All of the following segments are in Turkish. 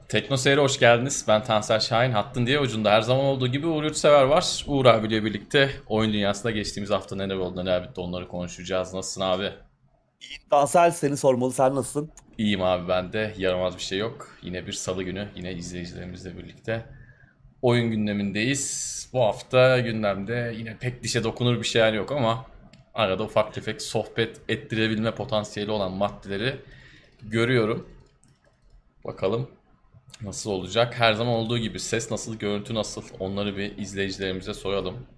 Tekno Seyir'e hoş geldiniz. Ben Tansel Şahin. Hattın diye ucunda her zaman olduğu gibi Uğur Yurtsever var. Uğur abiyle birlikte oyun dünyasında geçtiğimiz hafta neler oldu neler bitti onları konuşacağız. Nasılsın abi? Tansel seni sormalı. Sen nasılsın? İyiyim abi ben de. Yaramaz bir şey yok. Yine bir salı günü. Yine izleyicilerimizle birlikte oyun gündemindeyiz. Bu hafta gündemde yine pek dişe dokunur bir şeyler yok ama arada ufak tefek sohbet ettirebilme potansiyeli olan maddeleri görüyorum. Bakalım nasıl olacak? Her zaman olduğu gibi ses nasıl, görüntü nasıl? Onları bir izleyicilerimize soralım.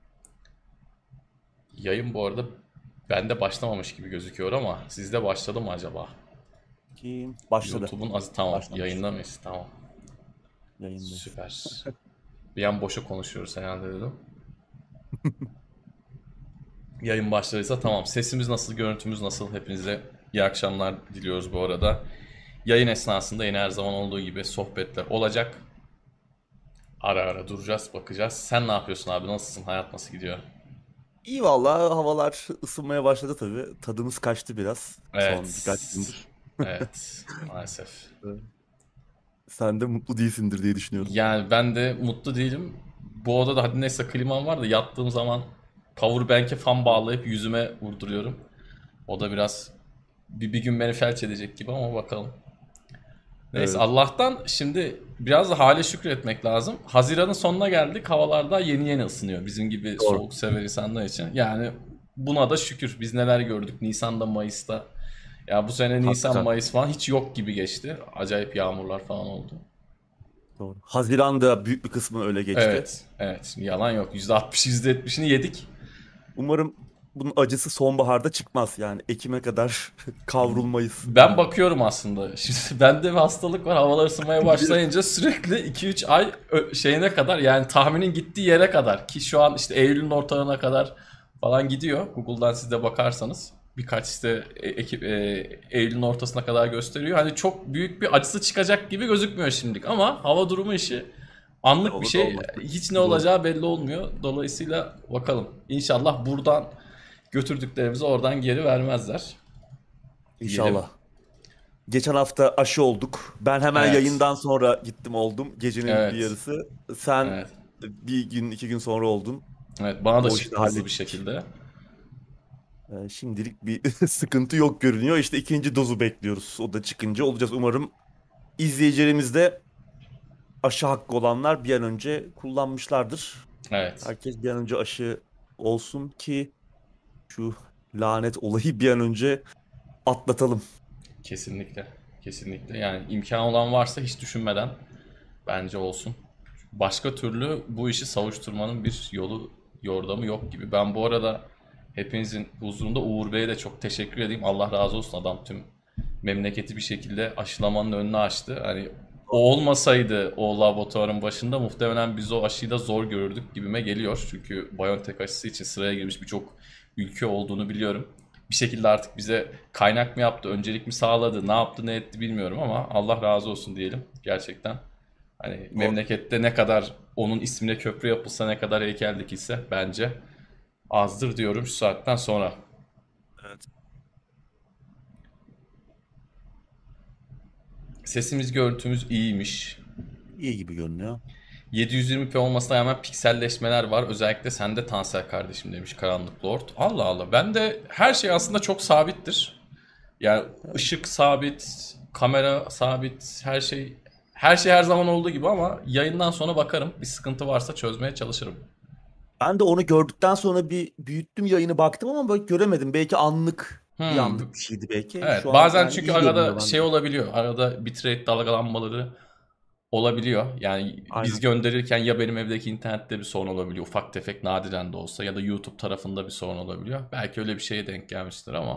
Yayın bu arada bende başlamamış gibi gözüküyor ama sizde başladı mı acaba? Kim? Başladı. YouTube'un tamam, Başlamış. yayında mıyız? Tamam. Yayındayız. Süper. Bir an boşa konuşuyoruz herhalde dedim. Yayın başladıysa tamam. Sesimiz nasıl, görüntümüz nasıl? Hepinize iyi akşamlar diliyoruz bu arada. Yayın esnasında yine her zaman olduğu gibi sohbetler olacak. Ara ara duracağız, bakacağız. Sen ne yapıyorsun abi? Nasılsın? Hayat nasıl gidiyor? İyi vallahi havalar ısınmaya başladı tabii. Tadımız kaçtı biraz son Evet. birkaç gündür. Evet. Maalesef. Evet. Sen de mutlu değilsindir diye düşünüyorum. Yani ben de mutlu değilim. Bu odada hadi neyse klimam var da yattığım zaman powerbank'e fan bağlayıp yüzüme vurduruyorum. O da biraz bir gün beni felç edecek gibi ama bakalım. Neyse Evet. Allah'tan şimdi biraz da hale şükretmek lazım. Haziran'ın sonuna geldik. Havalar da yeni yeni ısınıyor bizim gibi Doğru. soğuk sever insanlar için. Yani buna da şükür. Biz neler gördük Nisan'da, Mayıs'ta. Ya bu sene Nisan, Hakikaten. Mayıs falan hiç yok gibi geçti. Acayip yağmurlar falan oldu. Doğru. Haziran'da büyük bir kısmı öyle geçti. Evet, evet. Yalan yok. %60, %70'ini yedik. Umarım bunun acısı sonbaharda çıkmaz. Yani Ekim'e kadar kavrulmayız. Ben bakıyorum aslında. Şimdi bende bir hastalık var. Havalar ısınmaya Biliyorum. başlayınca sürekli 2-3 ay şeyine kadar yani tahminin gittiği yere kadar ki şu an işte Eylül'ün ortalarına kadar falan gidiyor. Google'dan siz de bakarsanız birkaç işte Eylül'ün ortasına kadar gösteriyor. Hani çok büyük bir acısı çıkacak gibi gözükmüyor şimdilik ama hava durumu işi Ne anlık bir olur da şey. olmaz. Hiç ne Doğru. olacağı belli olmuyor. Dolayısıyla bakalım. İnşallah buradan götürdüklerimizi oradan geri vermezler diyelim. İnşallah. Geçen hafta aşı olduk. Ben hemen Evet. yayından sonra gittim oldum. Gecenin bir Evet. yarısı. Sen Evet. bir gün iki gün sonra oldun. Evet. Bana da O işi çıktı hızlı bir hallettik. şekilde. Şimdilik bir sıkıntı yok görünüyor. İşte ikinci dozu bekliyoruz. O da çıkınca olacağız. Umarım izleyicilerimiz de aşı hakkı olanlar bir an önce kullanmışlardır. Evet. Herkes bir an önce aşı olsun ki şu lanet olayı bir an önce atlatalım. Kesinlikle. Kesinlikle. Yani imkan olan varsa hiç düşünmeden bence olsun. Başka türlü bu işi savuşturmanın bir yolu, yordamı yok gibi. Ben bu arada hepinizin huzurunda Uğur Bey'e de çok teşekkür edeyim. Allah razı olsun adam tüm memleketi bir şekilde aşılamanın önünü açtı. Hani o olmasaydı o laboratuvarın başında muhtemelen biz o aşıyı da zor görürdük gibime geliyor. Çünkü BioNTech aşısı için sıraya girmiş birçok ülke olduğunu biliyorum. Bir şekilde artık bize kaynak mı yaptı, öncelik mi sağladı, ne yaptı, ne etti bilmiyorum ama Allah razı olsun diyelim gerçekten. Hani Doğru. memlekette ne kadar onun ismine köprü yapılsa ne kadar heykel dikilse bence azdır diyorum şu saatten sonra. Evet. Sesimiz görüntümüz iyiymiş. İyi gibi görünüyor. 720p olmasına rağmen pikselleşmeler var. Özellikle sende Tansel kardeşim demiş Karanlık Lord. Allah Allah. Ben de her şey aslında çok sabittir. Yani ışık sabit, kamera sabit, her şey her zaman olduğu gibi ama yayından sonra bakarım. Bir sıkıntı varsa çözmeye çalışırım. Ben de onu gördükten sonra bir büyüttüm yayını baktım ama böyle göremedim. Belki anlık bir Hmm. anlık bir şeydi belki. Evet, Şu an bazen yani çünkü iyi görünüyor arada bende. şey olabiliyor. Arada bitrate dalgalanmaları olabiliyor. Yani biz Aynen. gönderirken ya benim evdeki internette bir sorun olabiliyor. Ufak tefek nadiren de olsa ya da YouTube tarafında bir sorun olabiliyor. Belki öyle bir şeye denk gelmiştir ama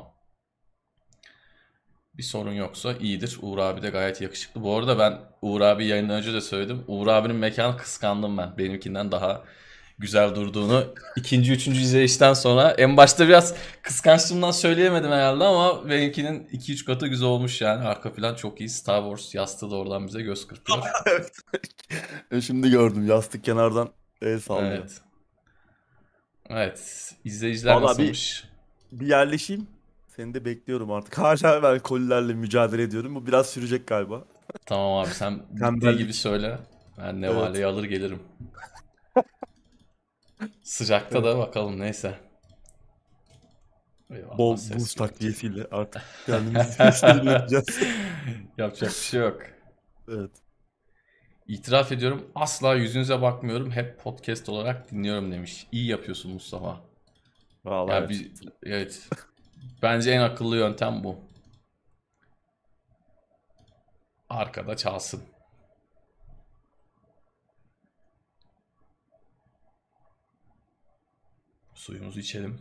bir sorun yoksa iyidir. Uğur abi de gayet yakışıklı. Bu arada ben Uğur abi yayından önce de söyledim. Uğur abinin mekanı kıskandım ben. Benimkinden daha güzel durduğunu ikinci, üçüncü izleyişten sonra en başta biraz kıskançlığımdan söyleyemedim herhalde ama benimkinin iki üç katı güzel olmuş yani. Arka plan çok iyi. Star Wars yastığı da oradan bize göz kırpıyor. Evet. Şimdi gördüm yastık kenardan el sallıyor. Evet. Evet. İzleyiciler Valla bir nasılmış? bir yerleşeyim. Seni de bekliyorum artık. Hala ben kolilerle mücadele ediyorum. Bu biraz sürecek galiba. Tamam abi, sen bittiği gibi Tembellik. söyle. Ben Evet. nevaleyi alır gelirim. Sıcakta Evet. da bakalım, neyse. Eyvallah, Bol ses buz geliyor. takviyesiyle artık kendimizi serinleteceğiz. Yapacak bir şey yok. Evet. İtiraf ediyorum, asla yüzünüze bakmıyorum. Hep podcast olarak dinliyorum demiş. İyi yapıyorsun Mustafa. Vallahi Ya evet. evet. Bence en akıllı yöntem bu. Arkada çalsın. Suyumuzu içelim.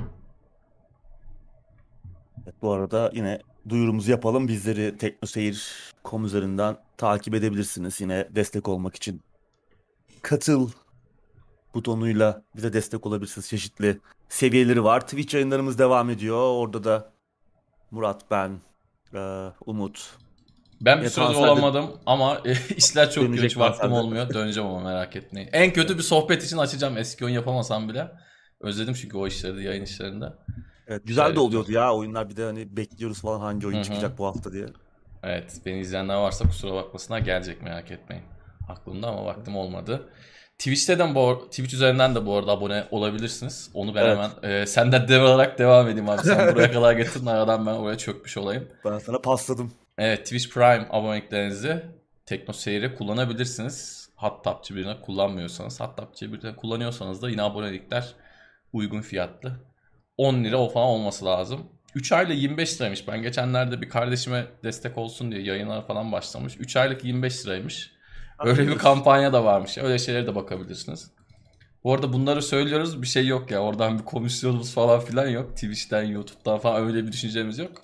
Evet, bu arada yine duyurumuzu yapalım. Bizleri teknoseyir.com üzerinden takip edebilirsiniz. Yine destek olmak için katıl butonuyla bize destek olabilirsiniz. Çeşitli seviyeleri var. Twitch yayınlarımız devam ediyor. Orada da Murat, ben, Umut. Ben bir Yine süredir Tansel de olamadım ama işler çok yoğun, hiç dönecek vaktim Tansel de. olmuyor. Döneceğim ama, merak etmeyin. En kötü bir sohbet için açacağım. Eski oyun yapamasam bile. Özledim çünkü o işleri de, yayın işlerinde. Evet, Bir şeyler güzel de yapacağım. oluyordu ya oyunlar. Bir de hani bekliyoruz falan hangi Hı oyun hı. çıkacak bu hafta diye. Evet, beni izleyenler varsa kusura bakmasınlar, gelecek, merak etmeyin. Aklımda ama vaktim olmadı. Twitch üzerinden de bu arada abone olabilirsiniz. Onu ben hemen Evet, senden devralarak devam edeyim abi. Sen buraya kadar getirdin, aradan ben oraya çökmüş olayım. ben sana pasladım. Evet, Twitch Prime aboneliklerinizi TeknoSeyir'e kullanabilirsiniz. Hattapçı birine kullanmıyorsanız. Hattapçı birine kullanıyorsanız da yine abonelikler uygun fiyatlı. 10 lira o falan olması lazım. 3 aylık 25 liraymış. Ben geçenlerde bir kardeşime destek olsun diye yayınlar falan başlamış. 3 aylık 25 liraymış. Ha, Öyle bir iyiymiş. kampanya da varmış. Öyle şeylere de bakabilirsiniz. Bu arada bunları söylüyoruz, bir şey yok ya. Oradan bir komisyonumuz falan filan yok. Twitch'ten, YouTube'dan falan öyle bir düşüncemiz yok.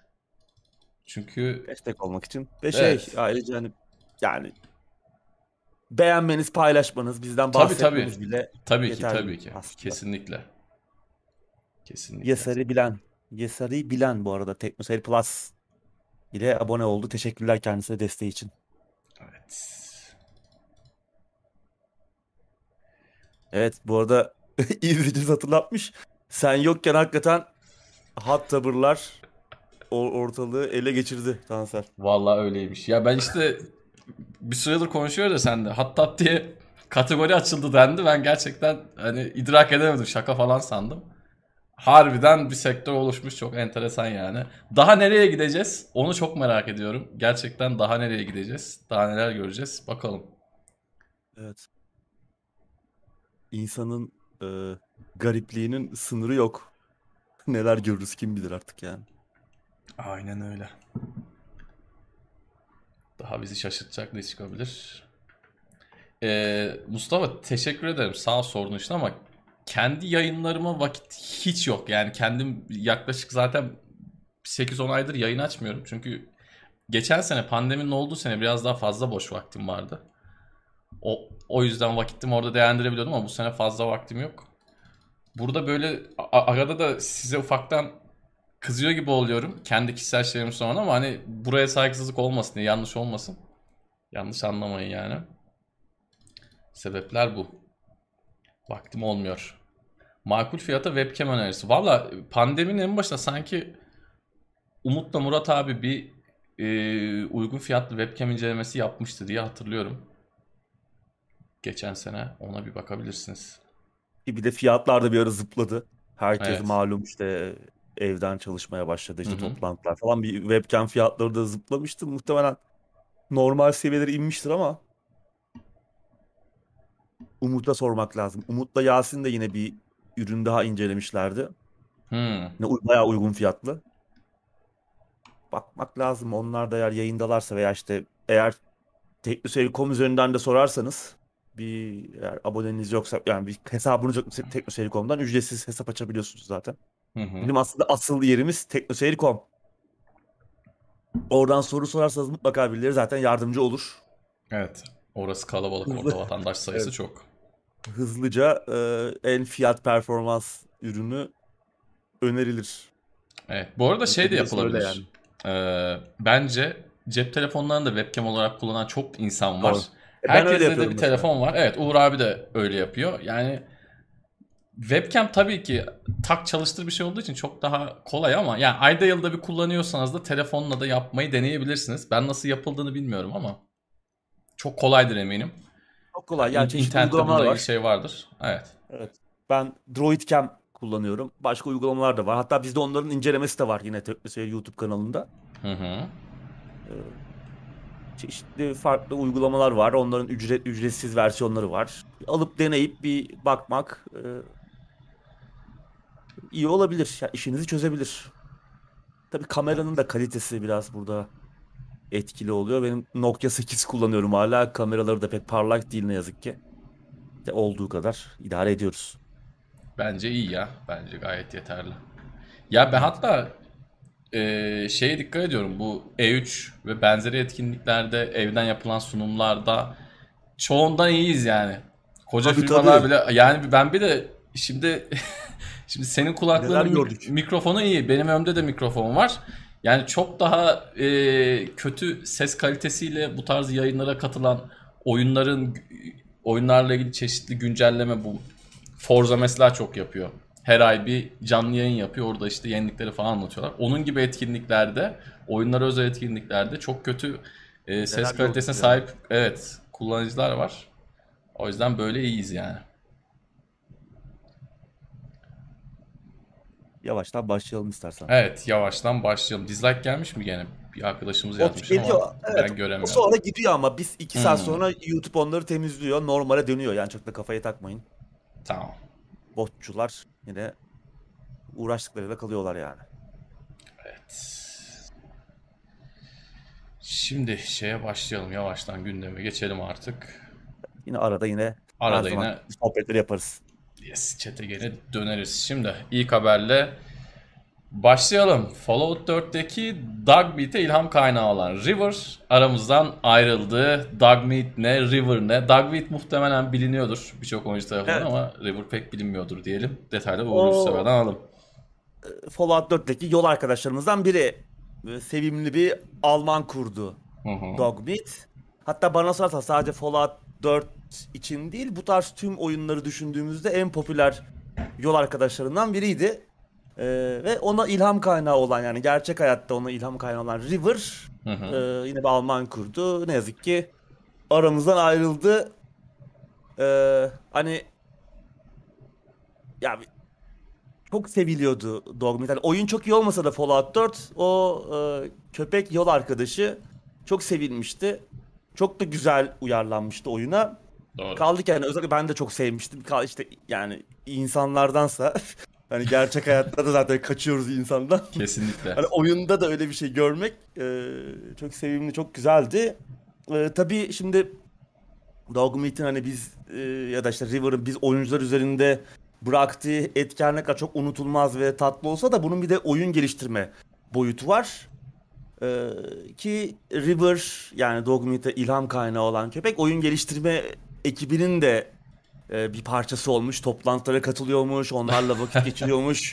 Çünkü Destek olmak için. Ve evet. ayrıca hani yani beğenmeniz, paylaşmanız, bizden Tabii tabii. bahsetmeniz bile Tabii ki, yeterli tabii ki. aslında. Kesinlikle. Kesinlikle. Yesar'ı bilen, Yesar'ı bilen bu arada TeknoSeyir Plus ile abone oldu. Teşekkürler kendisine desteği için. Evet. Evet, bu arada izleyicimiz hatırlatmış. Sen yokken hakikaten hot tubber'lar ortalığı ele geçirdi Tansel. Vallahi öyleymiş. Ya ben işte bir süredir konuşuyoruz da sen de. Hattat diye kategori açıldı dendi. Ben gerçekten hani idrak edemedim. Şaka falan sandım. Harbiden bir sektör oluşmuş. Çok enteresan yani. Daha nereye gideceğiz? Onu çok merak ediyorum. Gerçekten daha nereye gideceğiz? Daha neler göreceğiz? Bakalım. Evet. İnsanın garipliğinin sınırı yok. Neler görürüz kim bilir artık yani. Aynen öyle. Daha bizi şaşırtacak ne çıkabilir? Mustafa, teşekkür ederim. Sağ ol sorduğun için ama kendi yayınlarıma vakit hiç yok. Yani kendim yaklaşık zaten 8-10 aydır yayın açmıyorum. Çünkü geçen sene, pandeminin olduğu sene, biraz daha fazla boş vaktim vardı. O yüzden vakitimi orada değerlendirebiliyordum ama bu sene fazla vaktim yok. Burada böyle arada da size ufaktan kızıyor gibi oluyorum. Kendi kişisel şeylerim sonra, ama hani buraya saygısızlık olmasın diye, yanlış olmasın. Yanlış anlamayın yani. Sebepler bu. Vaktim olmuyor. Makul fiyata webcam önerisi. Valla pandeminin en başında sanki Umut'la Murat abi bir uygun fiyatlı webcam incelemesi yapmıştı diye hatırlıyorum. Geçen sene, ona bir bakabilirsiniz. Bir de fiyatlar da bir ara zıpladı. Herkes Evet. malum işte evden çalışmaya başladı, Hı işte hı. toplantılar falan, bir webcam fiyatları da zıplamıştı. Muhtemelen normal seviyelere inmiştir ama Umut'a sormak lazım. Umut'la Yasin de yine bir ürün daha incelemişlerdi. Hmm. Yine bayağı uygun fiyatlı. Bakmak lazım. Onlar da eğer yayındalarsa veya işte eğer teknoseyir.com üzerinden de sorarsanız, eğer aboneniz yoksa, yani bir hesabınız yoksa teknoseyir.com'dan ücretsiz hesap açabiliyorsunuz zaten. Hı hı. Bizim aslında asıl yerimiz teknoseyir.com. Oradan soru sorarsanız mutlaka birileri zaten yardımcı olur. Evet. Orası kalabalık. Hızlı, Orada vatandaş sayısı evet, çok. hızlıca en fiyat performans ürünü önerilir. Evet. Bu arada şey de Önerisi öyle yani. yapılabilir. Bence cep telefonlarını da webcam olarak kullanan çok insan var. Doğru. Ben öyle Herkeste de yapıyorum bir mesela. telefon var. Evet, Uğur abi de öyle yapıyor. Yani Webcam tabii ki tak çalıştır bir şey olduğu için çok daha kolay ama yani ayda yılda bir kullanıyorsanız da telefonla da yapmayı deneyebilirsiniz. Ben nasıl yapıldığını bilmiyorum ama çok kolaydır eminim. Çok kolay. Yani çeşitli İnternette uygulamalar bununla ilgili var. şey vardır. Evet. Evet. Ben Droidcam kullanıyorum. Başka uygulamalar da var. Hatta bizde onların incelemesi de var yine YouTube kanalında. Hı hı. Ee, Çeşitli farklı uygulamalar var. Onların ücretsiz versiyonları var. Alıp deneyip bir bakmak iyi olabilir. Yani işinizi çözebilir. Tabii kameranın da kalitesi biraz burada etkili oluyor. Benim Nokia 8 kullanıyorum hala. Kameraları da pek parlak değil ne yazık ki. De olduğu kadar idare ediyoruz. Bence iyi ya. Bence gayet yeterli. Ya ben Evet. hatta şeye dikkat ediyorum. Bu E3 ve benzeri etkinliklerde evden yapılan sunumlarda çoğundan iyiyiz yani. Koca Tabii firmalar tabii. bile yani ben bir de şimdi şimdi senin Neler kulaklığının gördük. mikrofonu iyi. Benim önümde de mikrofon var. Yani çok daha kötü ses kalitesiyle bu tarz yayınlara katılan oyunlarla ilgili çeşitli güncelleme bu Forza mesela çok yapıyor. Her ay bir canlı yayın yapıyor. Orada işte yenilikleri falan anlatıyorlar. Onun gibi etkinliklerde, oyunlara özel etkinliklerde çok kötü ses Neler kalitesine gördük ya. sahip evet kullanıcılar var. O yüzden böyle iyiyiz yani. Yavaştan başlayalım istersen. Evet yavaştan başlayalım. Dislike gelmiş mi gene? Bir arkadaşımız Ot yazmış ama geliyor. Evet. ben O göremiyorum. sonra gidiyor ama biz 2 saat Hmm, sonra YouTube onları temizliyor. Normale dönüyor. Yani çok da kafaya takmayın. tamam. Botçular yine uğraştıklarıyla kalıyorlar yani. Evet. Şimdi şeye başlayalım. Yavaştan gündeme geçelim artık. Yine arada yine her Arada zaman yine sohbetleri yaparız. yes, chat'e gene döneriz. Şimdi ilk haberle başlayalım. Fallout 4'teki Dogmeat'e ilham kaynağı olan River aramızdan ayrıldı. Dogmeat ne, River ne? Dogmeat muhtemelen biliniyordur birçok oyuncu tarafından Evet. ama River pek bilinmiyordur diyelim. Detaylı Uğur Yurtsever'den O alalım. Fallout 4'teki yol arkadaşlarımızdan biri. Böyle sevimli bir Alman kurdu Hı hı. Dogmeat. Hatta bana sorarsan sadece Fallout 4 için değil bu tarz tüm oyunları düşündüğümüzde en popüler yol arkadaşlarından biriydi. Ve ona ilham kaynağı olan yani gerçek hayatta ona ilham kaynağı olan River Hı hı. yine bir Alman kurdu. Ne yazık ki aramızdan ayrıldı. Hani ya çok seviliyordu Dogmeat. Yani oyun çok iyi olmasa da Fallout 4 o köpek yol arkadaşı çok sevilmişti. Çok da güzel uyarlanmıştı oyuna. Doğru. Kaldı ki yani özellikle ben de çok sevmiştim. İşte yani insanlardansa hani gerçek hayatta da zaten kaçıyoruz insandan. Kesinlikle. Hani oyunda da öyle bir şey görmek çok sevimli, çok güzeldi. Tabii şimdi Dogmeat'in hani biz ya da işte River'ın biz oyuncular üzerinde bıraktığı etki ne kadar çok unutulmaz ve tatlı olsa da bunun bir de oyun geliştirme boyutu var. Ee, Ki River yani Dogmeat'e ilham kaynağı olan köpek oyun geliştirme ekibinin de bir parçası olmuş. Toplantılara katılıyormuş, onlarla vakit geçiriyormuş.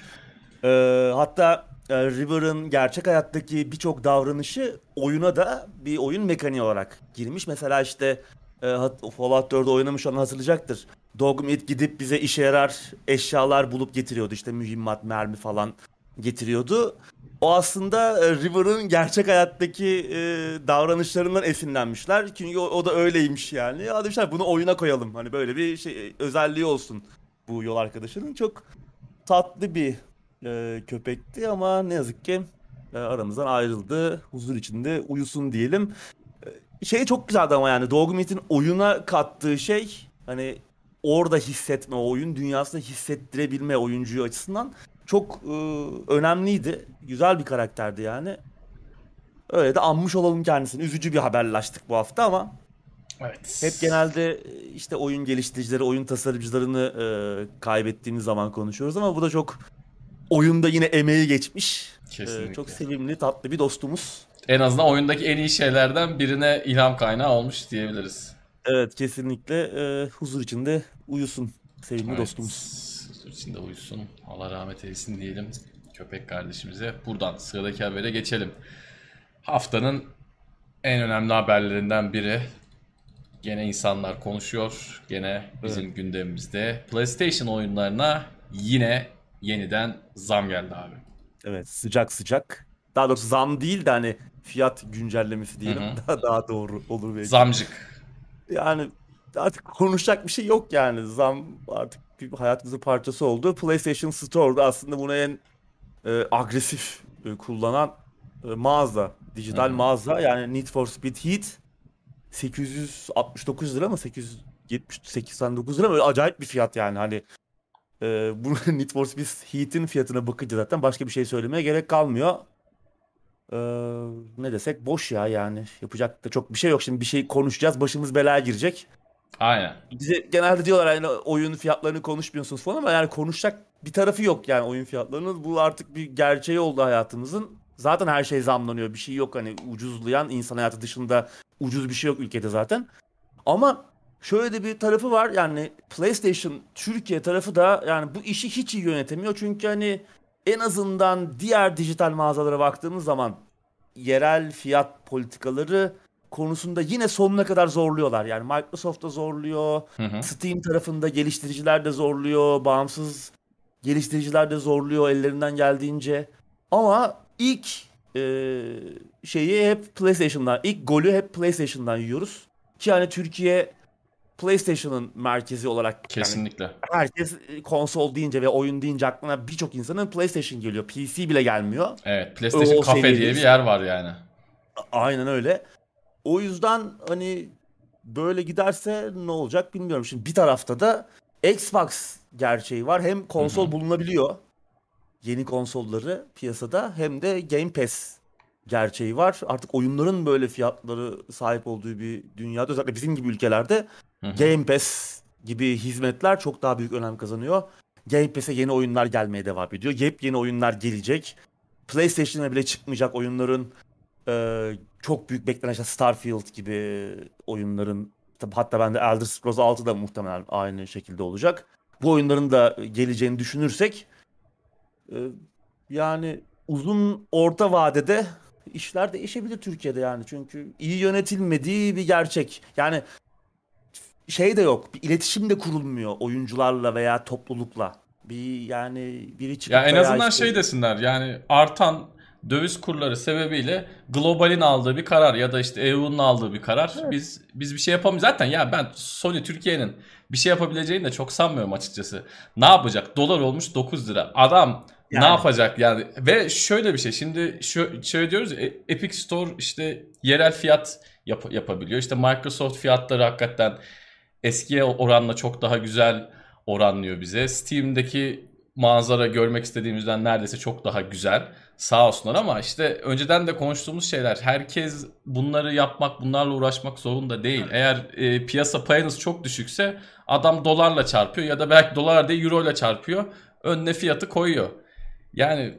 Hatta River'ın gerçek hayattaki birçok davranışı oyuna da bir oyun mekaniği olarak girmiş. Mesela işte Fallout 4'ü oynamış olan hatırlayacaktır. Dogmeat gidip bize işe yarar eşyalar bulup getiriyordu. İşte mühimmat, mermi falan getiriyordu. O aslında River'ın gerçek hayattaki davranışlarından esinlenmişler. Çünkü o da öyleymiş yani. Ya demişler bunu oyuna koyalım. Hani böyle bir şey özelliği olsun bu yol arkadaşının. Çok tatlı bir köpekti ama ne yazık ki aramızdan ayrıldı. Huzur içinde uyusun diyelim. Şey çok güzeldi ama yani Dogmeat'in oyuna kattığı şey hani orada hissetme, o oyun dünyasında hissettirebilme oyuncuyu açısından çok önemliydi. Güzel bir karakterdi yani. Öyle de anmış olalım kendisini. Üzücü bir haberlaştık bu hafta ama hep Evet. genelde işte oyun geliştiricileri, oyun tasarımcılarını kaybettiğimiz zaman konuşuyoruz ama bu da çok oyunda yine emeği geçmiş. Çok Kesinlikle. sevimli, tatlı bir dostumuz. En azından oyundaki en iyi şeylerden birine ilham kaynağı olmuş diyebiliriz. Evet, kesinlikle huzur içinde uyusun sevimli Evet. dostumuz. Huzur içinde uyusun. Allah rahmet eylesin diyelim köpek kardeşimize. Buradan sıradaki habere geçelim. Haftanın en önemli haberlerinden biri. Gene insanlar konuşuyor. Gene Evet. bizim gündemimizde. PlayStation oyunlarına yine yeniden zam geldi abi. Evet, sıcak sıcak. Daha doğrusu zam değil de hani fiyat güncellemesi Hı diyelim. hı. Daha doğru olur belki. Zamcık. Yani artık konuşacak bir şey yok yani. Zam artık bir hayatımızın parçası oldu. PlayStation Store'da aslında bunu en agresif kullanan mağaza, Hı dijital hı. mağaza. Yani Need for Speed Heat 869 lira mı 889 lira mı? Öyle acayip bir fiyat yani. Hani bu Need for Speed Heat'in fiyatına bakınca zaten başka bir şey söylemeye gerek kalmıyor. E, Ne desek boş ya yani. Yapacak da çok bir şey yok. Şimdi bir şey konuşacağız. Başımız belaya girecek. Aynen. Bize genelde diyorlar yani oyun fiyatlarını konuşmuyorsunuz falan ama yani konuşacak bir tarafı yok yani oyun fiyatlarının. Bu artık bir gerçeği oldu hayatımızın. Zaten her şey zamlanıyor. Bir şey yok hani ucuzlayan insan hayatı dışında ucuz bir şey yok ülkede zaten. Ama şöyle de bir tarafı var yani PlayStation Türkiye tarafı da yani bu işi hiç iyi yönetemiyor. Çünkü hani en azından diğer dijital mağazalara baktığımız zaman yerel fiyat politikaları konusunda yine sonuna kadar zorluyorlar. Yani Microsoft da zorluyor, Hı hı. Steam tarafında geliştiriciler de zorluyor, bağımsız geliştiriciler de zorluyor ellerinden geldiğince. Ama ilk e, şeyi hep PlayStation'dan, ilk golü hep PlayStation'dan yiyoruz. Ki hani Türkiye PlayStation'ın merkezi olarak yani Kesinlikle. herkes konsol deyince ve oyun deyince aklına birçok insanın PlayStation geliyor. PC bile gelmiyor. Evet. PlayStation O Cafe diye bir seviyedeyiz. yer var yani. Aynen öyle. O yüzden hani böyle giderse ne olacak bilmiyorum. Şimdi bir tarafta da Xbox gerçeği var. Hem Hı hı. konsol bulunabiliyor. Yeni konsolları piyasada hem de Game Pass gerçeği var. Artık oyunların böyle fiyatları sahip olduğu bir dünyada özellikle bizim gibi ülkelerde Hı hı. Game Pass gibi hizmetler çok daha büyük önem kazanıyor. Game Pass'e yeni oyunlar gelmeye devam ediyor. Yepyeni oyunlar gelecek. PlayStation'a bile çıkmayacak oyunların çok büyük beklenen işte Starfield gibi oyunların hatta ben de Elder Scrolls 6 da muhtemelen aynı şekilde olacak. Bu oyunların da geleceğini düşünürsek e, yani uzun orta vadede işler değişebilir Türkiye'de yani. Çünkü iyi yönetilmediği bir gerçek. Yani şey de yok. Bir iletişim de kurulmuyor oyuncularla veya toplulukla. Bir yani biri Ya çıkıp en da ya azından işte şey desinler yani artan döviz kurları sebebiyle globalin aldığı bir karar ya da işte EU'nun aldığı bir karar. evet, Biz bir şey yapamayız. Zaten ya ben Sony Türkiye'nin bir şey yapabileceğini de çok sanmıyorum açıkçası. Ne yapacak? Dolar olmuş 9 lira. Adam ne yani yapacak yani? Ve şöyle bir şey. Şimdi şöyle diyoruz ya, Epic Store işte yerel fiyat yapabiliyor. İşte Microsoft fiyatları hakikaten eskiye oranla çok daha güzel oranlıyor bize. Steam'deki manzara görmek istediğimizden neredeyse çok daha güzel. Sağ olsunlar ama işte önceden de konuştuğumuz şeyler. Herkes bunları yapmak, bunlarla uğraşmak zorunda değil. Eğer piyasa payınız çok düşükse adam dolarla çarpıyor ya da belki dolar değil euro ile çarpıyor. Önüne fiyatı koyuyor. Yani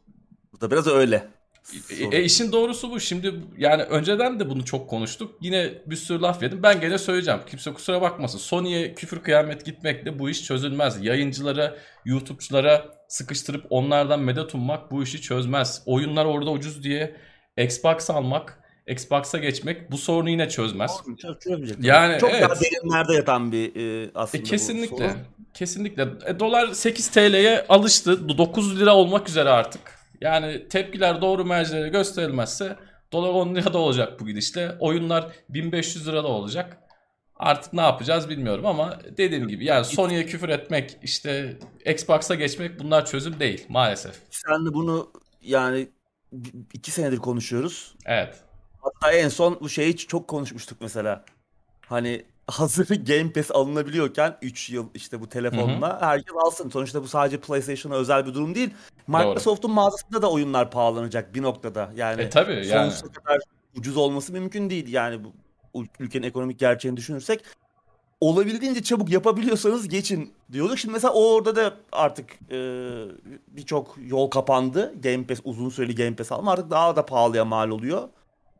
bu da biraz öyle sorun. işin doğrusu bu. Şimdi yani önceden de bunu çok konuştuk. Yine bir sürü laf yedim. Ben gene söyleyeceğim. Kimse kusura bakmasın. Sony'ye küfür kıyamet gitmekle bu iş çözülmez. Yayıncılara, YouTube'culara sıkıştırıp onlardan medet ummak bu işi çözmez. Oyunlar orada ucuz diye Xbox almak, Xbox'a geçmek bu sorunu yine çözmez. Çözmeyecek tabii. Yani Çok daha evet. derinlerde yatan bir aslında bu Kesinlikle. sorun. Kesinlikle. Dolar 8 TL'ye alıştı. 9 lira olmak üzere artık. Yani tepkiler doğru mercilere gösterilmezse dolar 10 lirada olacak bu gidişle. Oyunlar 1500 lirada olacak. Artık ne yapacağız bilmiyorum ama dediğim gibi yani Sony'ye küfür etmek, işte Xbox'a geçmek bunlar çözüm değil maalesef. Sen de bunu yani 2 senedir konuşuyoruz. Evet. Hatta en son bu şeyi çok konuşmuştuk mesela. Hani hazır Game Pass alınabiliyorken 3 yıl işte bu Hı hı. telefonla herkes alsın. Sonuçta bu sadece PlayStation'a özel bir durum değil. Doğru. Microsoft'un mağazasında da oyunlar pahalanacak bir noktada. Yani Tabii yani. sonsuza kadar ucuz olması mümkün değil. Yani bu ülkenin ekonomik gerçeğini düşünürsek olabildiğince çabuk yapabiliyorsanız geçin diyorduk. Şimdi mesela orada da artık birçok yol kapandı. Game Pass uzun süreli Game Pass alma artık daha da pahalıya mal oluyor.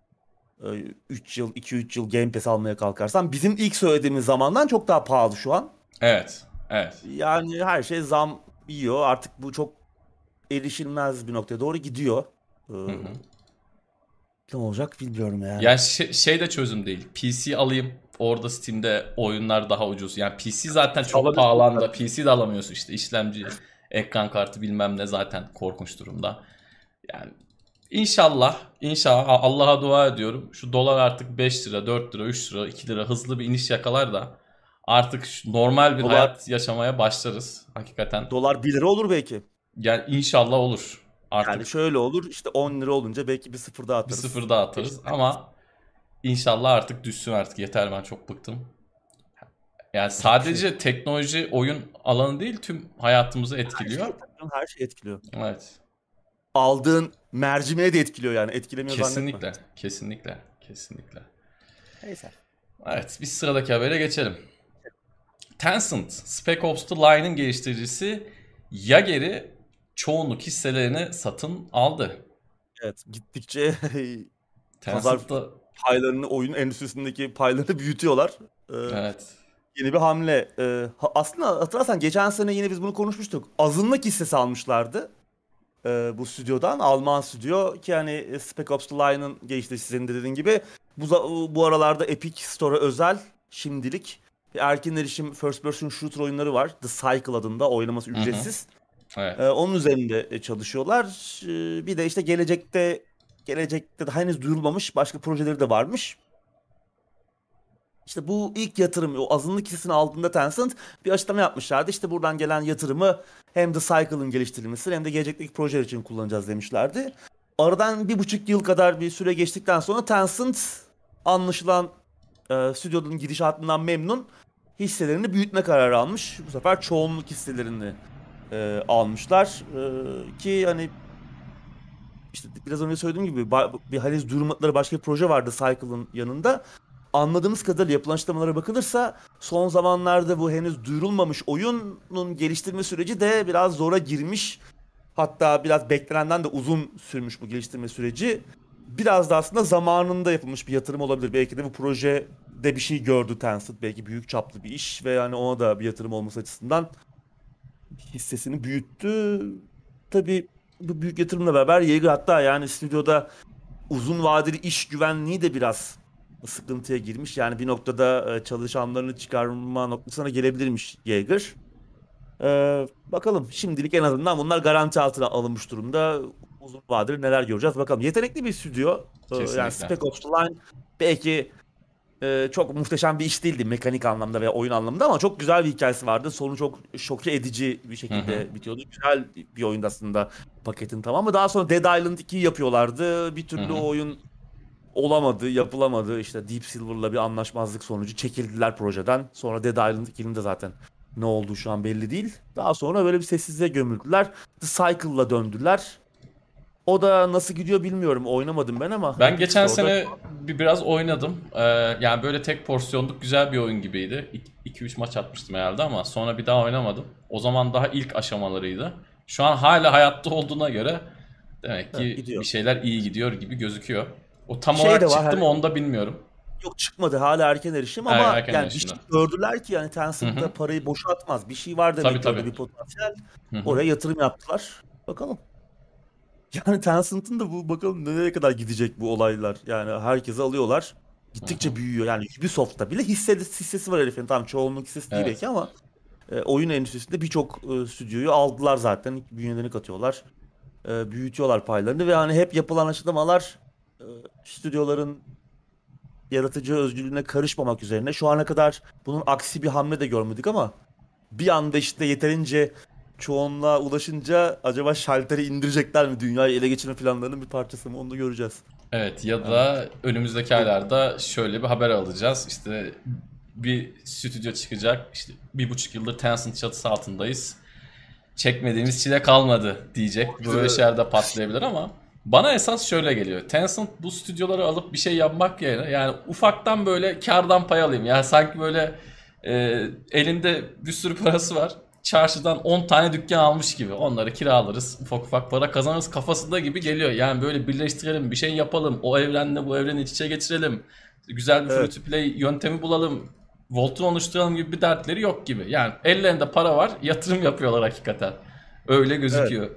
3 yıl 2-3 yıl Game Pass almaya kalkarsan bizim ilk söylediğimiz zamandan çok daha pahalı şu an. Evet. Evet. Yani her şey zam yiyor. Artık bu çok erişilmez bir noktaya doğru gidiyor. Ee, Hı hı. Ne olacak bilmiyorum yani. Yani şey de çözüm değil. PC alayım. orada Steam'de oyunlar daha ucuz. Yani PC zaten çok Alabilirsin. pahalandı. PC de alamıyorsun işte. İşlemci, ekran kartı bilmem ne zaten korkunç durumda. Yani inşallah Allah'a dua ediyorum. Şu dolar artık 5 lira, 4 lira, 3 lira, 2 lira hızlı bir iniş yakalar da artık normal bir Dolar, hayat yaşamaya başlarız hakikaten. dolar 1 lira olur belki. Yani inşallah olur. Yani Artık şöyle olur, işte 10 lira olunca belki bir sıfır daha bir sıfır atarız. daha Beş atarız lira. ama inşallah artık düşsün artık. Yeter, ben çok bıktım. Yani Yapacak bir şey yok. sadece teknoloji oyun alanı değil, tüm hayatımızı Her etkiliyor. şey, her şey etkiliyor. Evet. Aldığın mercimeği de etkiliyor yani. Etkilemiyor zannetme. Kesinlikle. Kesinlikle. Kesinlikle. Neyse. Evet, biz sıradaki habere geçelim. Tencent, Spec Ops The Line'ın geliştiricisi Yager'i çoğunluk hisselerini satın aldı. Evet, gittikçe pazar Tencent'da paylarını, oyun endüstrisindeki paylarını büyütüyorlar. evet. Yeni bir hamle. Aslında hatırlarsan geçen sene yine biz bunu konuşmuştuk. Azınlık hissesi almışlardı bu stüdyodan. Alman stüdyo ki hani Spec Ops The Line'ın geliştiricisi senin de dediğin gibi bu aralarda Epic Store'a özel şimdilik bir erken erişim first person shooter oyunları var. The Cycle adında, oynaması Hı hı. ücretsiz. Evet. Onun üzerinde çalışıyorlar. Bir de işte gelecekte de henüz duyurulmamış başka projeleri de varmış. İşte bu ilk yatırım, o azınlık hissesini aldığında Tencent bir açıklama yapmışlardı. İşte buradan gelen yatırımı hem The Cycle'ın geliştirilmesi hem de gelecekteki projeler için kullanacağız demişlerdi. Aradan 1,5 yıl kadar bir süre geçtikten sonra Tencent anlaşılan stüdyonun gidişatından memnun, hisselerini büyütme kararı almış. Bu sefer çoğunluk hisselerini almışlar. Ki hani işte biraz önce söylediğim gibi bir henüz duyurmadıkları başka bir proje vardı Cycle'ın yanında. Anladığımız kadarıyla yapılan açıklamalara bakılırsa son zamanlarda bu henüz duyurulmamış oyunun geliştirme süreci de biraz zora girmiş. Hatta biraz beklenenden de uzun sürmüş bu geliştirme süreci. Biraz da aslında zamanında yapılmış bir yatırım olabilir. Belki de bu projede bir şey gördü Tencent. Belki büyük çaplı bir iş ve yani ona da bir yatırım olması açısından hissesini büyüttü. Tabii bu büyük yatırımla beraber Yeager hatta yani stüdyoda uzun vadeli iş güvenliği de biraz sıkıntıya girmiş. Yani bir noktada çalışanlarını çıkarma noktasına gelebilirmiş Yeager. Bakalım, şimdilik en azından bunlar garanti altına alınmış durumda. Uzun vadeli neler göreceğiz bakalım. Yetenekli bir stüdyo. Yani Kesinlikle. Spec Ops The Line belki çok muhteşem bir iş değildi mekanik anlamda veya oyun anlamında ama çok güzel bir hikayesi vardı. Sonu çok şoke edici bir Hı hı. şekilde bitiyordu. Güzel bir oyundu aslında paketin tamamı. Daha sonra Dead Island 2'yi yapıyorlardı. Bir Hı türlü hı. o oyun olamadı, yapılamadı. İşte Deep Silver'la bir anlaşmazlık sonucu çekildiler projeden. Sonra Dead Island 2'nin de zaten ne olduğu şu an belli değil. Daha sonra böyle bir sessizliğe gömüldüler. The Cycle'la döndüler. O da nasıl gidiyor bilmiyorum. Oynamadım ben ama Ben Epic geçen Store'da sene biraz oynadım. Yani böyle tek porsiyonluk güzel bir oyun gibiydi. 2-3 maç atmıştım herhalde ama sonra bir daha oynamadım. O zaman daha ilk aşamalarıydı. Şu an hala hayatta olduğuna göre demek evet, ki bir gidiyor. şeyler iyi gidiyor gibi gözüküyor. O tam Şey olarak de var çıktı hani mı onu da bilmiyorum. yok, çıkmadı, hala erken erişim ama Erken yani bir yaşında. şey gördüler ki yani Hı Tencent hı. da parayı boşa atmaz. Bir şey var Tabii demek ki orada, tabii. bir potansiyel. Hı hı. Oraya yatırım yaptılar. Bakalım. Yani Tencent'ın da bu, bakalım nereye kadar gidecek bu olaylar. Yani herkesi alıyorlar. Hı hı. Gittikçe büyüyor. Yani Ubisoft'ta bile hissesi var herifin. Tamam, çoğunluk hissesi değil Evet. belki ama oyun endüstrisinde birçok stüdyoyu aldılar zaten. Bünyelerini katıyorlar. Büyütüyorlar paylarını ve hani hep yapılan açıklamalar e, stüdyoların yaratıcı özgürlüğüne karışmamak üzerine. Şu ana kadar bunun aksi bir hamle de görmedik ama bir anda işte yeterince çoğunluğa ulaşınca acaba şalteri indirecekler mi? Dünyayı ele geçirme planlarının bir parçası mı? Onu da göreceğiz. Evet, ya Yani da önümüzdeki aylarda şöyle bir haber alacağız. İşte bir stüdyo çıkacak. İşte 1,5 yıldır Tencent çatısı altındayız. Çekmediğimiz çile kalmadı diyecek. Böyle şeyler de patlayabilir ama bana esas şöyle geliyor. Tencent bu stüdyoları alıp bir şey yapmak yerine yani ufaktan böyle kardan pay alayım. Yani sanki böyle e, elinde bir sürü parası var. Çarşıdan 10 tane dükkan almış gibi. Onları kiralarız. Ufak ufak para kazanırız kafasında gibi geliyor. Yani böyle birleştirelim, bir şey yapalım. O evrenle bu evreni iç içe geçirelim. Güzel bir free evet, to play yöntemi bulalım. Voltron oluşturalım gibi bir dertleri yok gibi. Yani ellerinde para var, yatırım yapıyorlar hakikaten. Öyle evet. gözüküyor.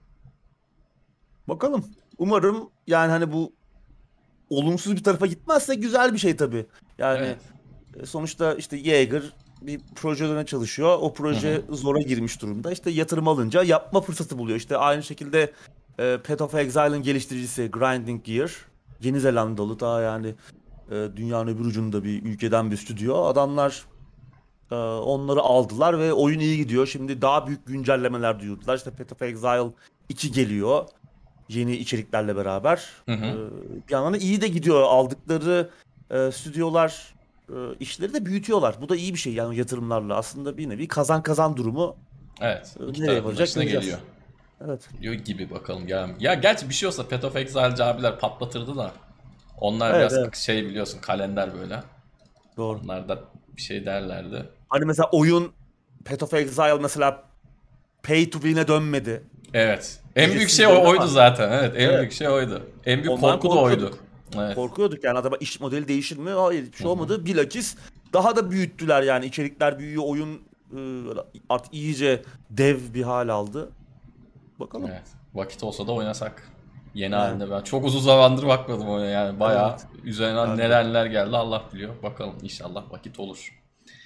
Bakalım. Umarım yani hani bu olumsuz bir tarafa gitmezse güzel bir şey tabii. Yani Evet. Sonuçta işte Yeager bir proje üzerine çalışıyor. O Hı hı. proje zora girmiş durumda. İşte yatırım alınca yapma fırsatı buluyor. İşte aynı şekilde Path of Exile'ın geliştiricisi Grinding Gear, Yeni Zelandalı, daha yani dünyanın öbür ucunda bir ülkeden bir stüdyo. Adamlar onları aldılar ve oyun iyi gidiyor. Şimdi daha büyük güncellemeler duyurdular. İşte Path of Exile 2 geliyor. Yeni içeriklerle beraber. Hı E, hı. Bir yandan da iyi de gidiyor. Aldıkları stüdyolar işleri de büyütüyorlar. Bu da iyi bir şey yani yatırımlarla. Aslında bir nevi kazan kazan durumu Evet. İki nereye tarafın da varacak içine geliyor. göreceğiz. Evet. Geliyor gibi bakalım. Ya gerçi bir şey olsa Path of Exile'ci abiler patlatırdı da. Onlar Evet, biraz evet. şey biliyorsun kalender böyle. Doğru. Onlar da bir şey derlerdi. Hani mesela oyun Path of Exile mesela pay to win'e dönmedi. Evet. En büyük şey Ücretsiz değil oydu ama zaten. Evet. En evet. büyük şey oydu. En büyük Ondan korku da oydu. korkuyorduk. Evet. Korkuyorduk yani, adama iş modeli değişir mi? Hayır, hiçbir Hı şey hı. olmadı. Bilakis daha da büyüttüler yani, içerikler büyüyor, oyun artık iyice dev bir hal aldı. Bakalım. Evet. Vakit olsa da oynasak. Yeni Yani halinde ben. Çok uzun zamandır bakmadım oyuna yani. Bayağı evet, üzerinden ben de. neler neler geldi Allah biliyor. Bakalım inşallah vakit olur.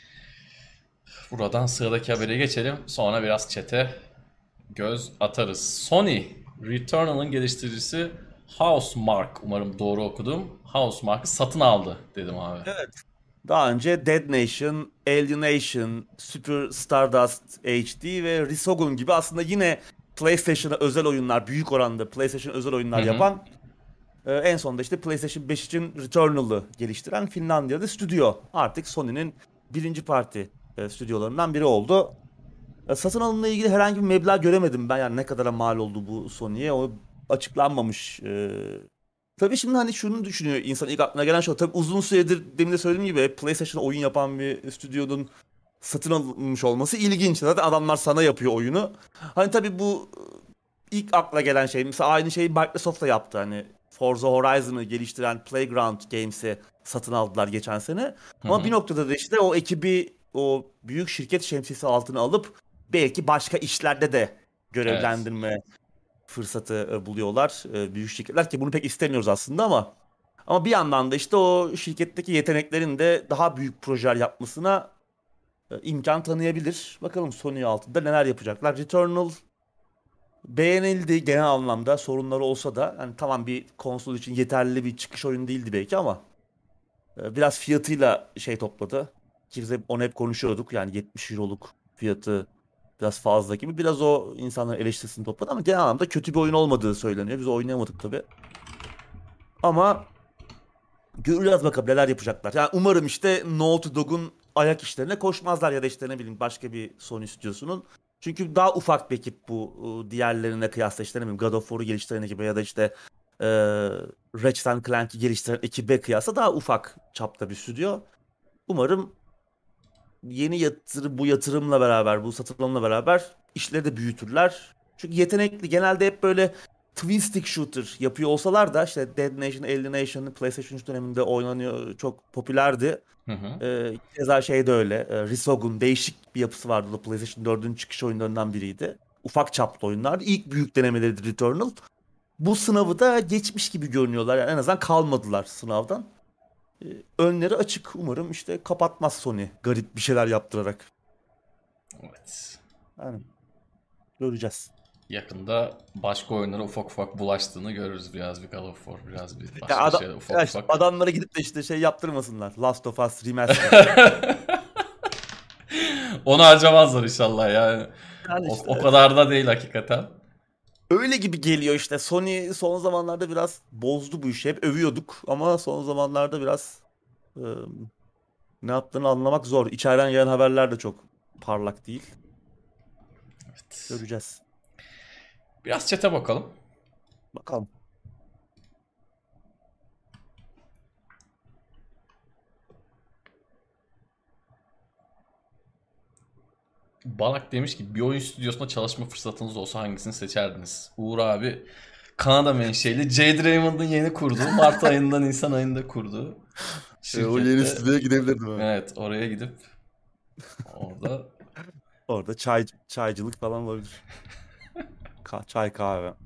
Buradan sıradaki habere geçelim. Sonra biraz çete göz atarız. Sony, Returnal'ın geliştiricisi Housemarque, umarım doğru okudum. Housemarque'ı satın aldı dedim abi. Evet. Daha önce Dead Nation, Alienation, Super Stardust HD ve Resogun gibi aslında yine PlayStation'a özel oyunlar, büyük oranda PlayStation özel Hı oyunlar hı. yapan, en sonunda işte PlayStation 5 için Returnal'ı geliştiren Finlandiya'da stüdyo. Artık Sony'nin birinci parti stüdyolarından biri oldu. Satın alımla ilgili herhangi bir meblağ göremedim ben, yani ne kadara mal oldu bu Sony'ye o açıklanmamış. Tabii şimdi hani şunu düşünüyor insan, ilk aklına gelen şey, tabii uzun süredir demin de söylediğim gibi PlayStation oyun yapan bir stüdyonun satın alınmış olması ilginç. Zaten adamlar sana yapıyor oyunu. Hani tabii bu ilk akla gelen şey, mesela aynı şeyi Microsoft da yaptı. Hani Forza Horizon'ı geliştiren Playground Games'i satın aldılar geçen sene. Hı Ama bir hı. noktada da işte o ekibi o büyük şirket şemsiyesi altına alıp belki başka işlerde de Evet. görevlendirme fırsatı buluyorlar büyük şirketler, ki bunu pek istemiyoruz aslında, ama bir yandan da işte o şirketteki yeteneklerin de daha büyük projeler yapmasına imkan tanıyabilir. Bakalım Sony altında neler yapacaklar. Returnal beğenildi genel anlamda, sorunları olsa da. Hani tamam, bir konsol için yeterli bir çıkış oyunu değildi belki ama biraz fiyatıyla şey topladı. Ki biz onu hep konuşuyorduk, yani 70 euroluk fiyatı biraz fazla gibi. Biraz o insanların eleştirisini topladı ama genel anlamda kötü bir oyun olmadığı söyleniyor. Biz oynayamadık tabii. Ama göreceğiz bakalım neler yapacaklar. Yani umarım işte Naughty Dog'un ayak işlerine koşmazlar, ya da işte ne bileyim başka bir Sony stüdyosunun. Çünkü daha ufak bir ekip bu, diğerlerine kıyasla, işte ne bileyim God of War'u geliştiren ekibe ya da işte e, Ratchet and Clank'i geliştiren ekibe kıyasla daha ufak çapta bir stüdyo. Umarım bu yatırımla beraber, bu satılımla beraber işleri de büyütürler. Çünkü yetenekli, genelde hep böyle twin stick shooter yapıyor olsalar da, işte Dead Nation, Alienation PlayStation 3 döneminde oynanıyor, çok popülerdi. Hı hı. Keza şey de öyle. Resogun değişik bir yapısı vardı. O da PlayStation 4'ün çıkış oyunlarından biriydi. Ufak çaplı oyunlardı. İlk büyük denemeleri Returnal. Bu sınavı da geçmiş gibi görünüyorlar. Yani en azından kalmadılar sınavdan. Önleri açık. Umarım işte kapatmaz Sony garip bir şeyler yaptırarak. Evet. Yani göreceğiz. Yakında başka oyunlara ufak ufak bulaştığını görürüz. Biraz bir God of War, biraz bir Ya, başka şeyler ufak ya işte ufak. adamlara gidip de işte şey yaptırmasınlar. Last of Us Remaster. Onu harcamazlar inşallah yani. Yani O, işte o evet. kadar da değil hakikaten. Öyle gibi geliyor işte. Sony son zamanlarda biraz bozdu bu işi. Hep övüyorduk ama son zamanlarda biraz e, ne yaptığını anlamak zor. İçeriden gelen haberler de çok parlak değil. Evet. Göreceğiz. Biraz çete bakalım. Bakalım. Barak demiş ki bir oyun stüdyosunda çalışma fırsatınız olsa hangisini seçerdiniz? Uğur abi Kanada menşeli Jade Raymond'ın yeni kurduğu, Mart ayından Nisan ayında kurduğu O yeni şirkette, stüdyoya gidebilirdim, evet. evet, oraya gidip orada Orada çaycılık falan olabilir. Çay, kahve.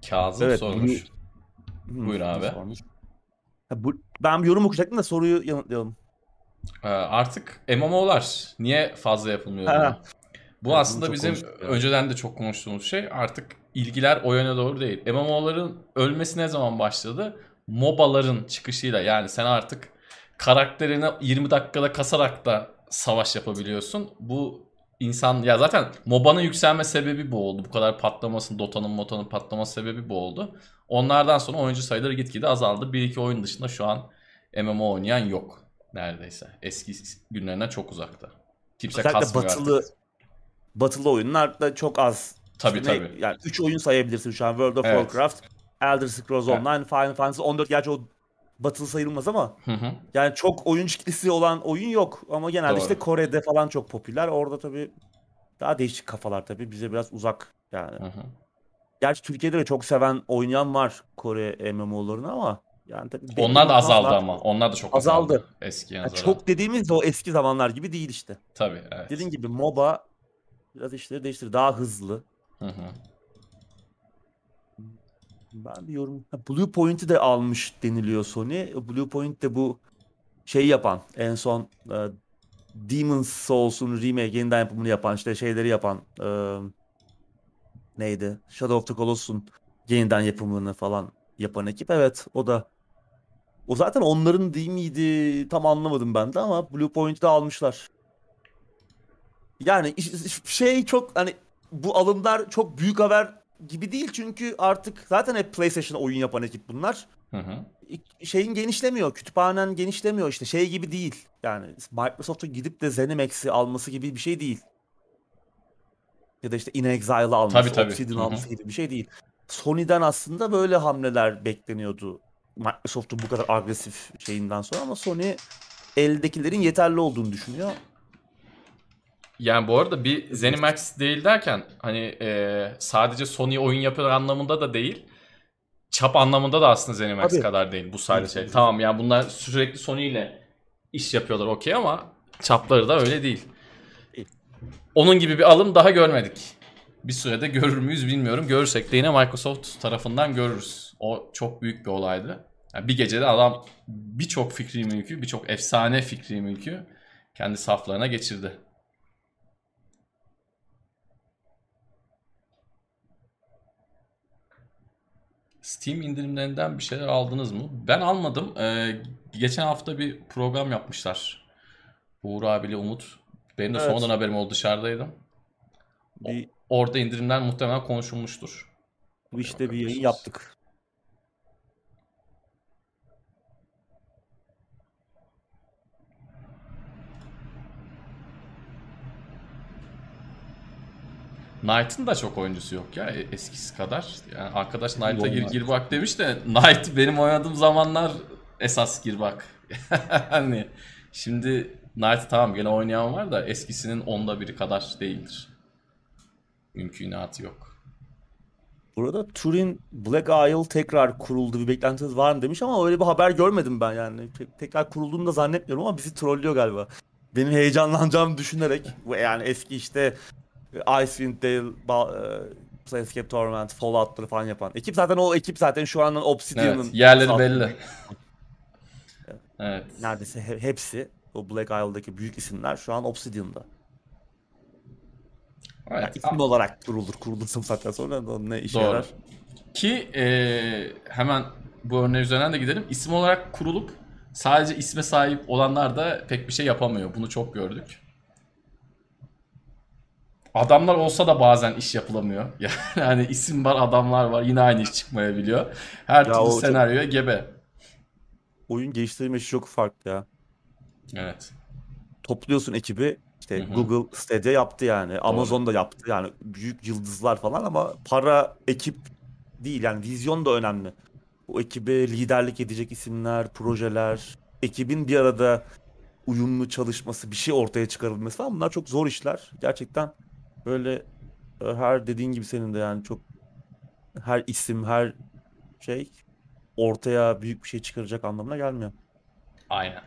Kazım Evet, sormuş. Buyur ne abi. sormuş? Ben bir yorum okuyacaktım da soruyu yanıtlayalım. Artık MMO'lar niye fazla yapılmıyor diyor. Ha, Bu evet, bunu aslında çok bizim konuştuk ya. önceden de çok konuştuğumuz şey. Artık ilgiler o yöne doğru değil. MMO'ların ölmesi ne zaman başladı? MOBA'ların çıkışıyla. Yani sen artık karakterini 20 dakikada kasarak da savaş yapabiliyorsun. Bu insan ya zaten MOBA'nın yükselme sebebi bu oldu. Bu kadar patlamasın, Dota'nın patlaması sebebi bu oldu. Onlardan sonra oyuncu sayıları gitgide azaldı. Bir iki oyun dışında şu an MMO oynayan yok neredeyse. Eski günlerinden çok uzakta. Kimse Özellikle kasmıyor artık. batılı oyunlar da çok az. Tabii İşte tabii. yani 3 oyun sayabilirsin şu an. World of Evet. Warcraft, Elder Scrolls E, Online, Final Fantasy 14. Gerçi o batılı sayılmaz ama Hı hı. yani çok oyuncu kitlesi olan oyun yok. Ama genelde Doğru. işte Kore'de falan çok popüler. Orada tabii daha değişik kafalar tabii. Bize biraz uzak yani. Hı hı. Gerçi Türkiye'de de çok seven oynayan var Kore MMO'larını ama yani tabii belli Onlar bir da noktadan sonra azaldı artık ama. Onlar da çok azaldı azaldı. eskiye Yani nazaran. çok dediğimiz de o eski zamanlar gibi değil işte. Tabii evet. Dediğin gibi MOBA biraz işleri değiştirdi. Daha hızlı. Hı hı. Ben bir yorum. Blue Point'i de almış deniliyor Sony. Blue Point de bu şey yapan en son Demon's Souls'un remake yeniden yapımını yapan işte şeyleri yapan neydi? Shadow of the Colossus'un yeniden yapımını falan yapan ekip. Evet, o zaten onların değil miydi tam anlamadım ben de ama Blue Point'i de almışlar. Yani şey çok hani bu alımlar çok büyük haber gibi değil çünkü artık zaten hep PlayStation oyun yapan ekip bunlar. Hı hı. Şeyin genişlemiyor, kütüphanen genişlemiyor işte şey gibi değil. Yani Microsoft'un gidip de ZeniMax'i alması gibi bir şey değil. Ya da işte In Exile'ı Tabii alması, tabii. Obsidian Hı hı. alması gibi bir şey değil. Sony'den aslında böyle hamleler bekleniyordu. Microsoft'un bu kadar agresif şeyinden sonra ama Sony eldekilerin yeterli olduğunu düşünüyor. Yani bu arada bir Göreceğiz. ZeniMax değil derken hani sadece Sony oyun yapıyor anlamında da değil. Çap anlamında da aslında ZeniMax Tabii. kadar değil. Bu Değil, sadece şey. değil, değil. Tamam yani bunlar sürekli Sony ile iş yapıyorlar okey ama çapları da öyle değil. Değil. Onun gibi bir alım daha görmedik. Bir sürede görür müyüz bilmiyorum. Görürsek de yine Microsoft tarafından görürüz. O çok büyük bir olaydı. Yani bir gecede adam birçok fikri mülkü, birçok efsane fikri mülkü kendi saflarına geçirdi. Steam indirimlerinden bir şeyler aldınız mı? Ben almadım. Geçen hafta bir program yapmışlar. Uğur abiyle Umut. Benim de sonradan Evet. haberim oldu, dışarıdaydım. Bir Orada indirimler muhtemelen konuşulmuştur. Oraya Twitch'te bir yayın bakabilirsiniz. yaptık. Knight'ın da çok oyuncusu yok ya eskisi kadar. Yani arkadaş Knight'a Yoğunlar. gir bak demiş de Knight benim oynadığım zamanlar esas gir bak. Hani şimdi Knight tamam gene oynayan var da eskisinin onda biri kadar değildir. Mümkünatı yok. Burada Turin Black Isle tekrar kuruldu bir beklentiniz var mı demiş ama öyle bir haber görmedim ben yani. Tekrar kurulduğunu da zannetmiyorum ama bizi trollüyor galiba. Benim heyecanlanacağımı düşünerek bu yani eski işte Icewind Dale, Planescape Torment, Fallout'ları falan yapan. Ekip zaten o ekip zaten şu an Evet Obsidian'ın çatısı yerleri altında belli. büyük. Evet. Neredeyse hepsi o Black Isle'daki büyük isimler şu an Obsidian'da. Yani Evet. isim olarak kurulur. Kurulursa zaten sonra da ne işe Doğru. yarar? Ki hemen bu örneğin üzerinden de gidelim. İsim olarak kurulup sadece isme sahip olanlar da pek bir şey yapamıyor. Bunu çok gördük. Adamlar olsa da bazen iş yapılamıyor. Yani hani isim var, adamlar var. Yine aynı iş çıkmayabiliyor. Her Ya türlü o çok senaryoya gebe. oyun geliştirme işi çok farklı ya. Evet. Topluyorsun ekibi işte Hı hı. Google Stadia yaptı yani. Doğru. Amazon da yaptı yani büyük yıldızlar falan ama para ekip değil yani vizyon da önemli. O ekibe liderlik edecek isimler, projeler, ekibin bir arada uyumlu çalışması, bir şey ortaya çıkarılması falan bunlar çok zor işler. Gerçekten böyle her dediğin gibi senin de yani çok her isim, her şey ortaya büyük bir şey çıkaracak anlamına gelmiyor. Aynen.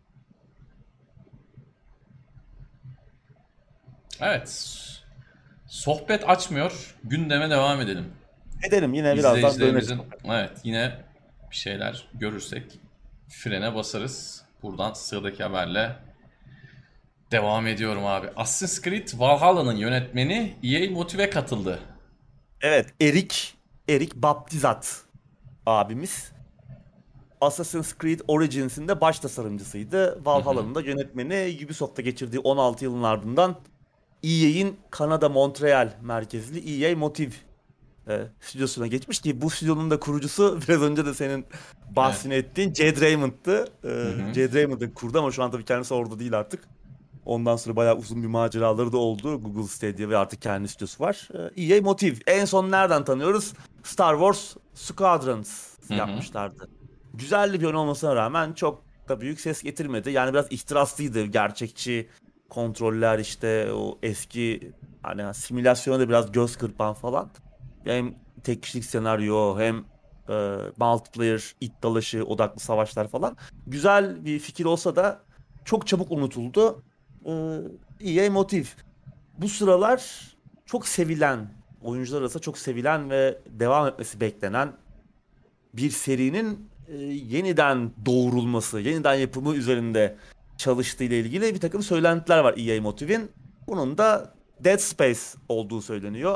Evet. Sohbet açmıyor. Gündeme devam edelim. Edelim, yine birazdan döneriz. İzleyicilerimizin evet yine bir şeyler görürsek frene basarız. Buradan sıradaki haberle devam ediyorum abi. Assassin's Creed Valhalla'nın yönetmeni EA Motive'e katıldı. Evet, Erik Baptizat abimiz Assassin's Creed Origins'in de baş tasarımcısıydı. Hı hı. Valhalla'nın da yönetmeni. Ubisoft'ta geçirdiği 16 yılın ardından EA'in Kanada Montreal merkezli EA Motive stüdyosuna geçmiş ki bu stüdyonun da kurucusu biraz önce de senin Evet. bahsini ettiğin Jed Raymond'tı. Hı hı. Jed Raymond'ı kurdu ama şu an tabii kendisi orada değil artık. Ondan sonra bayağı uzun bir maceraları da oldu. Google Stadia ve artık kendi stüdyosu var. EA Motive. En son nereden tanıyoruz? Star Wars Squadrons Hı hı. yapmışlardı. Güzel bir oyun olmasına rağmen çok da büyük ses getirmedi. Yani biraz ihtiraslıydı. Gerçekçi kontroller, işte o eski hani simülasyona da biraz göz kırpan falan. Hem tek kişilik senaryo hem multiplayer, it dalışı, odaklı savaşlar falan. Güzel bir fikir olsa da çok çabuk unutuldu. EA Motive. Bu sıralar çok sevilen, oyuncular arasında çok sevilen ve devam etmesi beklenen bir serinin yeniden doğrulması, yeniden yapımı üzerinde çalıştığı ile ilgili bir takım söylentiler var EA Motive'in. Bunun da Dead Space olduğu söyleniyor.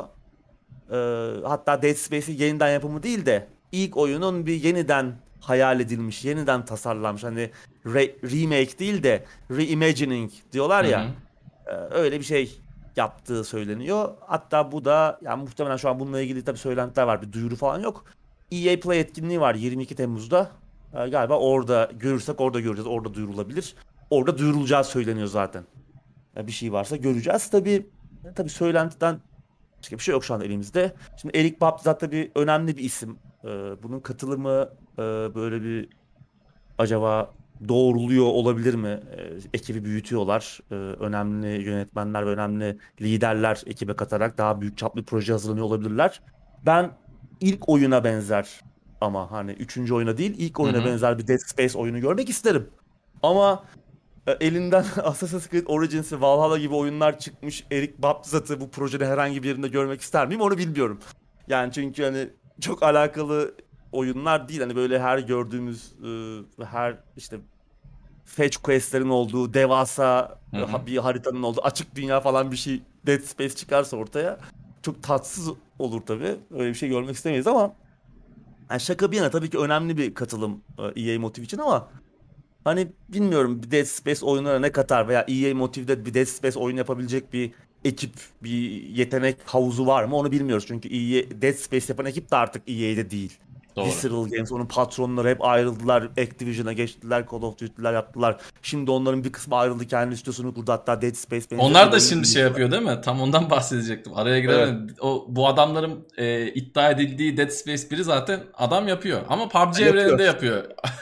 Hatta Dead Space'in yeniden yapımı değil de ilk oyunun bir yeniden hayal edilmiş, yeniden tasarlanmış. Hani remake değil de reimagining diyorlar Hı ya. hı. Öyle bir şey yaptığı söyleniyor. Hatta bu da yani muhtemelen şu an bununla ilgili tabii söylentiler var. Bir duyuru falan yok. EA Play etkinliği var 22 Temmuz'da. Galiba orada görürsek orada göreceğiz. Orada duyurulabilir. Orada duyurulacağı söyleniyor zaten. Bir şey varsa göreceğiz. Tabii söylentiden başka bir şey yok şu an elimizde. Şimdi Eric Bap zaten bir önemli bir isim. Bunun katılımı böyle bir acaba doğruluyor olabilir mi? Ekibi büyütüyorlar. Önemli yönetmenler ve önemli liderler ekibe katarak daha büyük çaplı bir proje hazırlanıyor olabilirler. Ben ilk oyuna benzer ama hani üçüncü oyuna değil ilk Hı oyuna hı. benzer bir Dead Space oyunu görmek isterim. Ama elinden Assassin's Creed Origins ve Valhalla gibi oyunlar çıkmış Eric Baptizat'ı bu projenin herhangi bir yerinde görmek ister miyim onu bilmiyorum. Yani çünkü hani çok alakalı oyunlar değil. Hani böyle her gördüğümüz her işte fetch quest'lerin olduğu devasa Hı hı. bir haritanın olduğu açık dünya falan bir şey Dead Space çıkarsa ortaya çok tatsız olur tabii. Öyle bir şey görmek istemeyiz ama yani şaka bir yana tabii ki önemli bir katılım EA Motive için ama hani bilmiyorum bir Dead Space oyunlara ne katar veya EA Motive'de bir Dead Space oyun yapabilecek bir ekip, bir yetenek havuzu var mı onu bilmiyoruz. Çünkü EA, Dead Space yapan ekip de artık EA'de değil. Doğru. Visceral Games, onun patronları hep ayrıldılar. Activision'a geçtiler, Call of Duty'ler yaptılar. Şimdi onların bir kısmı ayrıldı, kendi stüdyosunu kurdu. Hatta Dead Space benzeri bir Onlar da oyun şimdi şey yapıyorlar. yapıyor değil mi? Tam ondan bahsedecektim. Araya Evet. giremedim. Bu adamların iddia edildiği Dead Space biri zaten adam yapıyor. Ama PUBG Yapıyor. evreninde yapıyor.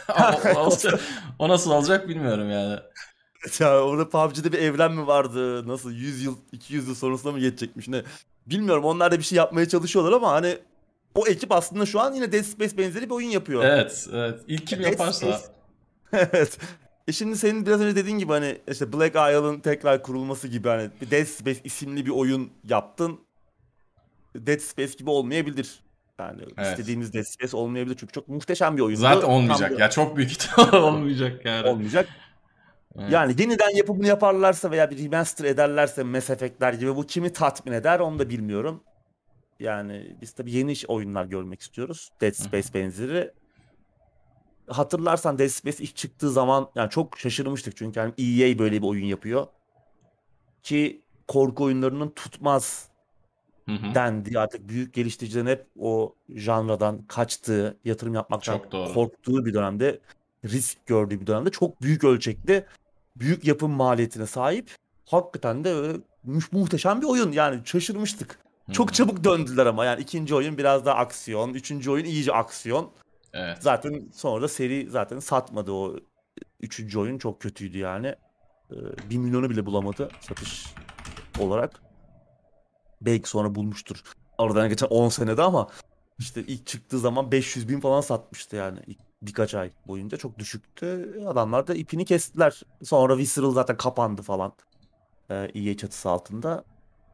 O nasıl olacak bilmiyorum yani. Ya orada PUBG'de bir evren mi vardı? Nasıl 100 yıl, 200 yıl sonrasında mı geçecekmiş ne? Bilmiyorum. Onlar da bir şey yapmaya çalışıyorlar ama hani o ekip aslında şu an yine Dead Space benzeri bir oyun yapıyor. Evet, evet. İlk kim Dead Space. yaparsa. Evet. Şimdi senin biraz önce dediğin gibi hani işte Black Isle'ın tekrar kurulması gibi hani bir Dead Space isimli bir oyun yaptın. Dead Space gibi olmayabilir. Yani Evet. istediğimiz Dead Space olmayabilir çünkü çok muhteşem bir Zaten oyundu. Tam olmayacak. da Ya çok büyük ihtimal olmayacak yani. olmayacak. Evet. Yani yeniden yapımını yaparlarsa veya bir remaster ederlerse Mass Effect'ler gibi bu kimi tatmin eder onu da bilmiyorum. Yani biz tabii yeni oyunlar görmek istiyoruz. Dead Hı hı. Space benzeri. Hatırlarsan Dead Space ilk çıktığı zaman yani çok şaşırmıştık çünkü yani EA böyle bir oyun yapıyor. Ki korku oyunlarının tutmaz Hı hı. dendi. Artık büyük geliştiricilerin hep o janradan kaçtığı, yatırım yapmaktan Çok doğru. korktuğu bir dönemde, risk gördüğü bir dönemde çok büyük ölçekli, büyük yapım maliyetine sahip. Hakikaten de öyle muhteşem bir oyun. Yani şaşırmıştık. Hı Çok hı. çabuk döndüler ama yani ikinci oyun biraz daha aksiyon, üçüncü oyun iyice aksiyon. Evet. Zaten sonra da seri zaten satmadı o üçüncü oyun çok kötüydü yani. 1 milyonu bile bulamadı satış olarak. Belki sonra bulmuştur. Aradan geçen 10 senede ama işte ilk çıktığı zaman 500 bin falan satmıştı yani. İlk birkaç ay boyunca çok düşüktü. Adamlar da ipini kestiler. Sonra Visceral zaten kapandı falan. EA çatısı altında.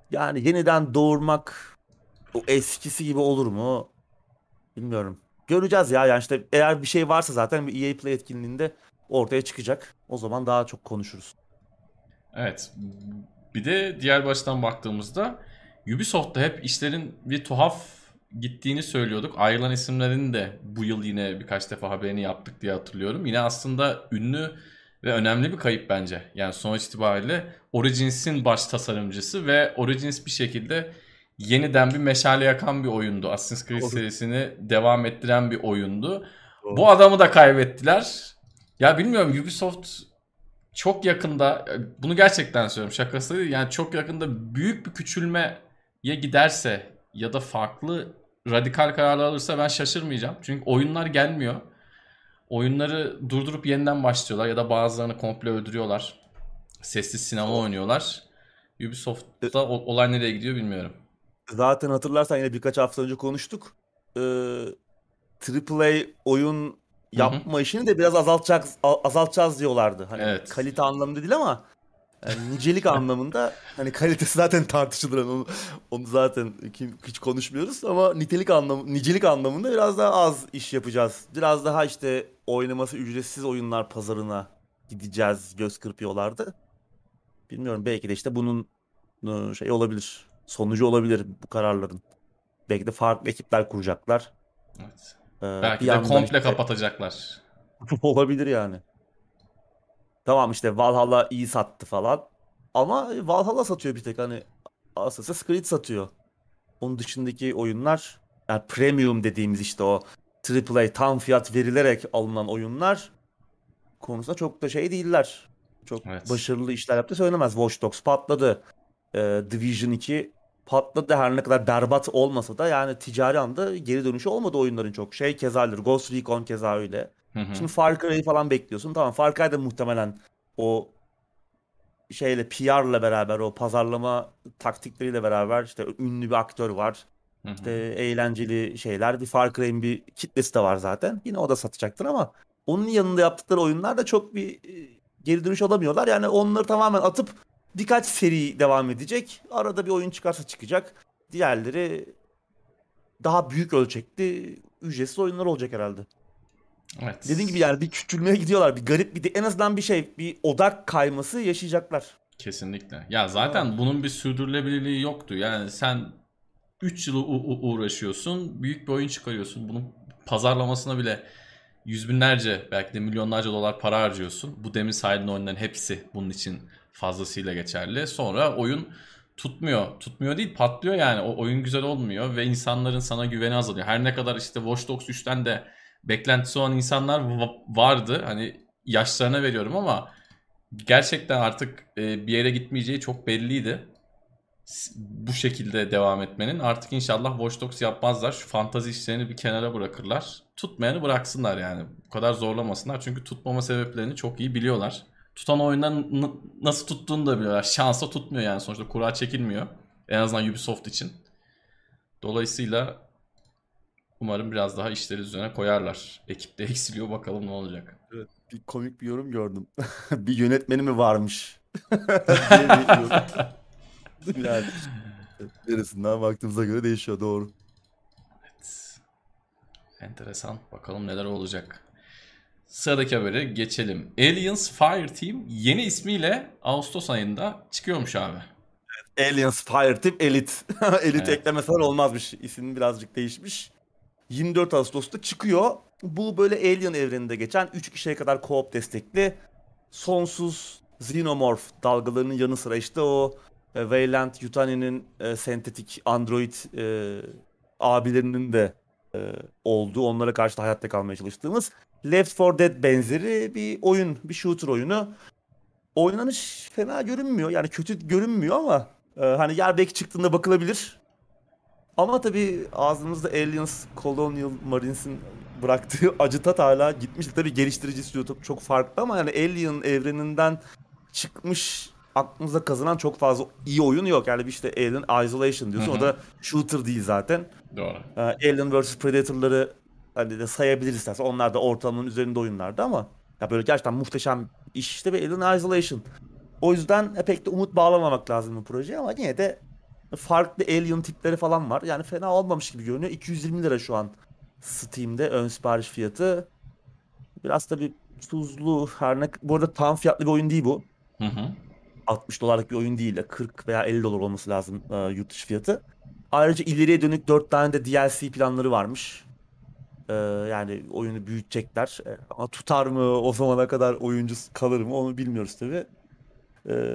Yani yeniden doğurmak o eskisi gibi olur mu? Bilmiyorum. Göreceğiz ya. Yani işte eğer bir şey varsa zaten bir EA Play etkinliğinde ortaya çıkacak. O zaman daha çok konuşuruz. Evet. Bir de diğer baştan baktığımızda Ubisoft'ta hep işlerin bir tuhaf gittiğini söylüyorduk. Ayrılan isimlerin de bu yıl yine birkaç defa haberini yaptık diye hatırlıyorum. Yine aslında ünlü ve önemli bir kayıp bence. Yani sonuç itibariyle Origins'in baş tasarımcısı ve Origins bir şekilde yeniden bir meşale yakan bir oyundu. Assassin's Creed Doğru. serisini devam ettiren bir oyundu. Doğru. Bu adamı da kaybettiler. Ya bilmiyorum, Ubisoft çok yakında, bunu gerçekten söylüyorum, şakası değil, yani çok yakında büyük bir küçülmeye giderse ya da farklı radikal kararlar alırsa ben şaşırmayacağım. Çünkü oyunlar gelmiyor. Oyunları durdurup yeniden başlıyorlar ya da bazılarını komple öldürüyorlar. Sessiz sinema Doğru. oynuyorlar. E, Ubisoft'ta olay nereye gidiyor bilmiyorum. Zaten hatırlarsan yine birkaç hafta önce konuştuk. AAA oyun Hı hı. yapma işini de biraz azaltacağız diyorlardı. Hani Evet. kalite anlamında değil ama yani nicelik anlamında, hani kalitesi zaten tartışılır. Hani onu zaten hiç konuşmuyoruz ama nicelik anlamında biraz daha az iş yapacağız. Biraz daha işte oynaması ücretsiz oyunlar pazarına gideceğiz göz kırpıyorlardı. Bilmiyorum, belki de işte bunun şey olabilir. Sonucu olabilir bu kararların. Belki de farklı ekipler kuracaklar. Evet. Bir Belki de yandan komple işte kapatacaklar. olabilir yani. Tamam, işte Valhalla iyi sattı falan. Ama Valhalla satıyor bir tek, hani Assassin's Creed satıyor. Onun dışındaki oyunlar, yani premium dediğimiz işte o AAA tam fiyat verilerek alınan oyunlar konusunda çok da şey değiller. Çok Evet. başarılı işler yaptı söylenemez. Watch Dogs patladı. Division 2 patladı. Her ne kadar berbat olmasa da yani ticari anda geri dönüşü olmadı oyunların çok. Şey keza öyle. Ghost Recon keza öyle. Hı hı. Şimdi Far Cry'ı falan bekliyorsun. Tamam, Far Cry da muhtemelen o şeyle, PR'la beraber, o pazarlama taktikleriyle beraber, işte ünlü bir aktör var. Hı hı. İşte eğlenceli şeyler. Bir Far Cry'in bir kitlesi de var zaten. Yine o da satacaktır ama onun yanında yaptıkları oyunlar da çok bir geri dönüş alamıyorlar. Yani onları tamamen atıp birkaç seri devam edecek. Arada bir oyun çıkarsa çıkacak. Diğerleri daha büyük ölçekli ücretsiz oyunlar olacak herhalde. Dediğim gibi Evet. yani bir küçülmeye gidiyorlar. Bir garip, bir de en azından bir şey, bir odak kayması yaşayacaklar. Kesinlikle. Ya Ama zaten bunun bir sürdürülebilirliği yoktu. Yani sen 3 yıl uğraşıyorsun, büyük bir oyun çıkarıyorsun. Bunun pazarlamasına bile yüz binlerce, belki de milyonlarca dolar para harcıyorsun. Bu demin saydığın oyunların hepsi bunun için fazlasıyla geçerli. Sonra oyun tutmuyor. Tutmuyor değil, patlıyor yani. O oyun güzel olmuyor ve insanların sana güveni azalıyor. Her ne kadar işte Watch Dogs 3'ten de beklentisi olan insanlar vardı. Hani yaşlarına veriyorum ama gerçekten artık bir yere gitmeyeceği çok belliydi. Bu şekilde devam etmenin. Artık inşallah Watch Dogs yapmazlar. Şu fantazi işlerini bir kenara bırakırlar. Tutmayanı bıraksınlar yani. Bu kadar zorlamasınlar. Çünkü tutmama sebeplerini çok iyi biliyorlar. Tutan oyundan nasıl tuttuğunu da biliyorlar. Şansa tutmuyor yani. Sonuçta kura çekilmiyor. En azından Ubisoft için. Dolayısıyla umarım biraz daha işleri düzene koyarlar. Ekipte eksiliyor, bakalım ne olacak. evet, bir komik bir yorum gördüm. Bir yönetmeni mi varmış diye bir yorum. Yani neresinden baktığımıza göre değişiyor, doğru. Enteresan. Bakalım neler olacak. Sıradaki habere geçelim. Aliens Fireteam yeni ismiyle Ağustos ayında çıkıyormuş abi. Aliens Fireteam Elite. Elite Evet. eklemeseler olmazmış. İsmi birazcık değişmiş. 24 Ağustos'ta çıkıyor. Bu böyle Alien evreninde geçen 3 kişiye kadar co-op destekli sonsuz xenomorph dalgalarının yanı sıra işte o Weyland Yutani'nin sentetik android abilerinin de olduğu, onlara karşı da hayatta kalmaya çalıştığımız Left 4 Dead benzeri bir oyun, bir shooter oyunu. Oynanış fena görünmüyor. Yani kötü görünmüyor ama hani yer belki çıktığında bakılabilir. Ama tabii ağzımızda Aliens Colonial Marines'in bıraktığı acı tat hala gitmiş. Tabii geliştiricisi çok farklı ama yani Alien evreninden çıkmış aklımıza kazınan çok fazla iyi oyun yok. Yani bir işte Alien Isolation Hı diyorsun. O hı. da shooter değil zaten. Doğru. Alien vs Predator'ları hani de sayabiliriz istersen. Onlar da ortalamanın üzerinde oyunlardı ama ya böyle gerçekten muhteşem iş işte bir Alien Isolation. O yüzden pek de umut bağlamamak lazım bu projeye ama yine de Farklı alien tipleri falan var. Yani fena olmamış gibi görünüyor. 220 lira şu an Steam'de ön sipariş fiyatı. Biraz tabii tuzlu her ne... Bu arada tam fiyatlı bir oyun değil bu. Hı hı. 60 dolarlık bir oyun değil de 40 veya 50 dolar olması lazım yurt dışı fiyatı. Ayrıca ileriye dönük 4 tane de DLC planları varmış. Yani oyunu büyütecekler. Ama tutar mı o zamana kadar oyuncu kalır mı onu bilmiyoruz tabii. E,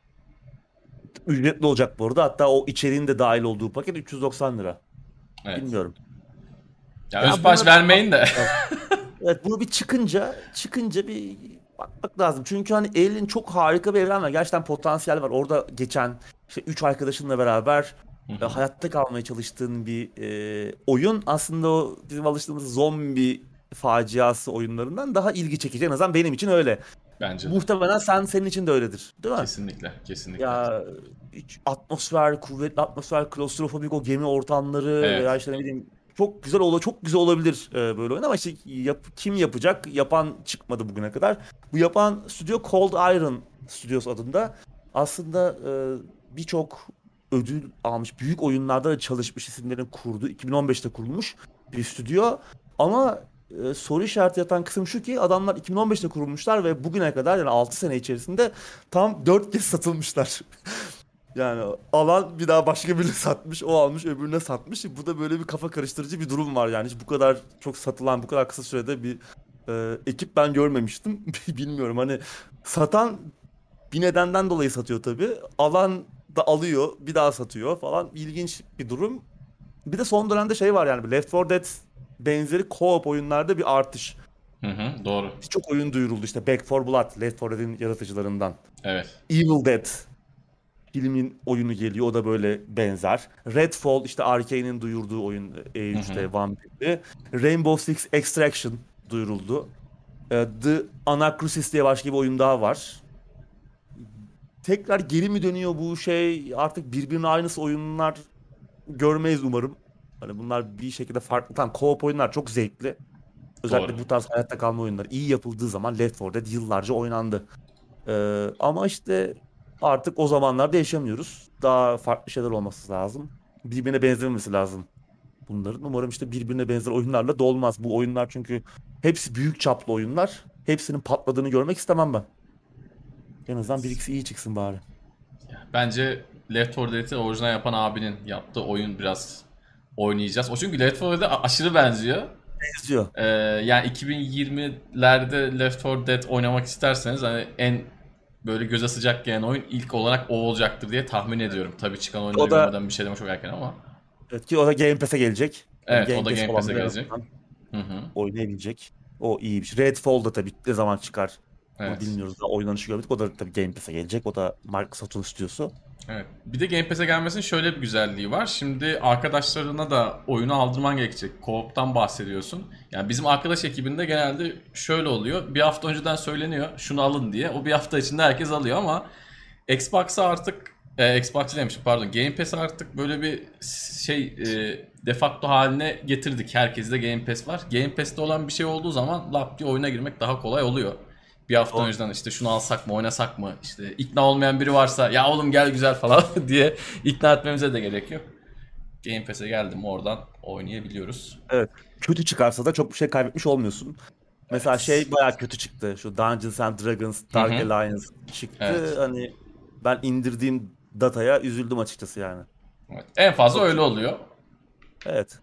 Ücretli olacak bu arada. Hatta o içeriğin de dahil olduğu paket 390 lira. Evet. Bilmiyorum. Ya ön Ya sipariş buna vermeyin de. evet, bunu bir çıkınca bir bakmak lazım. Çünkü hani Alien çok harika bir evren var. Gerçekten potansiyel var. Orada geçen işte 3 arkadaşınla beraber Hı hı. hayatta kalmaya çalıştığın bir oyun. Aslında o bizim alıştığımız zombi faciası oyunlarından daha ilgi çekici. En azından benim için öyle. Bence de. Muhtemelen senin için de öyledir, değil mi? Kesinlikle. Kesinlikle. Ya atmosfer, kuvvetli atmosfer, klostrofobik o gemi ortamları veya Evet. işte ne bileyim çok güzel olabilir böyle oyun ama işte kim yapacak? Yapan çıkmadı bugüne kadar. Bu yapan stüdyo Cold Iron Studios adında. Aslında birçok ödül almış, büyük oyunlarda da çalışmış isimlerin kurduğu 2015'te kurulmuş bir stüdyo. Ama soru işareti yatan kısım şu ki adamlar 2015'te kurulmuşlar ve bugüne kadar yani 6 sene içerisinde tam 4 kez satılmışlar. Yani alan bir daha başka birine satmış, o almış öbürüne satmış. Bu da böyle bir kafa karıştırıcı bir durum var yani. Hiç bu kadar çok satılan, bu kadar kısa sürede bir ekip ben görmemiştim. Bilmiyorum hani satan bir nedenden dolayı satıyor tabii. Alan da alıyor, bir daha satıyor falan. İlginç bir durum. Bir de son dönemde şey var yani Left 4 Dead benzeri co-op oyunlarda bir artış. Hı hı. Doğru. Birçok oyun duyuruldu işte Back 4 Blood, Left 4 Dead'in yaratıcılarından. Evet. Evil Dead filmin oyunu geliyor. O da böyle benzer. Redfall işte Arkane'in duyurduğu oyun Hı hı. E3'te vampirli. Rainbow Six Extraction duyuruldu. The Anacrusis diye başka bir oyun daha var. Tekrar geri mi dönüyor bu şey? Artık birbirine aynısı oyunlar görmeyiz umarım. Hani bunlar bir şekilde farklı. Tamam co-op oyunlar çok zevkli. Doğru. Özellikle bu tarz hayatta kalma oyunları iyi yapıldığı zaman Left 4 Dead yıllarca oynandı. Ama işte artık o zamanlarda yaşamıyoruz. Daha farklı şeyler olması lazım. Birbirine benzememesi lazım bunların. Umarım işte birbirine benzer oyunlarla dolmaz. Bu oyunlar çünkü hepsi büyük çaplı oyunlar. Hepsinin patladığını görmek istemem ben. En azından bir ikisi iyi çıksın bari. Bence Left 4 Dead'i orijinal yapan abinin yaptığı oyun biraz oynayacağız. O çünkü Left 4 Dead'e aşırı benziyor. Benziyor. Yani 2020'lerde Left 4 Dead oynamak isterseniz hani en böyle göze sıcak gelen oyun ilk olarak o olacaktır diye tahmin ediyorum. Tabii çıkan oyunları O da görmeden bir şey demek çok erken ama. evet ki o da Game Pass'e gelecek. Hani Evet, Game o da Pass Game Pass'e olanlar en gelecek. azından Hı hı. oynayabilecek. O iyiymiş. Redfall da tabii ne zaman çıkar onu Evet. bilmiyoruz. Daha oynanışı görmedik. O da tabii Game Pass'e gelecek. O da Microsoft'un stüdyosu. Evet. Bir de Game Pass'e gelmesinin şöyle bir güzelliği var. Şimdi arkadaşlarına da oyunu aldırman gerekecek. Co-op'tan bahsediyorsun. Yani bizim arkadaş ekibinde genelde şöyle oluyor. Bir hafta önceden söyleniyor şunu alın diye. O bir hafta içinde herkes alıyor ama Xbox'a artık Xbox demişim pardon. Game Pass'e artık böyle bir şey de facto haline getirdik. Herkeste Game Pass var. Game Pass'te olan bir şey olduğu zaman lap diye oyuna girmek daha kolay oluyor. Bir hafta O, önceden işte şunu alsak mı oynasak mı işte ikna olmayan biri varsa ya oğlum gel güzel falan diye ikna etmemize de gerek yok. Game Pass'e geldim oradan oynayabiliyoruz. evet. Kötü çıkarsa da çok bir şey kaybetmiş olmuyorsun. Mesela Evet. şey bayağı kötü çıktı. Şu Dungeons and Dragons Hı Dark hı. Alliance çıktı. Evet. Hani ben indirdiğim dataya üzüldüm açıkçası yani. Evet. En fazla Çok öyle kötü. oluyor. Evet.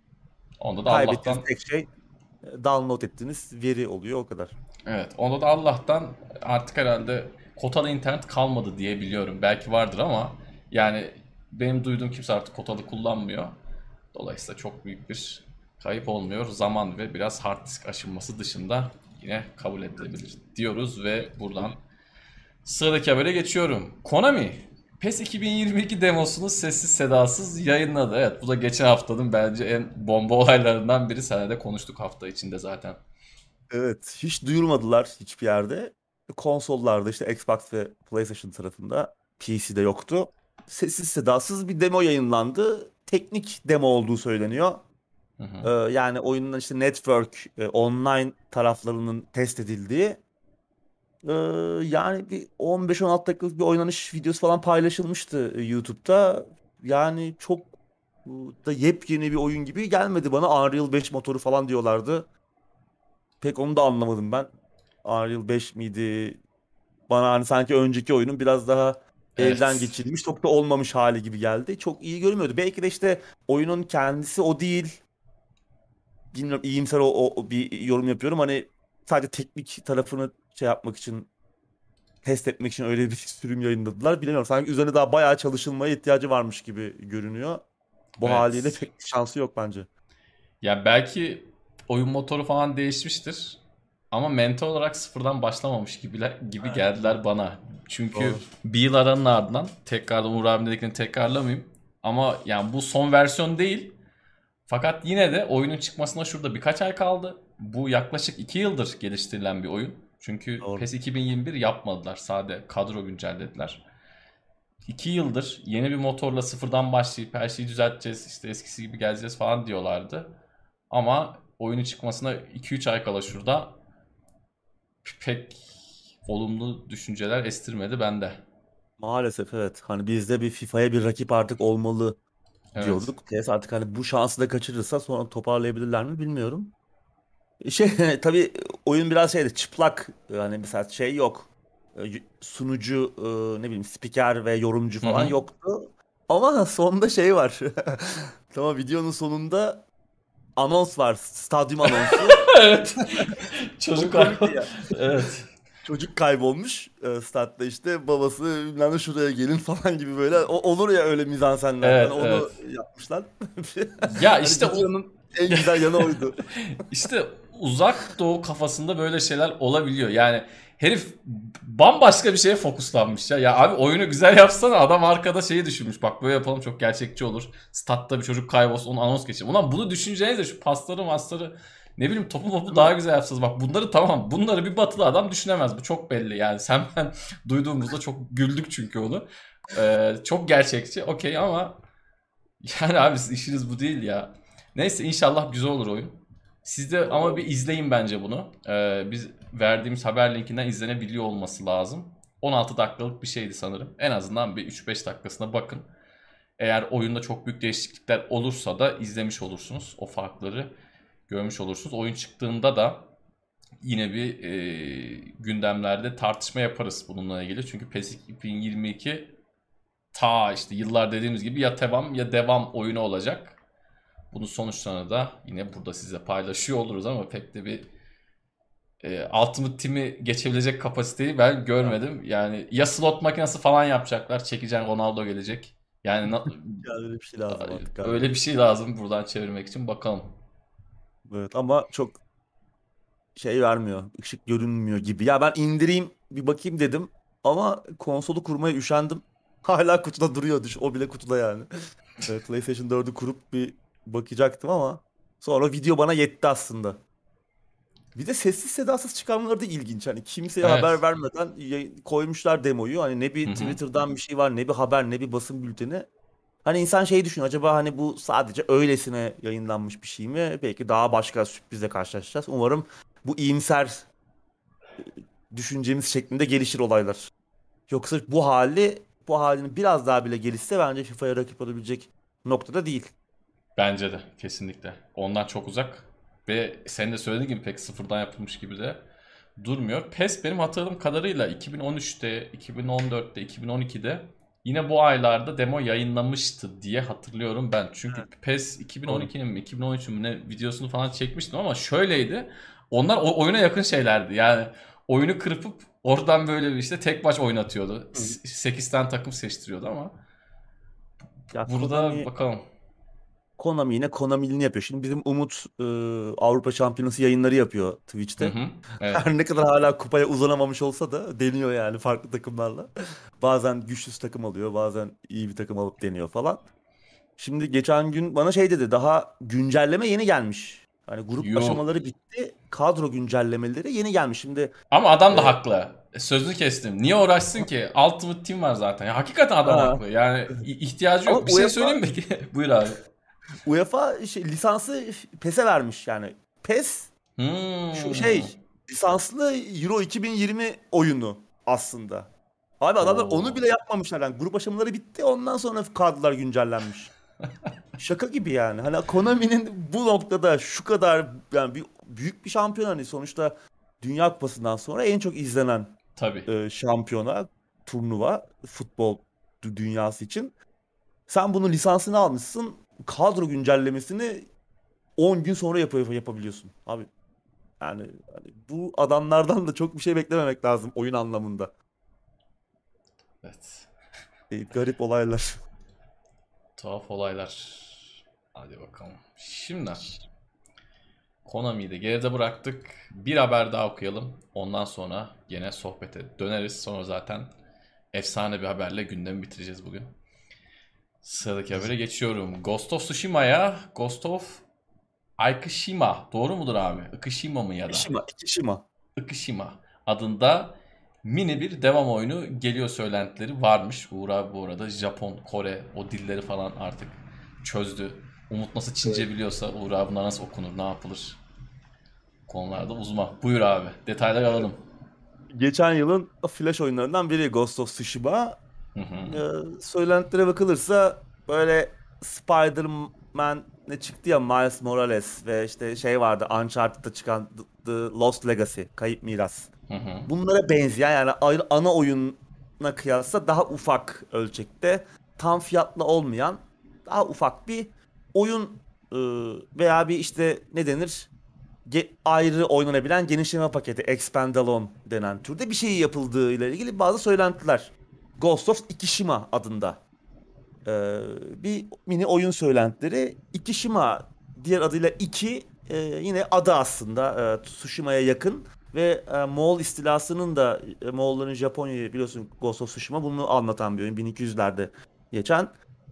Onda da Kaybettiğiniz Allah'tan tek şey download ettiğiniz veri oluyor o kadar. evet. Onda da Allah'tan artık herhalde kotalı internet kalmadı diye biliyorum. Belki vardır ama yani benim duyduğum kimse artık kotalı kullanmıyor. Dolayısıyla çok büyük bir kayıp olmuyor. Zaman ve biraz hard disk aşınması dışında yine kabul edilebilir diyoruz ve buradan sıradaki habere geçiyorum. Konami PES 2022 demosunu sessiz sedasız yayınladı. Evet bu da geçen haftanın bence en bomba olaylarından biri. Seninle de konuştuk hafta içinde zaten. Evet. Hiç duyurmadılar hiçbir yerde. Konsollarda işte Xbox ve PlayStation tarafında PC'de yoktu. Sessiz sedasız bir demo yayınlandı. Teknik demo olduğu söyleniyor. Hı hı. Yani oyunun işte network, online taraflarının test edildiği. Ee, Yani bir 15-16 dakikalık bir oynanış videosu falan paylaşılmıştı YouTube'da. yani çok da yepyeni bir oyun gibi gelmedi bana. Unreal 5 motoru falan diyorlardı. Pek onu da anlamadım ben. Unreal 5 miydi? Bana hani sanki önceki oyunun biraz daha elden Evet. geçirilmiş, çok da olmamış hali gibi geldi. Çok iyi görünmüyordu. Belki de işte oyunun kendisi o değil. Bilmiyorum, iyimser bir yorum yapıyorum. Hani sadece teknik tarafını şey yapmak için, test etmek için öyle bir sürüm yayınladılar. Bilemiyorum. Sanki üzerine daha bayağı çalışılmaya ihtiyacı varmış gibi görünüyor. Bu haliyle Evet. pek şansı yok bence. Ya belki oyun motoru falan değişmiştir. Ama mental olarak sıfırdan başlamamış gibi Evet. geldiler bana. Çünkü Doğru. bir yıl aranın ardından tekrardan Uğur abinin dediklerini tekrarlamayayım. Ama yani bu son versiyon değil. Fakat yine de oyunun çıkmasına şurada birkaç ay kaldı. Bu yaklaşık 2 yıldır geliştirilen bir oyun. Çünkü Doğru. PES 2021 yapmadılar. Sade kadro güncellediler. 2 yıldır yeni bir motorla sıfırdan başlayıp her şeyi düzelteceğiz, işte eskisi gibi geleceğiz falan diyorlardı. Ama oyunun çıkmasına 2-3 ay kala şurada pek olumlu düşünceler estirmedi bende. Maalesef evet. Hani bizde bir FIFA'ya bir rakip artık olmalı Evet. diyorduk. TS artık hani bu şansı da kaçırırsa sonra toparlayabilirler mi bilmiyorum. Şey tabii oyun biraz şeydi, çıplak, yani mesela şey yok. Sunucu, ne bileyim, spiker ve yorumcu Hı falan hı. yoktu. Ama sonunda şey var. Tamam, videonun sonunda anons var. Stadyum anonsu. Evet. O Çocuk komikti ya. Evet. Çocuk kaybolmuş statta, işte babası bilmem ne şuraya gelin falan gibi böyle. Olur ya öyle mizansenler. Hani Evet, onu evet. yapmışlar. Ya Hani işte o videonun en güzel yanı oydu. işte uzak doğu kafasında böyle şeyler olabiliyor. Yani herif bambaşka bir şeye fokuslanmış ya. Ya abi oyunu güzel yapsana, adam arkada şeyi düşünmüş. Bak böyle yapalım çok gerçekçi olur. Statta bir çocuk kaybolsun, onu anons geçelim. Ulan bunu düşüneceğiniz de şu pasları masları, ne bileyim, topu mopu Değil mi? daha güzel yapsanız. Bak bunları tamam. Bunları bir batılı adam düşünemez. Bu çok belli. Yani sen ben duyduğumuzda çok güldük çünkü onu. Çok gerçekçi. Okey ama yani abi işiniz bu değil ya. Neyse inşallah güzel olur oyun. Siz de ama Valla bir izleyin bence bunu. Biz verdiğimiz haber linkinden izlenebiliyor olması lazım. 16 dakikalık bir şeydi sanırım. En azından bir 3-5 dakikasına bakın. Eğer oyunda çok büyük değişiklikler olursa da izlemiş olursunuz. O farkları görmüş olursunuz. Oyun çıktığında da yine bir gündemlerde tartışma yaparız bununla ilgili. Çünkü PES 2022 ta işte yıllar dediğimiz gibi ya devam ya devam oyunu olacak. Bunun sonuçlarını da yine burada size paylaşıyor oluruz ama pek de bir Ultimate Team'i geçebilecek kapasiteyi ben görmedim. Yani ya slot makinesi falan yapacaklar. Çekeceksin, Ronaldo gelecek. Yani yani öyle bir şey lazım artık öyle galiba. bir şey lazım buradan çevirmek için, bakalım. Evet, ama çok şey vermiyor. Işık görünmüyor gibi. Ya ben indireyim bir bakayım dedim. Ama konsolu kurmaya üşendim. Hala kutuda duruyor. O bile kutuda yani. PlayStation 4'ü kurup bir bakacaktım ama sonra video bana yetti aslında. Bir de sessiz sedasız çıkarmaları da ilginç. Hani kimseye haber Evet. vermeden koymuşlar demoyu. Hani ne Hı bir hı. Twitter'dan bir şey var, ne bir haber, ne bir basın bülteni. Hani insan şey düşünüyor. Acaba hani bu sadece öylesine yayınlanmış bir şey mi? Belki daha başka sürprizle karşılaşacağız. Umarım bu iyimser düşüncemiz şeklinde gelişir olaylar. Yoksa bu halinin biraz daha bile gelişse bence FIFA'ya rakip olabilecek noktada değil. Bence de kesinlikle. Ondan çok uzak. Ve senin de söylediğin gibi pek sıfırdan yapılmış gibi de durmuyor. PES benim hatırladığım kadarıyla 2013'te, 2014'te, 2012'de yine bu aylarda demo yayınlamıştı diye hatırlıyorum ben. Çünkü PES Doğru. 2012'nin mi 2013'ün mü ne videosunu falan çekmiştim ama şöyleydi. Onlar o oyuna yakın şeylerdi. Yani oyunu kırpıp oradan böyle bir işte tek maç oynatıyordu. Hı. 8 tane takım seçtiriyordu ama Ya burada bakalım. Konami yine Konami'liğini yapıyor. Şimdi bizim Umut Avrupa Şampiyonası yayınları yapıyor Hı Twitch'te. hı. Evet. Her ne kadar hala kupaya uzanamamış olsa da deniyor yani farklı takımlarla. Bazen güçsüz takım alıyor, bazen iyi bir takım alıp deniyor falan. Şimdi geçen gün bana şey dedi, daha güncelleme yeni gelmiş. Hani grup Yuh. aşamaları bitti, kadro güncellemeleri yeni gelmiş. Şimdi Ama adam da e, haklı. Sözünü kestim. Niye uğraşsın ki? Ultimate Team var zaten. Ya, hakikaten adam ha, haklı. Yani ihtiyacı ama yok. Bir şey söyleyeyim mi? Buyur abi. UEFA lisansı PES'e vermiş yani. PES şu Hmm. şey lisanslı Euro 2020 oyunu aslında. Abi adamlar onu Oo. bile yapmamışlar. Yani grup aşamaları bitti. Ondan sonra kadrolar güncellenmiş. Şaka gibi yani. Hani Konami'nin bu noktada şu kadar yani büyük bir şampiyon, hani sonuçta Dünya Kupası'ndan sonra en çok izlenen Tabii. şampiyona, turnuva futbol dünyası için. Sen bunun lisansını almışsın. Kadro güncellemesini 10 gün sonra yapabiliyorsun. Abi yani, hani bu adamlardan da çok bir şey beklememek lazım oyun anlamında. Evet. Garip olaylar. Tuhaf olaylar. Hadi bakalım. Şimdi Konami'yi de geride bıraktık. Bir haber daha okuyalım. Ondan sonra yine sohbete döneriz. Sonra zaten efsane bir haberle gündemi bitireceğiz bugün. Sıradaki habere geçiyorum. Ghost of Tsushima'ya Ghost of Aokishima. Doğru mudur abi? Akishima mı ya da? Ikishima. Akishima adında mini bir devam oyunu geliyor söylentileri varmış. Uğur abi bu arada Japon, Kore o dilleri falan artık çözdü. Umut nasıl Çince biliyorsa Uğur abi bunlar nasıl okunur, ne yapılır? Konularda uzman. Buyur abi. Detayları alalım. Geçen yılın flash oyunlarından biri Ghost of Tsushima. Hı hı. Söylentilere bakılırsa böyle Spider-Man ne çıktı ya, Miles Morales ve işte şey vardı, Uncharted'da çıkan The Lost Legacy, Kayıp Miras. Hı hı. Bunlara benzeyen, yani ana oyuna kıyasla daha ufak ölçekte, tam fiyatlı olmayan daha ufak bir oyun e, veya bir işte ne denir, ayrı oynanabilen genişleme paketi, Expandalone denen türde bir şey yapıldığı ile ilgili bazı söylentiler. Ghost of Ikishima adında bir mini oyun söylentileri. Ikishima diğer adıyla Iki, yine adı aslında Tsushima'ya yakın ve Moğol istilasının da Moğolların Japonya'yı, biliyorsun Ghost of Tsushima bunu anlatan bir oyun, 1200'lerde geçen.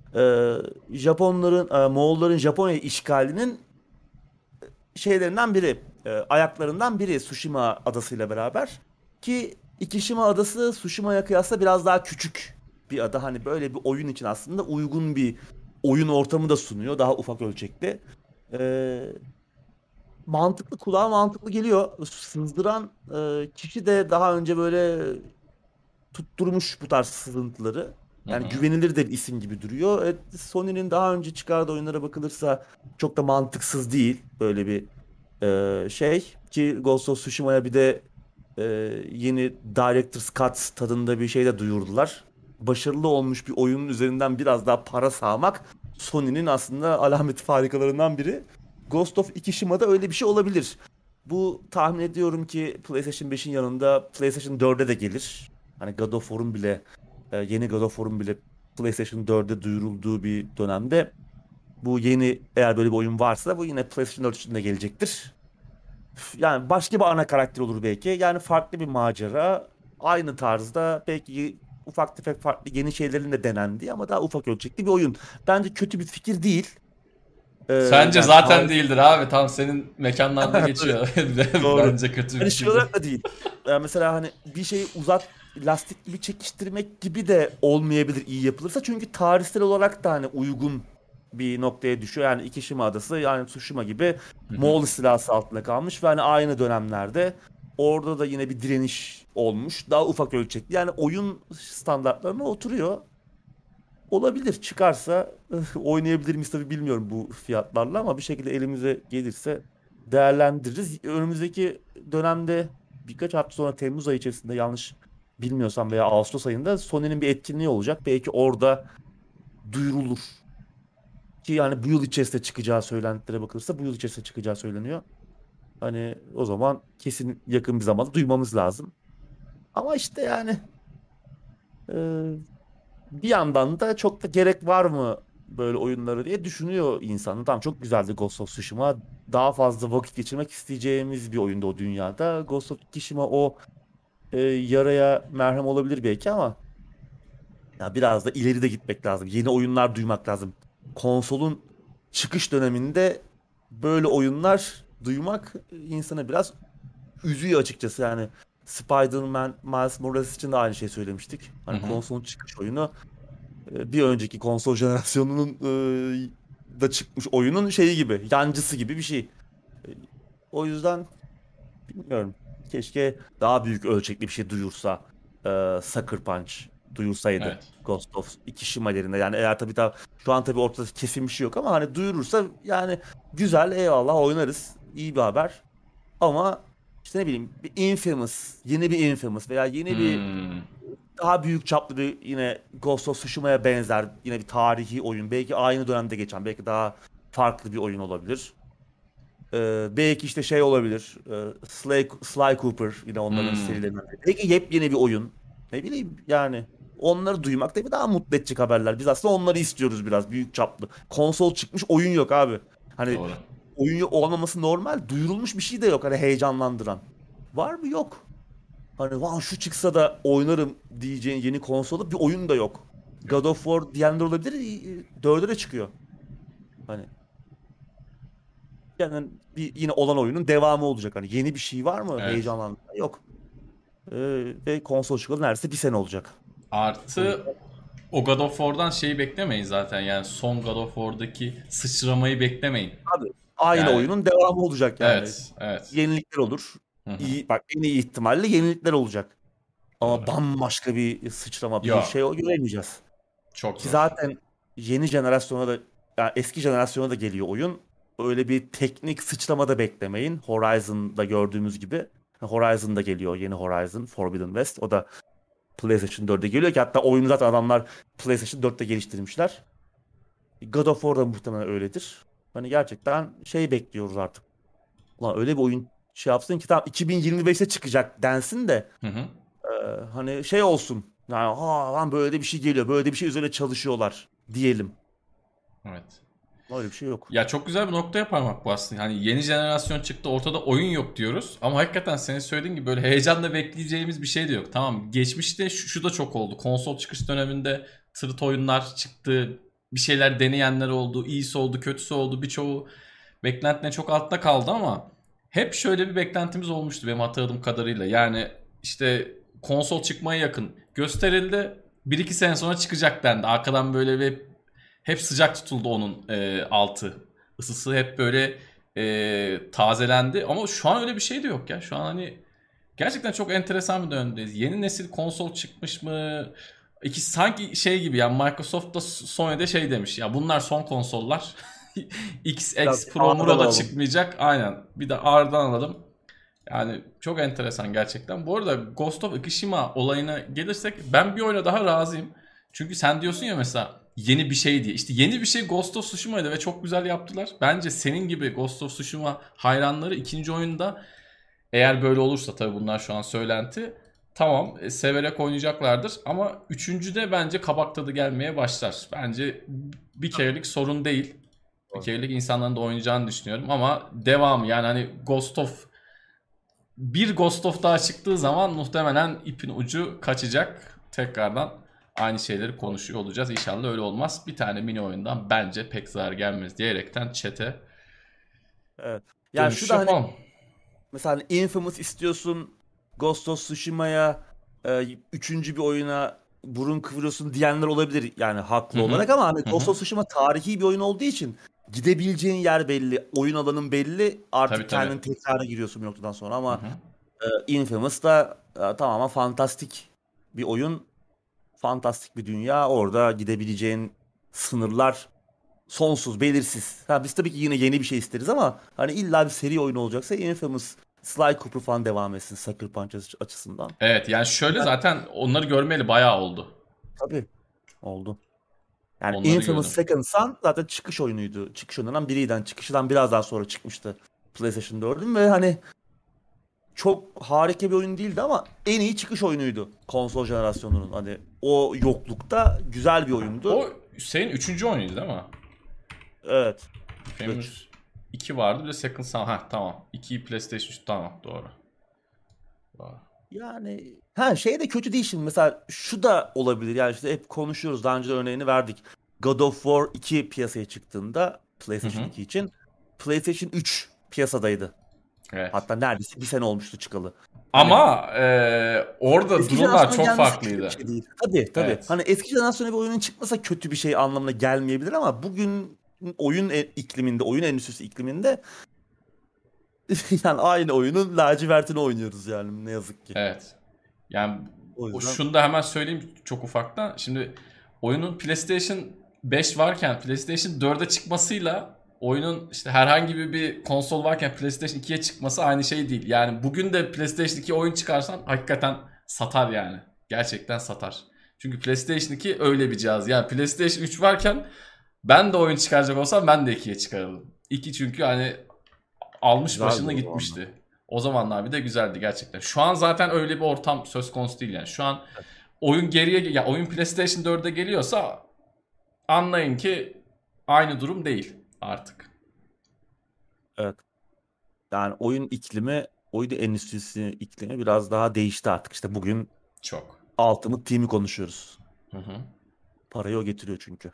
Moğolların Japonya işgalinin şeylerinden biri, ayaklarından biri Tsushima adasıyla beraber. Ki Ikishima adası Tsushima'ya kıyasla biraz daha küçük bir ada. Hani böyle bir oyun için aslında uygun bir oyun ortamı da sunuyor. Daha ufak ölçekte. E, Mantıklı, kulağa mantıklı geliyor. Sızdıran kişi de daha önce böyle tutturmuş bu tarz sızıntıları. Hı Yani hı. güvenilir de bir isim gibi duruyor. Sony'nin daha önce çıkardığı oyunlara bakılırsa çok da mantıksız değil böyle bir şey. Ki Ghost of Tsushima'ya bir de e, yeni Director's Cut tadında bir şey de duyurdular. Başarılı olmuş bir oyunun üzerinden biraz daha para sağmak Sony'nin aslında alameti farikalarından biri. Ghost of Ikishima'da öyle bir şey olabilir. Bu, tahmin ediyorum ki PlayStation 5'in yanında PlayStation 4'e de gelir. Hani God of War'un bile yeni God of War'un bile PlayStation 4'e duyurulduğu bir dönemde, bu yeni, eğer böyle bir oyun varsa bu yine PlayStation 4 için de gelecektir. Yani başka bir ana karakter olur belki. Yani farklı bir macera. Aynı tarzda belki ufak tefek farklı yeni şeylerin de denendiği ama daha ufak ölçekli bir oyun. Bence kötü bir fikir değil. Sence Yani zaten tarih... değildir abi. Tam senin mekanlarda Tabii, geçiyor. doğru. Bence kötü bir Hani şey fikir değil. olarak da değil. Mesela hani bir şeyi lastik gibi çekiştirmek gibi de olmayabilir iyi yapılırsa. Çünkü tarihsel olarak da hani uygun bir noktaya düşüyor. Yani Ikishima Adası, yani Tsushima gibi Hı hı. Moğol istilası altında kalmış ve hani aynı dönemlerde orada da yine bir direniş olmuş. Daha ufak ölçekli. Yani oyun standartlarına oturuyor. Olabilir, çıkarsa oynayabilir miyiz tabii bilmiyorum bu fiyatlarla, ama bir şekilde elimize gelirse değerlendiririz. Önümüzdeki dönemde birkaç hafta sonra, Temmuz ayı içerisinde yanlış bilmiyorsam veya Ağustos ayında Sony'nin bir etkinliği olacak. Belki orada duyurulur. Ki yani bu yıl içerisinde çıkacağı söylentilere bakılırsa bu yıl içerisinde çıkacağı söyleniyor. Hani o zaman kesin yakın bir zamanda duymamız lazım. Ama işte yani bir yandan da çok da gerek var mı böyle oyunları diye düşünüyor insan. Tamam, çok güzeldi Ghost of Tsushima. Daha fazla vakit geçirmek isteyeceğimiz bir oyunda o dünyada. Ghost of Tsushima o yaraya merhem olabilir belki, ama ya biraz da ileride gitmek lazım. Yeni oyunlar duymak lazım. Konsolun çıkış döneminde böyle oyunlar duymak insana biraz üzüyor açıkçası. Yani Spider-Man, Miles Morales için de aynı şey söylemiştik. Hı Hani hı. konsolun çıkış oyunu bir önceki konsol jenerasyonunun da çıkmış oyunun şeyi gibi, yancısı gibi bir şey. E, O yüzden bilmiyorum. Keşke daha büyük ölçekli bir şey duyursa. Sucker Punch duyursaydı Evet. Ghost of Tsushima'larında. Yani eğer tabii şu an tabii ortada kesin bir şey yok ama hani duyurursa yani güzel, eyvallah, oynarız. İyi bir haber. Ama işte ne bileyim, bir Infamous, yeni bir Infamous veya yeni bir Hmm. daha büyük çaplı bir yine Ghost of Tsushima'ya benzer yine bir tarihi oyun. Belki aynı dönemde geçen, belki daha farklı bir oyun olabilir. Belki işte şey olabilir. Sly Cooper yine onların Hmm. serilerinden biri. Belki yepyeni bir oyun. Ne bileyim yani. Onları duymak tabii daha mutlu edecek haberler. Biz aslında onları istiyoruz biraz büyük çaplı. Konsol çıkmış, oyun yok abi. Hani Doğru. oyun olmaması normal. Duyurulmuş bir şey de yok hani heyecanlandıran. Var mı? Yok. Hani van şu çıksa da oynarım diyeceğin yeni konsolda bir oyun da yok. Yok. God of War diyenler olabilir. 4'e de çıkıyor. Hani yani bir yine olan oyunun devamı olacak. Hani yeni bir şey var mı? Evet. Heyecanlandıran yok. Ve konsol çıkalı neredeyse bir sene olacak. O Artı yüzden o God of War'dan şeyi beklemeyin zaten. Yani son God of War'daki sıçramayı beklemeyin. abi aynı Yani oyunun devamı olacak yani. evet. Evet. Yenilikler olur. Hı hı. İyi, bak en iyi ihtimalle yenilikler olacak. Ama Doğru. bambaşka bir sıçrama, bir şey Yok. göremeyeceğiz. Çok Ki zor. zaten yeni jenerasyona da, yani eski jenerasyona da geliyor oyun. Öyle bir teknik sıçrama da beklemeyin. Horizon'da gördüğümüz gibi. Horizon'da geliyor, yeni Horizon Forbidden West. O da PlayStation 4'e geliyor ki hatta oyunu zaten adamlar PlayStation 4'te geliştirmişler. God of War da muhtemelen öyledir. Hani gerçekten şey bekliyoruz artık. Ulan öyle bir oyun şey yapsın ki tamam 2025'te çıkacak densin de Hı hı. hani şey olsun. Yani ha lan böyle bir şey geliyor. Böyle bir şey üzerine çalışıyorlar diyelim. Evet. Öyle bir şey yok. Ya çok güzel bir noktaya parmak bastın. Hani yeni jenerasyon çıktı, ortada oyun yok diyoruz. Ama hakikaten senin söylediğin gibi böyle heyecanla bekleyeceğimiz bir şey de yok. Tamam, geçmişte şu da çok oldu. Konsol çıkış döneminde tırt oyunlar çıktı. Bir şeyler deneyenler oldu. İyisi oldu, kötüsü oldu. Birçoğu beklentinin çok altta kaldı ama hep şöyle bir beklentimiz olmuştu benim hatırladığım kadarıyla. Yani işte konsol çıkmaya yakın gösterildi. Bir iki sene sonra çıkacak dendi. Arkadan böyle bir hep sıcak tutuldu onun altı. Isısı hep böyle tazelendi. Ama şu an öyle bir şey de yok ya. Şu an hani gerçekten çok enteresan bir dönemdeyiz. Yeni nesil konsol çıkmış mı? İkisi sanki şey gibi ya, Microsoft da Sony'de şey demiş. Ya bunlar son konsollar. Biraz XX Pro ağırdan Muro da alalım. çıkmayacak. Aynen. Bir de A'dan alalım. Yani çok enteresan gerçekten. Bu arada Ghost of Tsushima olayına gelirsek ben bir oyuna daha razıyım. Çünkü sen diyorsun ya mesela yeni bir şey diye. İşte yeni bir şey Ghost of Tsushima'ydı ve çok güzel yaptılar. Bence senin gibi Ghost of Tsushima hayranları ikinci oyunda, eğer böyle olursa tabii, bunlar şu an söylenti. Tamam, severek oynayacaklardır ama üçüncüde bence kabak tadı gelmeye başlar. Bence bir kerelik sorun değil. Bir Doğru. kerelik insanların da oynayacağını düşünüyorum ama devamı, yani hani Ghost of daha çıktığı zaman muhtemelen ipin ucu kaçacak. Tekrardan aynı şeyleri konuşuyor olacağız. İnşallah öyle olmaz. Bir tane mini oyundan bence pek zarar gelmez diyerekten chat'e Evet. Yani şu dönüş da hani yapalım. mesela hani Infamous istiyorsun, Ghost of Tsushima'ya üçüncü bir oyuna burun kıvırıyorsun diyenler olabilir yani Hı haklı hı. olarak ama hani Hı Ghost hı. of Tsushima tarihi bir oyun olduğu için gidebileceğin yer belli, oyun alanın belli, Tabii artık tabii. kendin tekrara giriyorsun bir noktadan sonra Hı ama hı. Infamous da tamamen fantastik bir oyun, fantastik bir dünya, orada gidebileceğin sınırlar sonsuz, belirsiz. Ha, biz tabii ki yine yeni bir şey isteriz ama hani illa bir seri oyun olacaksa Infamous, Sly Cooper falan devam etsin Sucker Punch açısından. Evet, yani şöyle Yani zaten onları görmeli bayağı oldu. tabii oldu. Yani Onları Infamous gördüm. Second Son zaten çıkış oyunuydu. Çıkış oyunundan biriydi. Çıkışından biraz daha sonra çıkmıştı PlayStation 4'ün ve hani çok harika bir oyun değildi ama en iyi çıkış oyunuydu konsol jenerasyonunun. Hani o yoklukta güzel bir oyundu. O senin üçüncü oyunuydu değil mi? Evet. Üç. Famous 2 vardı, bir de Second Son. Ha tamam. 2'yi PlayStation 3, tamam, doğru. Doğru. Yani ha şey de kötü değil şimdi. Mesela şu da olabilir. Yani işte hep konuşuyoruz. Daha önce de örneğini verdik. God of War 2 piyasaya çıktığında Hı PlayStation hı. 2 için PlayStation 3 piyasadaydı. Evet. Hatta neredeyse bir sene olmuştu çıkalı. Hani Ama orada eski durumlar jenerasyona çok gelmesi kötü bir farklıydı. şey değil. Tabii tabii. Evet. Hani eski jenerasyona bir oyunun çıkmasa kötü bir şey anlamına gelmeyebilir ama bugün oyun ikliminde, oyun endüstrisi ikliminde yani aynı oyunun lacivertini oynuyoruz yani ne yazık ki. Evet. Yani O yüzden Şunu da hemen söyleyeyim çok ufaktan. Şimdi oyunun PlayStation 5 varken PlayStation 4'e çıkmasıyla oyunun işte herhangi bir konsol varken PlayStation 2'ye çıkması aynı şey değil. Yani bugün de PlayStation 2 oyun çıkarsan hakikaten satar yani. Gerçekten satar. Çünkü PlayStation 2 öyle bir cihaz. Yani PlayStation 3 varken ben de oyun çıkaracak olsam ben de 2'ye çıkarırım. 2 çünkü hani almış güzeldi başını o zamanlar. gitmişti. O zamanlar bir de güzeldi gerçekten. Şu an zaten öyle bir ortam söz konusu değil yani. Şu an oyun geriye ya oyun PlayStation 4'e geliyorsa anlayın ki aynı durum değil artık. Evet. Yani oyun iklimi, oyun endüstrisi iklimi biraz daha değişti artık. İşte bugün Çok. Ultimate Team'i konuşuyoruz. Hı hı. Parayı o getiriyor çünkü.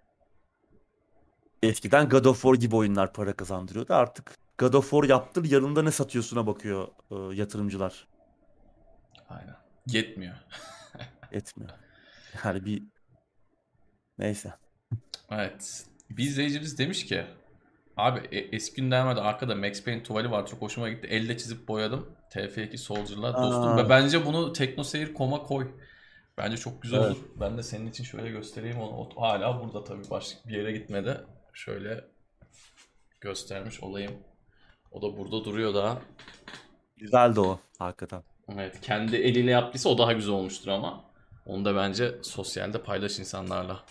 Eskiden God of War gibi oyunlar para kazandırıyordu. Artık God of War yaptır, yanında ne satıyorsuna bakıyor yatırımcılar. Aynen. Yetmiyor. Etmiyor. Yani bir neyse. Evet. Bir izleyicimiz demiş ki abi eski günlerde arkada Max Payne tuvali var çok hoşuma gitti. Elle çizip boyadım. TF2 Soldier'la dostum Aa, ve bence bunu TeknoSeyir.com'a koy. Bence çok güzel olur. evet. Ben de senin için şöyle göstereyim onu. O hala burada tabii başka bir yere gitmedi. Şöyle göstermiş olayım. O da burada duruyor daha. Güzeldi o hakikaten. Evet, kendi eliyle yaptıysa o daha güzel olmuştur ama. Onu da bence sosyalde paylaş insanlarla.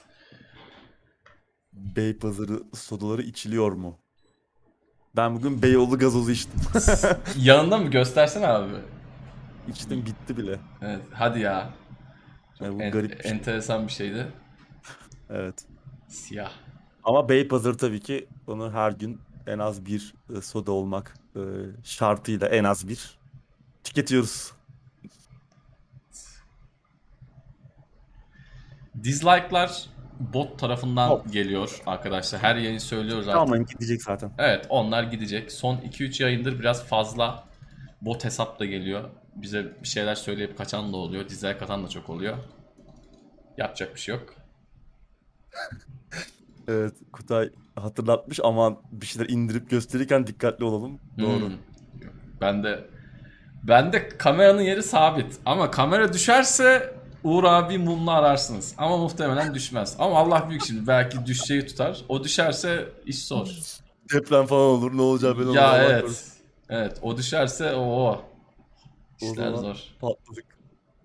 Beypazarı sodaları içiliyor mu? Ben bugün Beyoğlu gazozu içtim. Yanında mı? Göstersene abi. İçtim bitti bile. Evet, hadi ya. Yani Çok bu garip bir şey. enteresan bir şeydi. Evet. Siyah. Ama Beypazarı tabii ki onu her gün en az bir soda olmak şartıyla en az bir tüketiyoruz. Dislike'lar bot tarafından Yok. geliyor arkadaşlar. Her yayın söylüyoruz artık. Kalmayın gidecek zaten. Evet, onlar gidecek. Son 2-3 yayındır biraz fazla bot hesap da geliyor. Bize bir şeyler söyleyip kaçan da oluyor. Dislike atan da çok oluyor. Yapacak bir şey yok. Evet, Kutay hatırlatmış, aman bir şeyler indirip gösterirken dikkatli olalım. Doğru. Hmm. Ben de kameranın yeri sabit. Ama kamera düşerse Uğur abi mumla ararsınız. Ama muhtemelen düşmez. Ama Allah büyük şimdi. Belki düşeceği tutar. O düşerse iş zor. Deprem falan olur, ne olacağı belli olmaz, Ya Allah korusun. evet. Evet o düşerse o O işler zaman zor. patladık.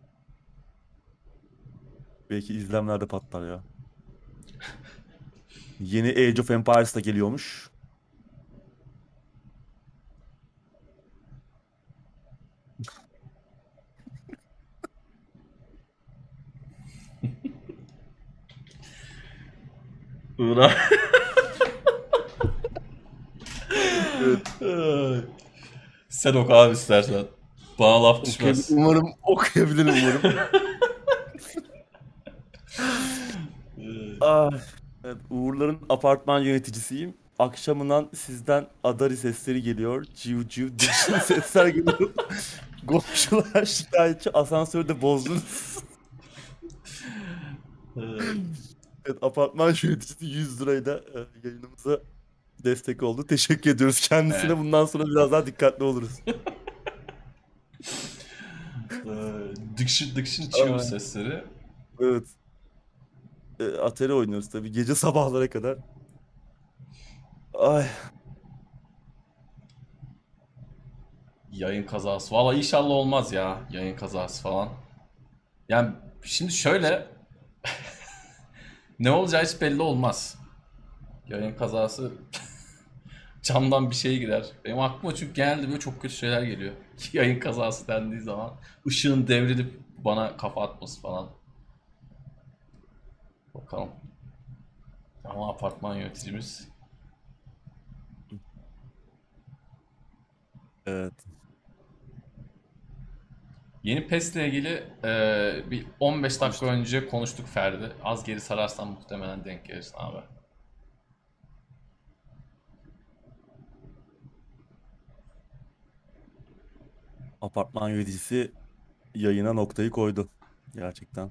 Belki izlemler de patlar ya. Yeni Age of Empires da geliyormuş. Uğur abi. Evet. Sen oku abi istersen. Bana laf düşmez. Umarım okuyabilirim umarım. Ah, evet, Uğurların apartman yöneticisiyim. Akşamından sizden Adari sesleri geliyor. Civ civ dişli sesler geliyor. Komşular şikayetçi, asansörde bozdunuz. Evet, apartman yöneticisi 100 lirayla yayınımıza destek oldu. Teşekkür ediyoruz kendisine. Evet. Bundan sonra biraz daha dikkatli oluruz. Dıkşın dıkşın çığlık Ay, sesleri. evet. Atari oynuyoruz tabii. Gece sabahlara kadar. Ay, Yayın kazası. Valla inşallah olmaz ya. Yayın kazası falan. Yani şimdi şöyle ne olacağı hiç belli olmaz. Yayın kazası camdan bir şey girer. Benim aklıma çünkü genelde böyle çok kötü şeyler geliyor. Yayın kazası dendiği zaman ışığın devrilip bana kafa atması falan. Bakalım. Ama apartman yöneticimiz evet. yeni PES'le ilgili bir 15 dakika Konuştuk. önce konuştuk Ferdi. Az geri sararsan muhtemelen denk gelirsin abi. Apartman yöneticisi yayına noktayı koydu. Gerçekten.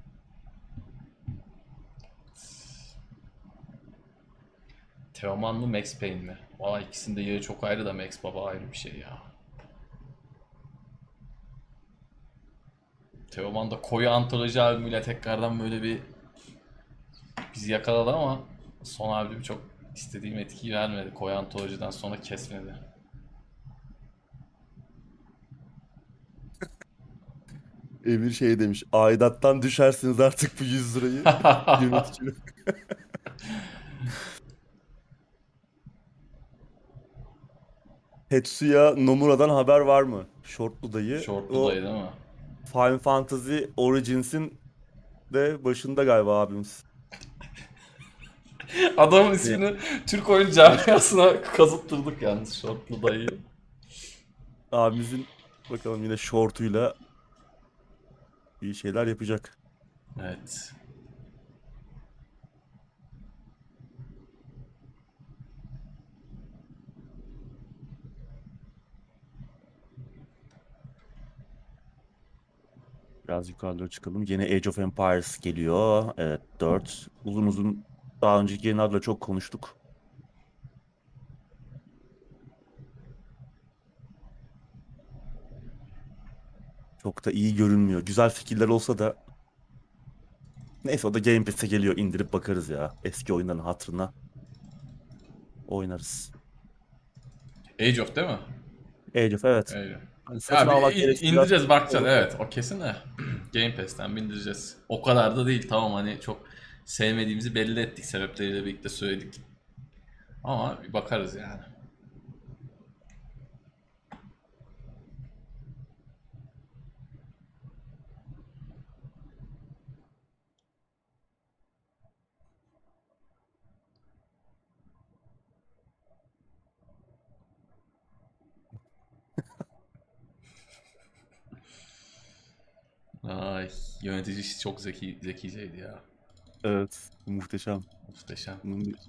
Teoman mı Max Payne mi? Valla ikisinin de yeri çok ayrı da Max Baba ayrı bir şey ya. Teoman da koyu antoloji albümüyle tekrardan böyle bir bizi yakaladı ama son albüm çok istediğim etkiyi vermedi. Koyu antolojiden sonra kesmedi. Emir şey demiş. Aidattan düşersiniz artık bu 100 lirayı. Yöneticiler. Tetsuya Nomura'dan haber var mı? Shortlu dayı. Shortlu O dayı değil mi? Final Fantasy Origins'in de başında galiba abimiz. Adamın Ne? ismini Türk oyun camiasına kazıttırdık yalnız Shortlu dayı. Abimizin bakalım yine shortuyla iyi şeyler yapacak. Evet. Biraz yukarılara çıkalım. Yine Age of Empires geliyor. Evet 4. Uzun uzun daha önceki yayınlarda çok konuştuk. Çok da iyi görünmüyor. Güzel fikirler olsa da neyse o da Game Pass'e geliyor. İndirip bakarız ya. Eski oyunların hatırına oynarız. Age of değil mi? Age of evet. Age of. Hani satın Ya bir almak gerekse biraz indireceğiz bakacaksın, olur. evet o kesin de. Game Pass'ten bindireceğiz. O kadar da değil, tamam, hani çok sevmediğimizi belli ettik, sebepleriyle birlikte söyledik. Ama bir bakarız yani. Ay, yönetici çok zekiceydi ya. Evet. Muhteşem. Muhteşem. Bunun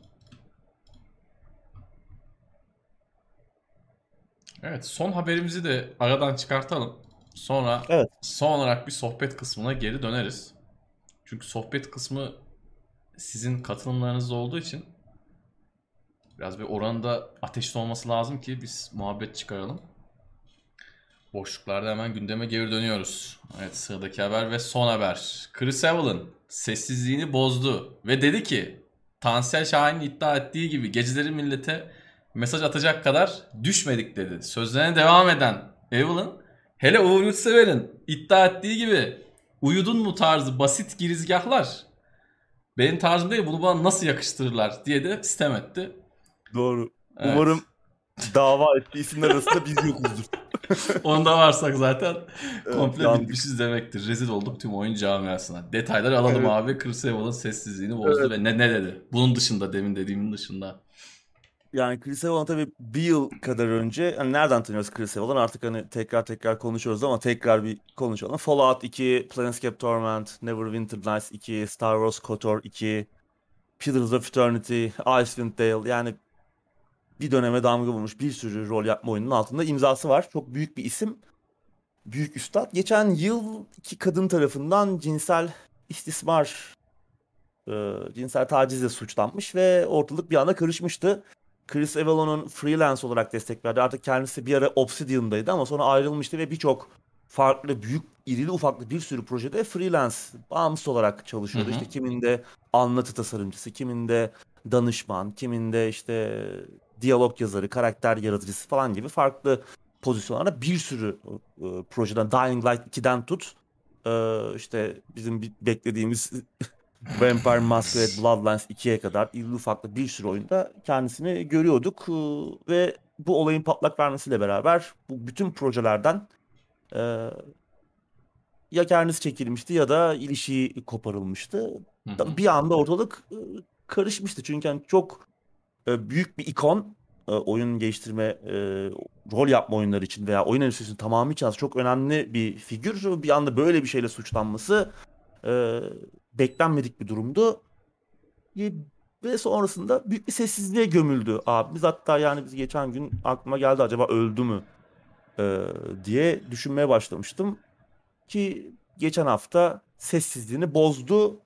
Evet, son haberimizi de aradan çıkartalım. Sonra Evet. son olarak bir sohbet kısmına geri döneriz. Çünkü sohbet kısmı sizin katılımlarınızda olduğu için biraz bir oranda ateşli olması lazım ki biz muhabbet çıkaralım. Boşluklarda hemen gündeme geri dönüyoruz. Evet, sıradaki haber ve son haber. Chris Evelyn sessizliğini bozdu ve dedi ki Tansel Şahin'in iddia ettiği gibi geceleri millete mesaj atacak kadar düşmedik dedi. Sözlerine devam eden Evelyn, hele Uğur Yurtsever'in iddia ettiği gibi uyudun mu tarzı basit girizgahlar benim tarzım değil, bunu bana nasıl yakıştırırlar diye de sitem etti. Doğru. Evet. Umarım dava ettiği isimler arasında biz yokuzdur. Onda varsak zaten Evet, komple yandık. bitmişiz demektir. Rezil olduk tüm oyun camiasına. Detayları alalım Evet, abi. Chris Evil'ın sessizliğini bozdu evet. ve ne dedi? Bunun dışında, demin dediğimin dışında. Yani Chris Evans tabii bir yıl kadar önce hani nereden tanıyoruz Chris Evans'ı artık hani tekrar tekrar konuşuyoruz ama tekrar bir konuşalım. Fallout 2, Planescape Torment, Neverwinter Nights 2, Star Wars KOTOR 2, Pillars of Eternity, Icewind Dale yani bir döneme damga vurmuş bir sürü rol yapma oyununun altında imzası var. Çok büyük bir isim, büyük üstad. Geçen yıl iki kadın tarafından cinsel istismar, cinsel tacizle suçlanmış ve ortalık bir anda karışmıştı. Chris Avellon'un freelance olarak destek verdi. Artık kendisi bir ara Obsidian'daydı ama sonra ayrılmıştı ve birçok farklı büyük irili ufaklı bir sürü projede freelance bağımsız olarak Hı çalışıyordu. hı. İşte kiminde anlatı tasarımcısı, kiminde danışman, kiminde işte diyalog yazarı, karakter yaratıcısı falan gibi farklı pozisyonlarda bir sürü projeden Dying Light 2'den tut işte bizim beklediğimiz Vampire Masquerade Bloodlines 2'ye kadar irili ufaklı bir sürü oyunda kendisini görüyorduk. Ve bu olayın patlak vermesiyle beraber bu bütün projelerden e, ya kendisi çekilmişti ya da ilişiği koparılmıştı. Hı hı. Bir anda ortalık karışmıştı. Çünkü yani çok büyük bir ikon oyun geliştirme, rol yapma oyunları için veya oyun endüstrisinin tamamı için aslında çok önemli bir figür. Bir anda böyle bir şeyle suçlanması e, beklenmedik bir durumdu. E, Ve sonrasında büyük bir sessizliğe gömüldü abimiz. Hatta yani biz geçen gün aklıma geldi acaba öldü mü diye düşünmeye başlamıştım. Ki geçen hafta sessizliğini bozdu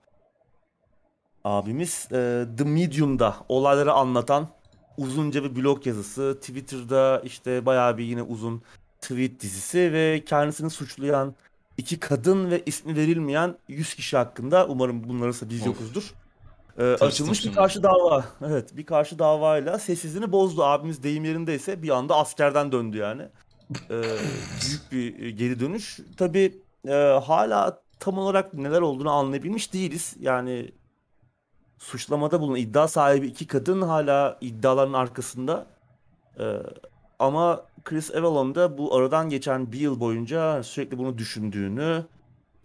abimiz. The Medium'da olayları anlatan uzunca bir blog yazısı. Twitter'da işte bayağı bir yine uzun tweet dizisi ve kendisini suçlayan iki kadın ve ismi verilmeyen 100 kişi hakkında, umarım bunları biz Of, yokuzdur, tırstım açılmış bir şimdi. karşı dava. Evet, bir karşı davayla sessizliğini bozdu. Abimiz deyim yerindeyse bir anda askerden döndü yani. Büyük bir geri dönüş. Tabii hala tam olarak neler olduğunu anlayabilmiş değiliz. Yani suçlamada bulunan iddia sahibi iki kadın hala iddiaların arkasında. Ee, Ama Chris Avellone da bu aradan geçen bir yıl boyunca sürekli bunu düşündüğünü e,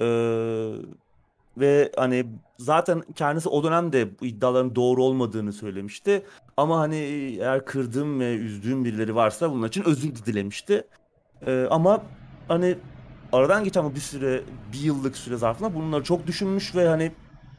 ve hani zaten kendisi o dönemde bu iddiaların doğru olmadığını söylemişti. Ama hani eğer kırdığım ve üzdüğüm birileri varsa bunun için özür dilemişti. Ama hani aradan geçen bu bir süre, bir yıllık süre zarfında bunları çok düşünmüş ve hani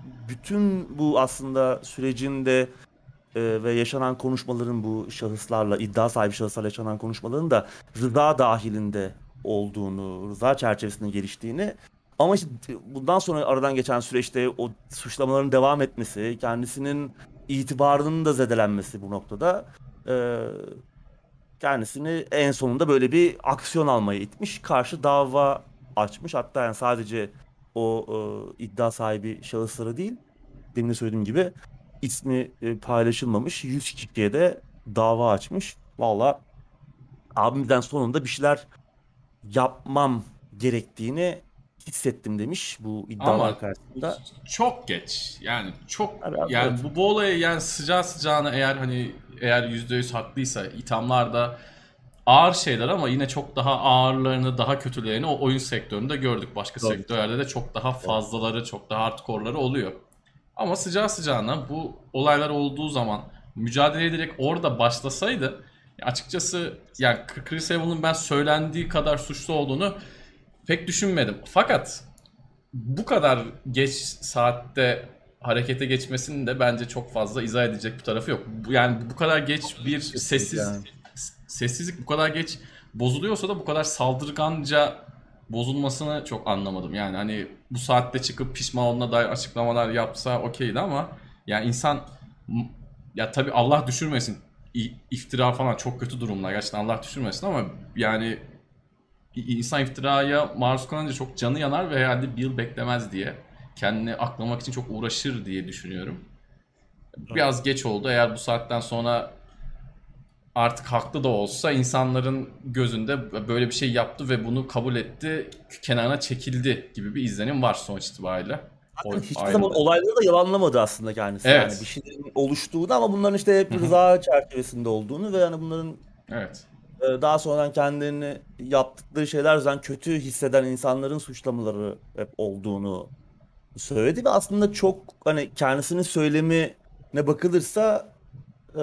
bütün bu aslında sürecinde ve yaşanan konuşmaların, bu şahıslarla, iddia sahibi şahıslarla yaşanan konuşmaların da rıza dahilinde olduğunu, rıza çerçevesinde geliştiğini, ama işte bundan sonra aradan geçen süreçte o suçlamaların devam etmesi, kendisinin itibarının da zedelenmesi bu noktada e, kendisini en sonunda böyle bir aksiyon almaya itmiş. Karşı dava açmış. Hatta yani sadece o iddia sahibi şahıslara değil, demin de söylediğim gibi ismi paylaşılmamış 100 kişiye de dava açmış. Valla abimden sonunda bir şeyler yapmam gerektiğini hissettim demiş bu iddialar Ama karşısında. çok geç. Yani çok, Abi, yani evet. bu olaya yani sıcağı sıcağına, eğer hani eğer %100 haklıysa, ithamlar da ağır şeyler ama yine çok daha ağırlarını, daha kötülerini o oyun sektöründe gördük. Başka Doğru. sektörlerde de çok daha Evet. fazlaları, çok daha hardcore'ları oluyor. Ama sıcağı sıcağına bu olaylar olduğu zaman mücadele direkt orada başlasaydı, açıkçası yani Chris Evans'ın ben söylendiği kadar suçlu olduğunu pek düşünmedim. Fakat bu kadar geç saatte harekete geçmesinin de bence çok fazla izah edecek bir tarafı yok. Yani bu kadar geç bir Kesinlikle yani. sessizlik bu kadar geç bozuluyorsa da bu kadar saldırganca bozulmasını çok anlamadım. Yani hani bu saatte çıkıp pişman olduğuna dair açıklamalar yapsa okeydi ama yani insan, ya tabii Allah düşürmesin, iftira falan çok kötü durumlar gerçekten, Allah düşürmesin, ama yani insan iftiraya maruz kalınca çok canı yanar ve herhalde bir yıl beklemez diye, kendini aklamak için çok uğraşır diye düşünüyorum. Evet. Biraz geç oldu. Eğer bu saatten sonra artık haklı da olsa insanların gözünde böyle bir şey yaptı ve bunu kabul etti, kenara çekildi gibi bir izlenim var sonuç itibariyle. O Zaten hiçbir zaman ayrıldı. olayları da yalanlamadı aslında kendisi. Yani bir Evet. şeylerin oluştuğunu ama bunların işte hep Hı hı. rıza çerçevesinde olduğunu ve yani bunların Evet. daha sonradan kendilerini yaptıkları şeyler yüzünden kötü hisseden insanların suçlamaları hep olduğunu söyledi ve aslında çok hani kendisinin söylemine bakılırsa e,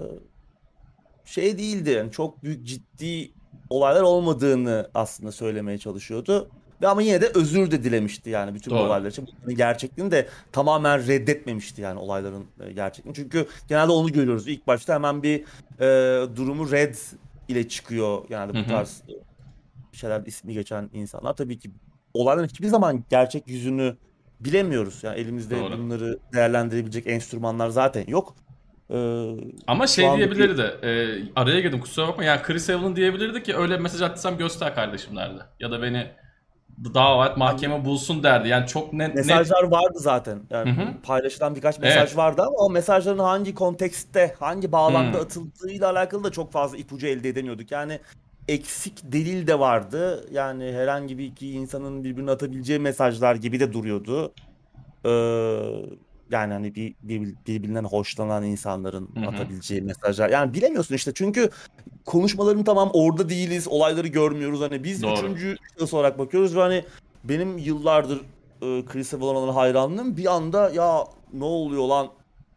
şey değildi. Yani çok büyük ciddi olaylar olmadığını aslında söylemeye çalışıyordu. Ve ama yine de özür de dilemişti yani bütün bu Doğru. olaylar için. Bunların gerçekliğini de tamamen reddetmemişti yani olayların gerçekliğini. Çünkü genelde onu görüyoruz. İlk başta hemen bir durumu red ile çıkıyor. Hı Yani bu hı. tarz şeyler ismi geçen insanlar. Tabii ki olayların hiçbir zaman gerçek yüzünü bilemiyoruz. Yani elimizde Doğru. bunları değerlendirebilecek enstrümanlar zaten yok. Ee, Ama Şu şey andaki diyebilirdi. Araya girdim kusura bakma. Yani Chris Evans diyebilirdi ki öyle mesaj attıysam göster kardeşim derdi. Ya da beni dava et, yani mahkeme bulsun derdi. Yani çok net. mesajlar vardı zaten. Hı Yani hı. paylaşılan birkaç mesaj Evet. vardı ama o mesajların hangi kontekste, hangi bağlamda Hı. atıldığıyla alakalı da çok fazla ipucu elde edemiyorduk. Yani eksik delil de vardı. Yani herhangi bir iki insanın birbirine atabileceği mesajlar gibi de duruyordu. Ee, Yani hani birbirinden hoşlanan insanların Hı hı. atabileceği mesajlar. Yani bilemiyorsun işte çünkü konuşmaların tamam orada değiliz, olayları görmüyoruz. Hani biz Doğru. üçüncü şahıs olarak bakıyoruz ve hani benim yıllardır Chris Evans'a olan hayranlığım bir anda ya ne oluyor lan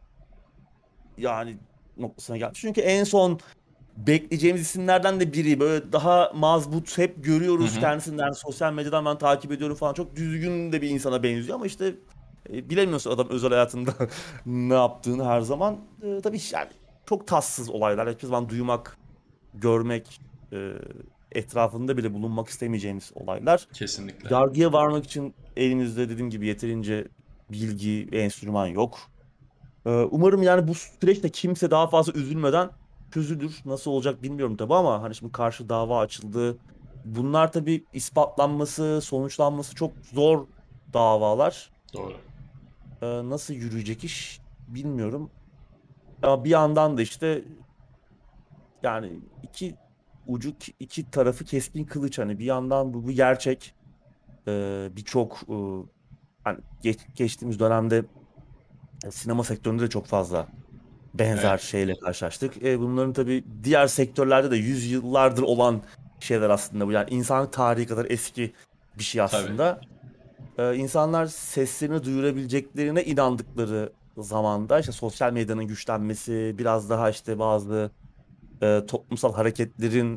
yani noktasına gelmiş. Çünkü en son bekleyeceğimiz isimlerden de biri, böyle daha mazbut, hep Hı görüyoruz hı. kendisinden, sosyal medyadan ben takip ediyorum falan, çok düzgün de bir insana benziyor ama işte bilemiyorsun adam özel hayatında ne yaptığını her zaman. Tabii yani çok tatsız olaylar hiçbir zaman duymak, görmek, e, etrafında bile bulunmak istemeyeceğimiz olaylar. Kesinlikle. Yargıya varmak için elimizde dediğim gibi yeterince bilgi ve enstrüman yok. Umarım yani bu süreçte kimse daha fazla üzülmeden çözülür. Nasıl olacak bilmiyorum tabii ama hani şimdi karşı dava açıldı. bunlar tabii ispatlanması, sonuçlanması çok zor davalar. Doğru. Nasıl yürüyecek iş bilmiyorum. Ama bir yandan da işte yani iki ucu, iki tarafı keskin kılıç, hani bir yandan bu gerçek. Birçok hani geçtiğimiz dönemde sinema sektöründe de çok fazla benzer Evet. şeyle karşılaştık. Bunların tabii diğer sektörlerde de yüzyıllardır olan şeyler aslında bu. Yani insanlık tarihi kadar eski bir şey Tabii. aslında. İnsanlar seslerini duyurabileceklerine inandıkları zamanda işte sosyal medyanın güçlenmesi, biraz daha işte bazı toplumsal hareketlerin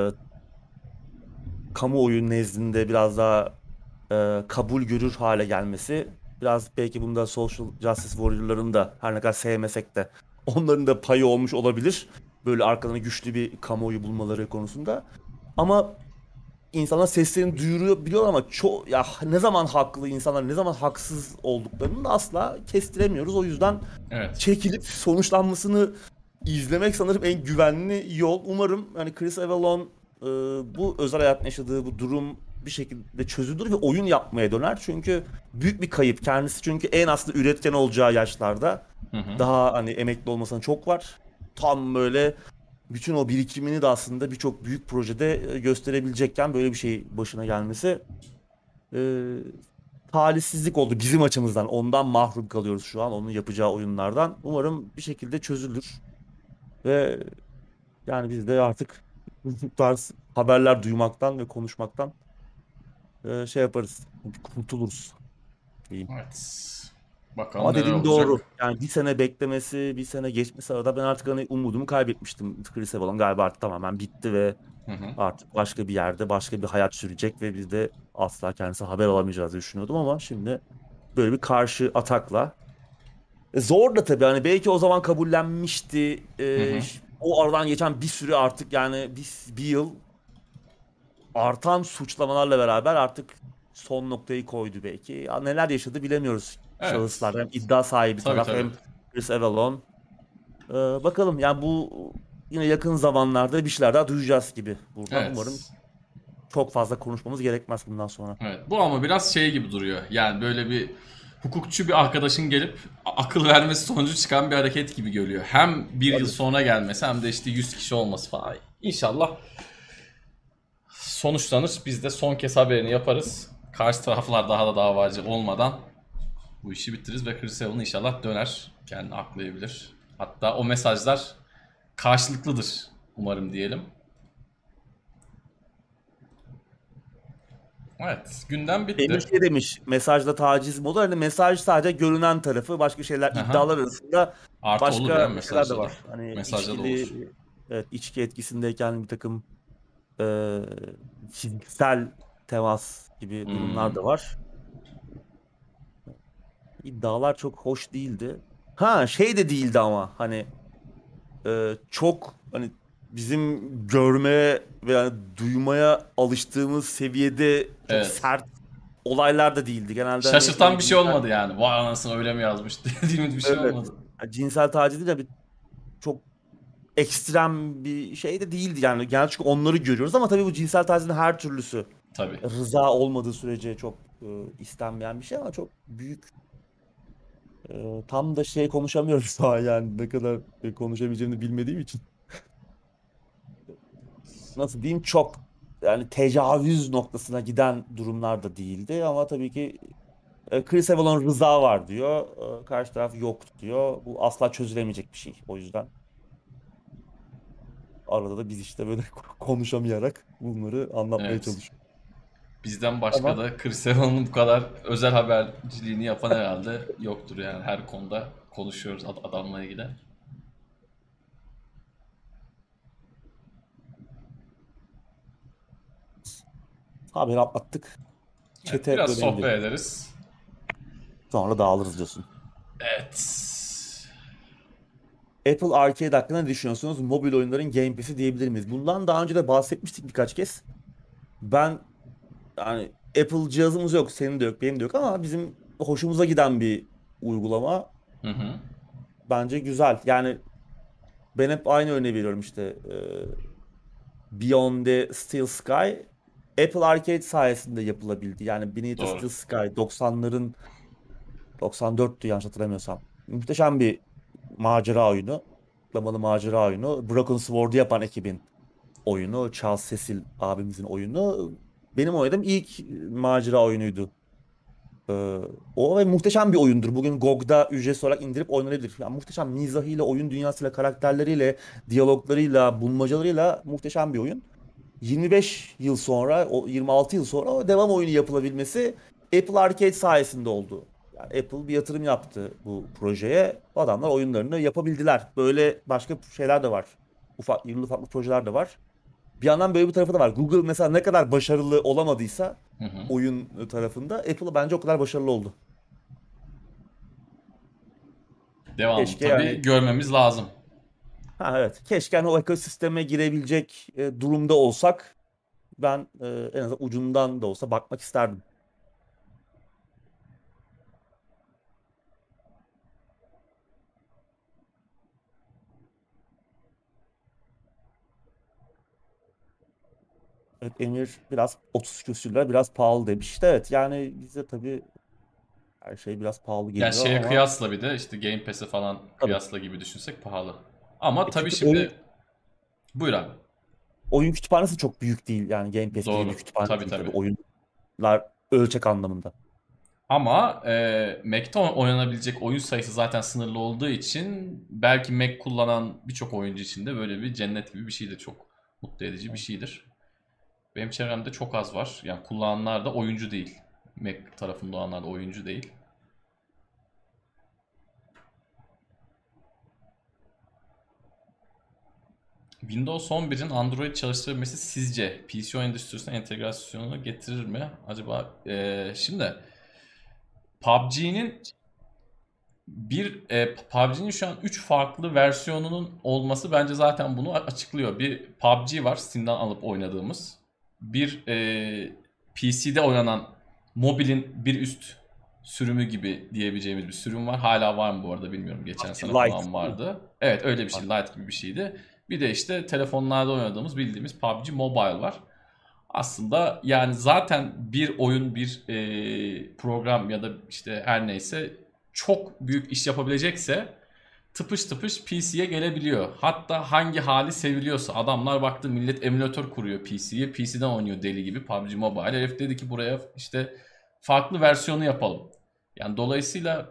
kamuoyu nezdinde biraz daha kabul görür hale gelmesi, biraz belki bunda social justice warrior'ların da, her ne kadar sevmesek de, onların da payı olmuş olabilir. Böyle arkalarına güçlü bir kamuoyu bulmaları konusunda. Ama insanlar seslerini duyuruyor biliyor ama çok, ya ne zaman haklı insanlar, ne zaman haksız olduklarını da asla kestiremiyoruz. O yüzden Evet. çekilip sonuçlanmasını izlemek sanırım en güvenli yol. Umarım hani Chris Avellone bu özel hayatın yaşadığı bu durum bir şekilde çözülür ve oyun yapmaya döner. Çünkü büyük bir kayıp kendisi, çünkü en aslında üretken olacağı yaşlarda, Hı hı. daha hani emekli olmasına çok var. Tam böyle bütün o birikimini de aslında birçok büyük projede gösterebilecekken böyle bir şey başına gelmesi e, talihsizlik oldu bizim açımızdan. Ondan mahrum kalıyoruz şu an, onun yapacağı oyunlardan. Umarım bir şekilde çözülür ve yani biz de artık bu tarz haberler duymaktan ve konuşmaktan şey yaparız. Kurtuluruz diyeyim. Evet. Bakalım Ama neler dediğin doğru. olacak. Yani bir sene beklemesi, bir sene geçmesi arada, ben artık hani umudumu kaybetmiştim. Chris Evans galiba artık tamamen bitti ve Hı hı. artık başka bir yerde başka bir hayat sürecek ve biz de asla kendisi haber alamayacağız diye düşünüyordum, ama şimdi böyle bir karşı atakla. Zor da tabii, hani belki o zaman kabullenmişti. Hı hı. O aradan geçen bir süre artık, yani bir yıl artan suçlamalarla beraber artık son noktayı koydu belki. Ya neler yaşadı bilemiyoruz Evet. şahıslar. Hem iddia sahibi Tabii taraf, tabii. hem Chris Avellone. Bakalım yani bu yine yakın zamanlarda bir şeyler daha duyacağız gibi buradan. Umarım Evet. çok fazla konuşmamız gerekmez bundan sonra. Evet. Bu ama biraz şey gibi duruyor. Yani böyle bir hukukçu bir arkadaşın gelip akıl vermesi sonucu çıkan bir hareket gibi görüyor. Hem bir yıl Tabii. sonra gelmesi hem de işte 100 kişi olması falan. İnşallah sonuçlanır. Biz de son kez haberini yaparız. Karşı taraflar daha da davacı olmadan bu işi bitiririz ve Chris Evans inşallah döner. Kendini aklayabilir. Hatta o mesajlar karşılıklıdır umarım diyelim. Evet, gündem Emir bitti. şey demiş, mesajda taciz mi olur? Hani mesaj sadece görünen tarafı, başka şeyler, Aha. iddialar arasında Artı olur ya başka şeyler de mesajda da. var. Hani Mesajda da olur. evet, içki etkisindeyken bir takım e, fiziksel temas gibi durumlar Hmm. da var. İddialar çok hoş değildi. Ha, şey de değildi ama hani çok hani bizim görmeye ve yani duymaya alıştığımız seviyede çok Evet. sert olaylar da değildi. Genelde hani Şaşırtan böyle bir şey cinsel, olmadı yani. Vay anasını öyle mi yazmış dediğimiz bir şey evet, olmadı. yani cinsel taciz değil de bir çok ekstrem bir şey de değildi yani. Genelde çünkü onları görüyoruz, ama tabii bu cinsel tacizin her türlüsü Tabii. rıza olmadığı sürece çok istenmeyen bir şey, ama çok büyük, tam da şey konuşamıyoruz şu an, yani ne kadar konuşabileceğimi bilmediğim için. Nasıl diyeyim, çok yani tecavüz noktasına giden durumlar da değildi, ama tabii ki Chris Avalon rıza var diyor. Karşı taraf yok diyor. Bu asla çözülemeyecek bir şey. O yüzden arada da biz işte böyle konuşamayarak bunları anlatmaya Evet. çalışıyoruz. Bizden başka Ama da Chris Evans'ın bu kadar özel haberciliğini yapan herhalde yoktur yani. Her konuda konuşuyoruz adamla ilgili. haberi atlattık. Evet, Çete biraz sohbet dönebiliriz. ederiz. Sonra dağılırız diyorsun. Evet. Apple Arcade hakkında ne düşünüyorsunuz? Mobil oyunların Game Pass'i diyebilir miyiz? Bundan daha önce de bahsetmiştik birkaç kez. Ben yani Apple cihazımız yok, senin de yok, benim de yok, ama bizim hoşumuza giden bir uygulama. Hı hı. Bence güzel. Yani ben hep aynı örneği veriyorum işte. Beyond the Steel Sky. Apple Arcade sayesinde yapılabildi. Yani Beneath a Doğru. Steel Sky 90'ların 94'tü yanlış hatırlamıyorsam. Muhteşem bir macera oyunu. Kutlamalı macera oyunu. Broken Sword'u yapan ekibin oyunu. Charles Cecil abimizin oyunu. Benim oynadığım ilk macera oyunuydu. Ee, O ve muhteşem bir oyundur. Bugün GOG'da ücretsiz olarak indirip oynanabilir. Yani muhteşem mizahıyla, oyun dünyasıyla, karakterleriyle, diyaloglarıyla, bulmacalarıyla muhteşem bir oyun. 25 yıl sonra, 26 yıl sonra o devam oyunu yapılabilmesi Apple Arcade sayesinde oldu. Yani Apple bir yatırım yaptı bu projeye. Adamlar oyunlarını yapabildiler. Böyle başka şeyler de var. Ufak, irili ufaklı projeler de var. Bir yandan böyle bir tarafı da var. Google mesela ne kadar başarılı olamadıysa Hı hı. oyun tarafında Apple bence o kadar başarılı oldu. Devamlı Keşke tabii yani görmemiz lazım. ha evet keşke hani o ekosisteme girebilecek durumda olsak ben en azından ucundan da olsa bakmak isterdim. Evet Emir biraz 30 küsürler biraz pahalı demişti. Evet yani bize tabii her şey biraz pahalı Yani geliyor şeye ama kıyasla bir de işte Game Pass'e falan tabii. kıyasla gibi düşünsek pahalı. Ama tabii Çünkü oyun, şimdi buyur abi. oyun kütüphanesi çok büyük değil. Yani Game Pass gibi bir Doğru. kütüphane Tabii değil tabii tabii. oyunlar ölçek anlamında. Ama Mac'te oynanabilecek oyun sayısı zaten sınırlı olduğu için belki Mac kullanan birçok oyuncu için de böyle bir cennet gibi bir şeydir. Çok mutlu edici bir şeydir. Benim çevremde çok az var. Yani kullananlar da oyuncu değil. Mac tarafında olanlar da oyuncu değil. Windows 11'in Android çalıştırabilmesi sizce PC oyun endüstrisine entegrasyonu getirir mi? Acaba şimdi PUBG'nin PUBG'nin şu an 3 farklı versiyonunun olması bence zaten bunu açıklıyor. Bir PUBG var Steam'den alıp oynadığımız. Bir PC'de oynanan mobilin bir üst sürümü gibi diyebileceğimiz bir sürüm var. Hala var mı bu arada bilmiyorum. Geçen PUBG sene Lite falan değil mi? vardı. Evet öyle bir şey. Var. Lite gibi bir şeydi. Bir de işte telefonlarda oynadığımız bildiğimiz PUBG Mobile var. Aslında yani zaten bir oyun bir program ya da işte her neyse çok büyük iş yapabilecekse tıpış tıpış PC'ye gelebiliyor. Hatta hangi hali seviliyorsa adamlar baktı millet emülatör kuruyor PC'ye. PC'den oynuyor deli gibi PUBG Mobile. Herif dedi ki buraya işte farklı versiyonu yapalım. Yani dolayısıyla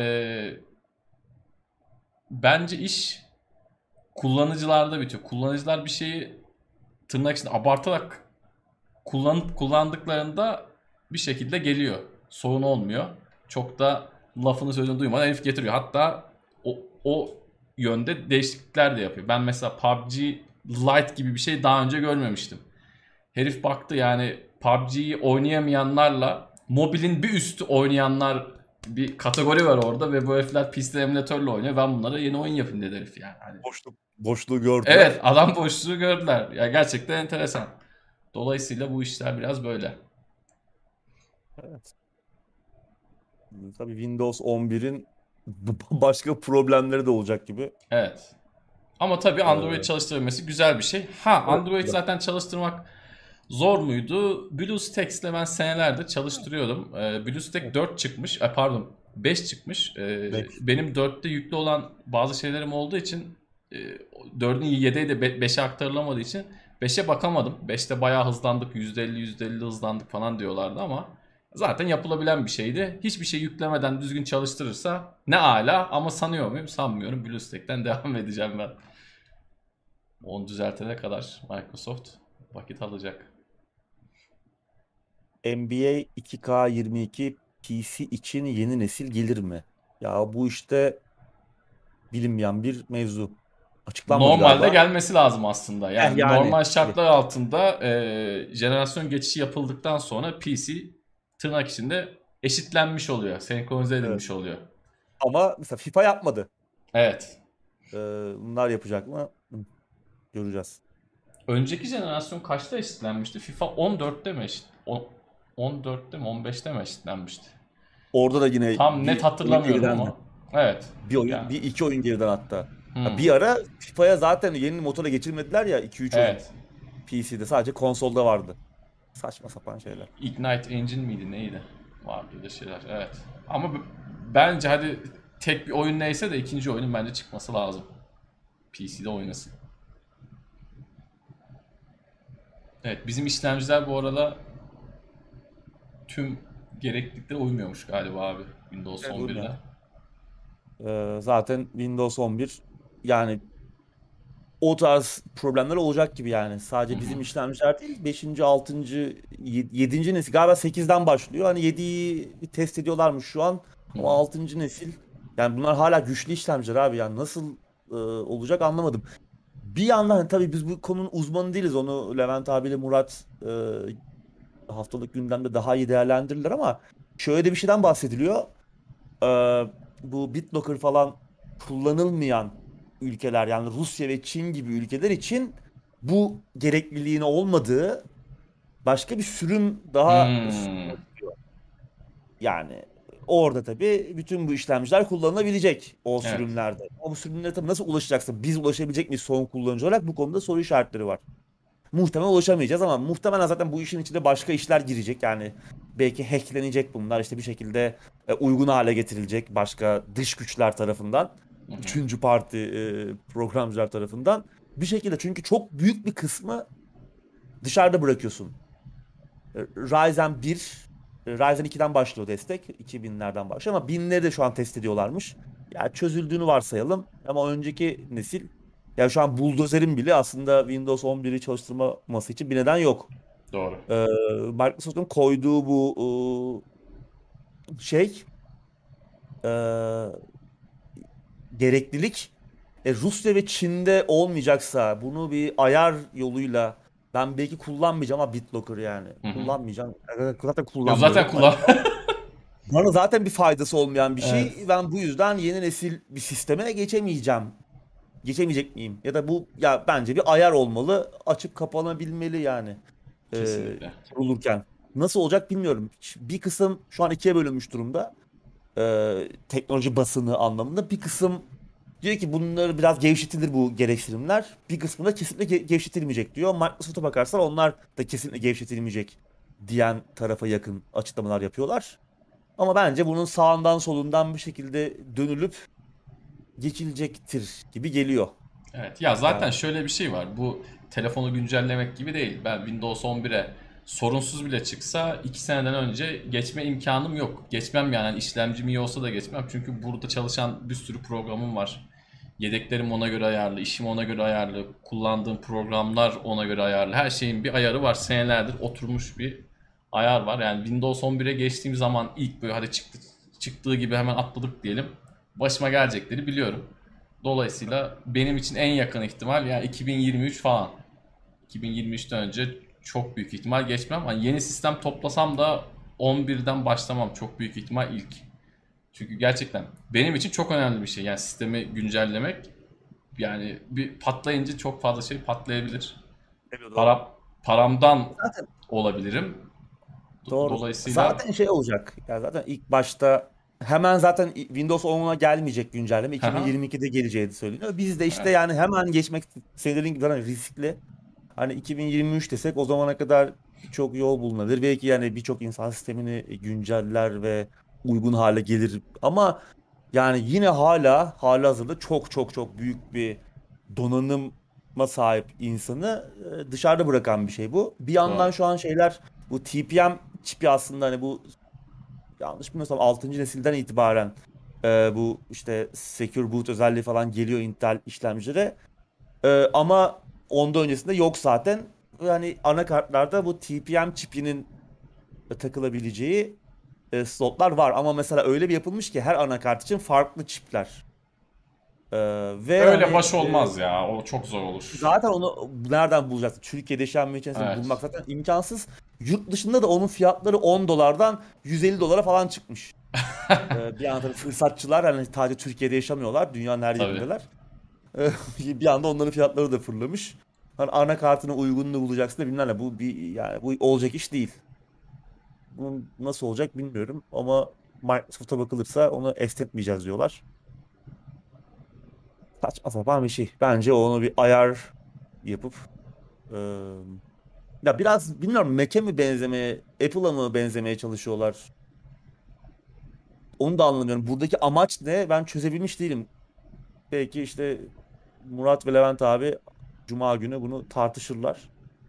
bence iş kullanıcılarda bitiyor. Kullanıcılar bir şeyi tırnak içinde abartarak kullandıklarında bir şekilde geliyor. Sorun olmuyor. Çok da lafını sözünü duymadan herif getiriyor. Hatta o yönde değişiklikler de yapıyor. Ben mesela PUBG Lite gibi bir şey daha önce görmemiştim. Herif baktı yani PUBG'yi oynayamayanlarla mobilin bir üstü oynayanlar bir kategori var orada ve bu herifler PC emülatörle oynuyor. Ben bunlara yeni oyun yapayım dedi herif yani. Hani Boşluğu gördüler. evet adam boşluğu gördüler. Ya gerçekten enteresan. Dolayısıyla bu işler biraz böyle. Evet. Tabii Windows 11'in başka problemleri de olacak gibi. Evet. Ama tabii Android Ee, çalıştırabilmesi güzel bir şey. Ha evet. Android zaten çalıştırmak zor muydu? BlueStacks'le ben senelerdir çalıştırıyordum. BlueStack Evet. 4 çıkmış. Pardon 5 çıkmış. Beş. Benim 4'te yüklü olan bazı şeylerim olduğu için 4'ün 7'ye de 5'e aktarılamadığı için 5'e bakamadım. 5'te bayağı hızlandık. %50 hızlandık falan diyorlardı ama zaten yapılabilen bir şeydi. Hiçbir şey yüklemeden düzgün çalıştırırsa ne ala ama sanıyor muyum? Sanmıyorum. BlueStack'ten devam edeceğim ben. Onu düzeltene kadar Microsoft vakit alacak. NBA 2K22 PC için yeni nesil gelir mi? Ya bu işte bilinmeyen bir mevzu. Açıklanmadı Normalde galiba. gelmesi lazım aslında. Yani Yani normal tabii. şartlar altında jenerasyon geçişi yapıldıktan sonra PC tırnak içinde eşitlenmiş oluyor. Senkronize Evet. edilmiş oluyor. Ama mesela FIFA yapmadı. Evet. Bunlar yapacak mı? Göreceğiz. Önceki jenerasyon kaçta eşitlenmişti? FIFA 14'te mi 14'te mi 15'te mi eşitlenmişti? Orada da yine Tam net bir oyun hatırlamıyorum geridendi. ama. Evet. Bir oyun, Yani. bir iki oyun geriden hatta. Ha, Hmm. bir ara FIFA'ya zaten yeni motora geçirmediler ya iki üç oyun. Evet. PC'de sadece konsolda vardı. Saçma sapan şeyler. Ignite Engine miydi neydi? Vardı öyle şeyler. Evet. Ama bence hadi tek bir oyun neyse de ikinci oyunun bence çıkması lazım. PC'de oynasın. Evet, bizim işlemciler bu arada tüm gerekliliklere uymuyormuş galiba abi Windows Evet, 11'de. uymuyor. Zaten Windows 11 yani o tarz problemler olacak gibi yani. Hı Sadece hı. bizim işlemciler değil, beşinci, altıncı, yedinci nesil galiba sekizden başlıyor. Hani yediyi test ediyorlarmış şu an Hı ama hı. altıncı nesil yani bunlar hala güçlü işlemciler abi yani nasıl olacak anlamadım. Bir yandan hani tabii biz bu konunun uzmanı değiliz. Onu Levent abiyle Murat haftalık gündemde daha iyi değerlendirirler ama şöyle de bir şeyden bahsediliyor. Ee, Bu BitLocker falan kullanılmayan ülkeler yani Rusya ve Çin gibi ülkeler için bu gerekliliğin olmadığı başka bir sürüm daha Hmm. yani orada tabii bütün bu işlemciler kullanılabilecek o Evet. sürümlerde. Ama bu sürümlere tabii nasıl ulaşacaksın? Biz ulaşabilecek miyiz son kullanıcı olarak? Bu konuda soru işaretleri var. Muhtemelen ulaşamayacağız ama muhtemelen zaten bu işin içinde başka işler girecek. Yani belki hacklenecek bunlar işte bir şekilde uygun hale getirilecek başka dış güçler tarafından. Hı hı. Üçüncü parti programcılar tarafından. Bir şekilde çünkü çok büyük bir kısmı dışarıda bırakıyorsun. Ryzen 1, Ryzen 2'den başlıyor destek. 2000'lerden başlıyor ama binleri de şu an test ediyorlarmış. Ya çözüldüğünü varsayalım ama önceki nesil ya şu an buldozer'in bile aslında Windows 11'i çalıştırmaması için bir neden yok. Doğru. Microsoft'un koyduğu bu şey e, gereklilik Rusya ve Çin'de olmayacaksa bunu bir ayar yoluyla ben belki kullanmayacağım ama BitLocker yani. Hı hı. Kullanmayacağım. Zaten Yo, zaten kullanmıyorum. Hani kullan. bana zaten bir faydası olmayan bir Evet. şey. Ben bu yüzden yeni nesil bir sisteme geçemeyeceğim. Geçemeyecek miyim? Ya da bu ya bence bir ayar olmalı. Açıp kapanabilmeli yani. Kesinlikle. Kurulurken. Nasıl olacak bilmiyorum. Bir kısım şu an ikiye bölünmüş durumda. Teknoloji basını anlamında. Bir kısım diyor ki bunları biraz gevşetilir bu gereksinimler. Bir kısmı da kesinlikle gevşetilmeyecek diyor. Microsoft'a bakarsan onlar da kesinlikle gevşetilmeyecek diyen tarafa yakın açıklamalar yapıyorlar. Ama bence bunun sağından solundan bir şekilde dönülüp geçilecektir gibi geliyor. Evet. Ya zaten Yani şöyle bir şey var. Bu telefonu güncellemek gibi değil. Ben Windows 11'e sorunsuz bile çıksa 2 seneden önce geçme imkanım yok. Geçmem yani. İşlemcim iyi olsa da geçmem. Çünkü burada çalışan bir sürü programım var. Yedeklerim ona göre ayarlı, işim ona göre ayarlı, kullandığım programlar ona göre ayarlı. Her şeyin bir ayarı var. Senelerdir oturmuş bir ayar var. Yani Windows 11'e geçtiğim zaman ilk böyle hadi çıktığı gibi hemen atladık diyelim. Başıma gelecekleri biliyorum. Dolayısıyla benim için en yakın ihtimal ya 2023 falan. 2023'ten önce çok büyük ihtimal geçmem. Hani yeni sistem toplasam da 11'den başlamam. Çok büyük ihtimal ilk. Çünkü gerçekten benim için çok önemli bir şey. Yani sistemi güncellemek yani bir patlayınca çok fazla şey patlayabilir. evet, doğru. Paramdan Zaten olabilirim. doğru. Dolayısıyla Zaten şey olacak. Ya zaten ilk başta hemen zaten Windows 10'a gelmeyecek güncelleme. haha, 2022'de geleceği söyleniyor. Biz de işte evet, yani hemen geçmek senin dediğin gibi zaten riskli. Hani 2023 desek o zamana kadar birçok yol bulunabilir. Belki yani birçok insan sistemini günceller ve uygun hale gelir. Ama yani yine halihazırda çok çok çok büyük bir donanıma sahip insanı dışarıda bırakan bir şey bu. Bir doğru. yandan şu an şeyler bu TPM çipi aslında hani bu yanlış bilmiyorsam 6. nesilden itibaren bu işte Secure Boot özelliği falan geliyor Intel işlemcilere. Ama ondan öncesinde yok zaten. Yani anakartlarda bu TPM çipinin takılabileceği slotlar var. Ama mesela öyle bir yapılmış ki her anakart için farklı çipler. Ve hani Öyle baş olmaz ya. O çok zor olur. zaten onu nereden bulacaksın? Türkiye'de yaşayan bir içerisinde bulmak Evet. zaten imkansız. Yurt dışında da onun fiyatları 10 dolardan 150 dolara falan çıkmış. Bir anda tabii fırsatçılar hani sadece Türkiye'de yaşamıyorlar. Dünyanın her Tabii. yerindeler. Bir anda onların fiyatları da fırlamış. Hani anakartına uygunluğu bulacaksın da bilmem ne. Bu bir yani bu olacak iş değil. Bunun nasıl olacak bilmiyorum ama Microsoft'a bakılırsa onu esnetmeyeceğiz diyorlar. Saçma sapan bir şey. Bence onu bir ayar yapıp e, Ya biraz bilmiyorum, Mac'e mi benzemeye, Apple'a mı benzemeye çalışıyorlar? Onu da anlamıyorum. Buradaki amaç ne? Ben çözebilmiş değilim. Belki işte Murat ve Levent abi Cuma günü bunu tartışırlar.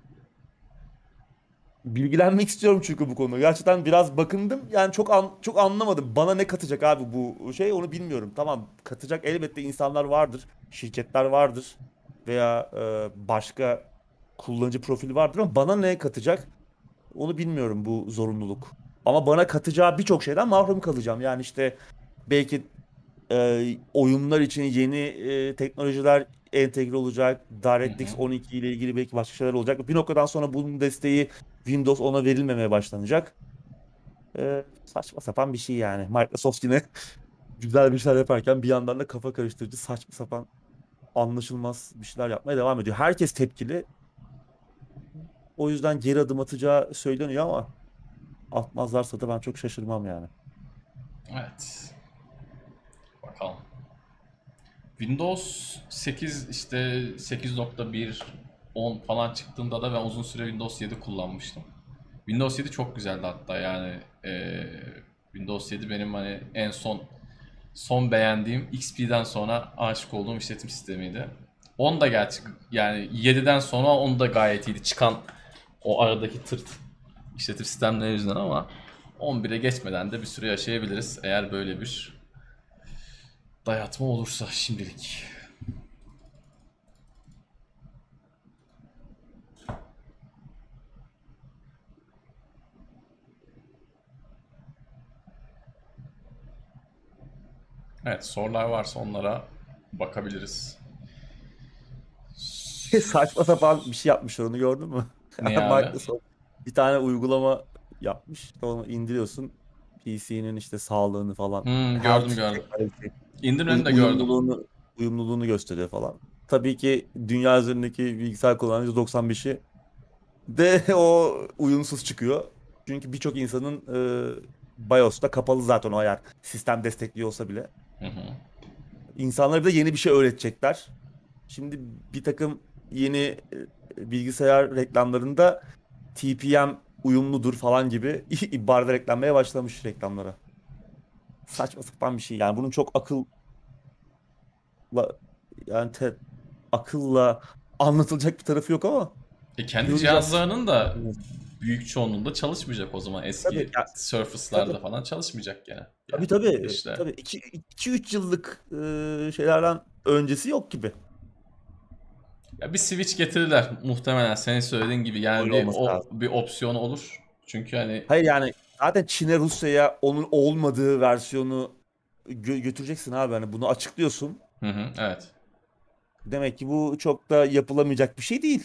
Bilgilenmek istiyorum çünkü bu konuda. Gerçekten biraz bakındım. Yani çok anlamadım. Bana ne katacak abi bu şey, onu bilmiyorum. Tamam, katacak elbette insanlar vardır. Şirketler vardır. Veya başka kullanıcı profili vardır ama bana ne katacak? Onu bilmiyorum, bu zorunluluk. Ama bana katacağı birçok şeyden mahrum kalacağım. Yani işte belki oyunlar için yeni teknolojiler entegre olacak. Hı hı. DirectX 12 ile ilgili belki başka şeyler olacak. Bir noktadan sonra bunun desteği Windows 10'a verilmemeye başlanacak. Saçma sapan bir şey yani. Microsoft yine güzel bir şeyler yaparken bir yandan da kafa karıştırıcı, saçma sapan, anlaşılmaz bir şeyler yapmaya devam ediyor. Herkes tepkili. O yüzden geri adım atacağı söyleniyor ama atmazlarsa da ben çok şaşırmam yani. Evet. Bakalım. Windows 8 işte 8.1 10 falan çıktığında da ben uzun süre Windows 7 kullanmıştım. Windows 7 çok güzeldi hatta yani Windows 7 benim hani en son beğendiğim XP'den sonra aşık olduğum işletim sistemiydi. 10 da gerçi yani 7'den sonra 10 da gayet iyiydi. Çıkan o aradaki tırt işletim sistemleri yüzünden ama 11'e geçmeden de bir süre yaşayabiliriz eğer böyle bir dayatma olursa şimdilik. Evet, sorular varsa onlara bakabiliriz. Saçma sapan bir şey yapmışlar, onu gördün mü? Ne abi? Microsoft bir tane uygulama yapmış. Onu indiriyorsun. PC'nin işte sağlığını falan. Gördüm Health gördüm. check, öyle bir şey. İndirmeni de gördüm. Uyumluluğunu gösteriyor falan. Tabii ki dünya üzerindeki bilgisayar kullanıcı %95'i de o uyumsuz çıkıyor. Çünkü birçok insanın BIOS'ta kapalı zaten o ayar. Sistem destekliyor olsa bile. Hı hı. İnsanlara da yeni bir şey öğretecekler. Şimdi bir takım yeni bilgisayar reklamlarında TPM uyumludur falan gibi ibareler eklenmeye başlamış reklamlara. Saçma sapan bir şey. Yani bunun çok yani akılla anlatılacak bir tarafı yok ama Kendi göreceğiz. cihazlarının da büyük çoğunluğunda çalışmayacak o zaman. Tabii Eski ya, Surface'larda tabii. falan çalışmayacak gene. Tabii Yani tabii. işte. Tabii 2-3 yıllık şeylerden öncesi yok gibi. Ya bir switch getirirler muhtemelen senin söylediğin gibi. Yani Öyle olması lazım. bir opsiyon olur. Çünkü hani Hayır yani zaten Çin'e, Rusya'ya onun olmadığı versiyonu götüreceksin abi. Hani bunu açıklıyorsun. hı hı, evet. Demek ki bu çok da yapılamayacak bir şey değil.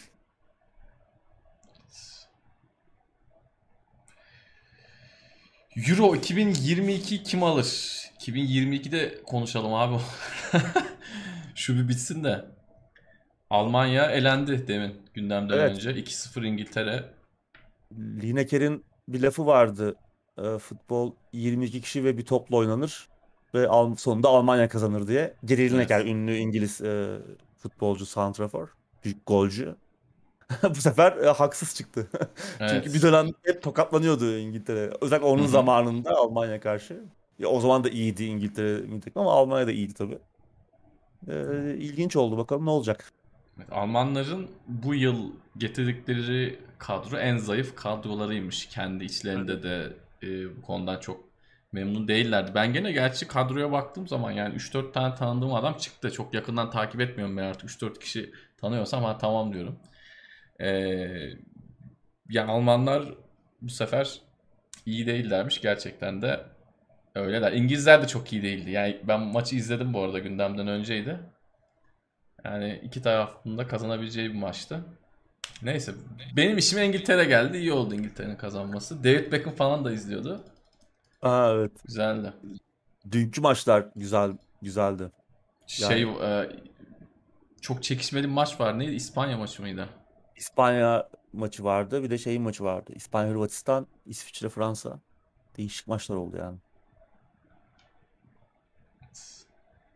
Euro 2022 kim alır? 2022'de konuşalım abi. Şu bir bitsin de. Almanya elendi demin gündemden Evet. önce. 2-0 İngiltere. Lineker'in bir lafı vardı. Futbol 22 kişi ve bir topla oynanır. Ve sonunda Almanya kazanır diye. Geri Lineker Evet. ünlü İngiliz futbolcu, santrafor. Büyük golcü. Bu sefer haksız çıktı. Çünkü bir Evet. dönem hep tokatlanıyordu İngiltere. Özellikle Hı onun hı. zamanında Almanya karşı. Ya o zaman da iyiydi İngiltere milli takım ama Almanya da iyiydi tabii. İlginç oldu. Bakalım ne olacak. Evet, Almanların bu yıl getirdikleri kadro en zayıf kadrolarıymış. Kendi içlerinde de bu konudan çok memnun değillerdi. Ben gene gerçi kadroya baktığım zaman yani 3-4 tane tanıdığım adam çıktı. Çok yakından takip etmiyorum ben artık. 3-4 kişi tanıyorsam ha tamam diyorum. E, Yani Almanlar bu sefer iyi değillermiş gerçekten de öyleler. İngilizler de çok iyi değildi. Yani ben maçı izledim bu arada gündemden önceydi. Yani iki tarafın da kazanabileceği bir maçtı. Neyse. Benim işime İngiltere geldi. İyi oldu İngiltere'nin kazanması. David Beckham falan da izliyordu. Aa, evet. Güzeldi. Dünkü maçlar güzeldi. Şey Yani çok çekişmeli bir maç var. Neydi? İspanya maçı mıydı? İspanya maçı vardı. Bir de şeyin maçı vardı. İspanya, Hırvatistan, İsviçre, Fransa. Değişik maçlar oldu yani.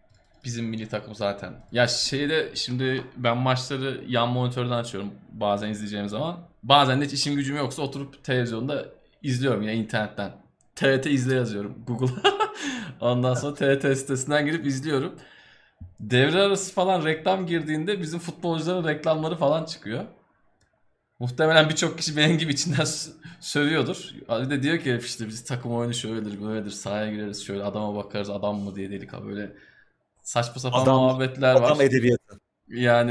Bizim milli takım zaten. Ya şeyde şimdi ben maçları yan monitörden açıyorum bazen izleyeceğim zaman. Bazen de hiç işim gücüm yoksa oturup televizyonda izliyorum ya internetten. TRT izle yazıyorum Google'a. Ondan sonra TRT sitesinden girip izliyorum. Devre arası falan reklam girdiğinde bizim futbolcuların reklamları falan çıkıyor. Muhtemelen birçok kişi benim gibi içinden sövüyordur. Bir de diyor ki işte biz takım oyunu şöyledir böyledir sahaya gireriz şöyle adama bakarız adam mı diye dedik ha böyle saçma sapan Adam muhabbetler adam var. edebiyatı. Yani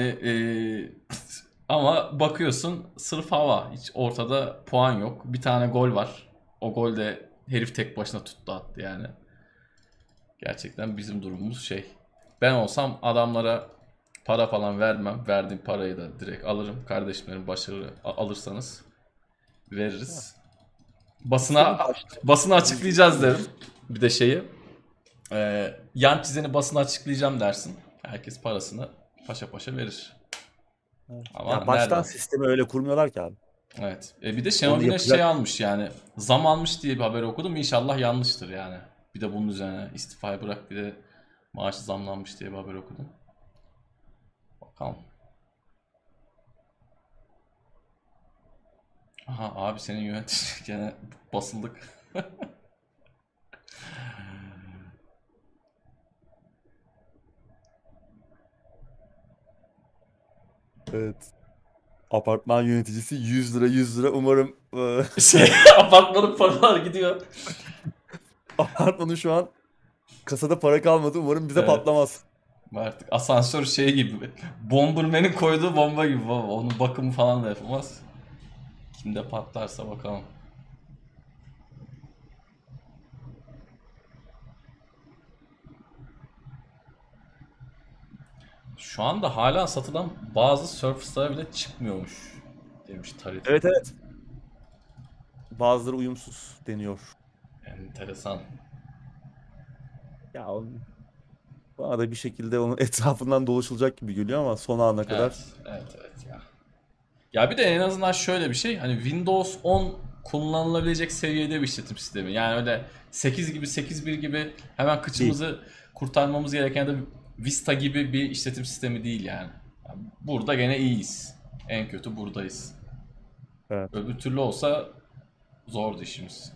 ama bakıyorsun sırf hava hiç ortada puan yok. Bir tane gol var. O gol de herif tek başına tuttu attı yani. Gerçekten bizim durumumuz şey. Ben olsam adamlara para falan vermem. Verdiğim parayı da direkt alırım. Kardeşlerim başarı alırsanız veririz. Sistemin Basına başta. basına açıklayacağız derim. Bir de şeyi yan çizeni basına açıklayacağım dersin. Herkes parasını paşa paşa verir. Evet. Ama Ya baştan nereden? sistemi öyle kurmuyorlar ki abi. Evet. Bir de Şenol Onu Güneş şey yapacak. almış yani. Zam almış diye bir haber okudum. İnşallah yanlıştır yani. Bir de bunun üzerine istifayı bırak bir de maaşı zamlanmış diye bir haber okudum. Bakalım. Aha abi senin yönetici gene basıldık. Evet. Apartman yöneticisi 100 lira 100 lira. Umarım Şey apartmanın paralar gidiyor. apartmanın şu an kasada para kalmadı. Umarım bize Evet. patlamaz. Artık asansör şey gibi. Bomberman'in koyduğu bomba gibi baba. Onun bakımı falan da yapılmaz. Kimde patlarsa bakalım. Şu anda hala satılan bazı Surface'lara bile çıkmıyormuş demiş Tarit. Evet evet. Bazıları uyumsuz deniyor. Enteresan. Ya bana da bir şekilde onun etrafından dolaşılacak gibi geliyor ama son ana kadar. Evet, evet, evet ya. Ya bir de en azından şöyle bir şey hani Windows 10 kullanılabilecek seviyede bir işletim sistemi. Yani öyle 8 gibi 8.1 gibi hemen Değil. kıçımızı kurtarmamız gereken de Vista gibi bir işletim sistemi değil yani. Yani burada gene iyiyiz. En kötü buradayız. Evet. Öbür türlü olsa zordu işimiz.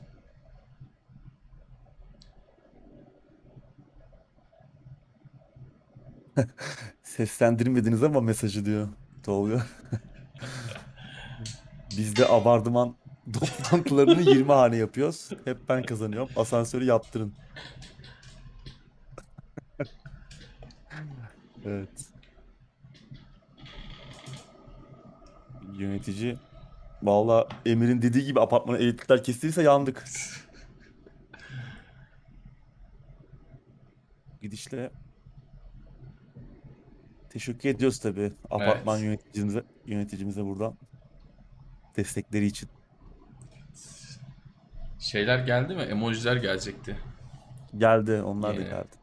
Seslendirmediniz ama mesajı diyor Tolga. Biz de abardıman toplantılarını 20 hane yapıyoruz. Hep ben kazanıyorum. Asansörü yaptırın. Evet. Yönetici. Valla Emir'in dediği gibi apartmana elektrikler kesilirse yandık. Gidişle teşekkür ediyoruz tabii apartman Evet. yöneticimize buradan destekleri için. Şeyler geldi mi? Emojiler gelecekti. Geldi, onlar da Yeni. geldi.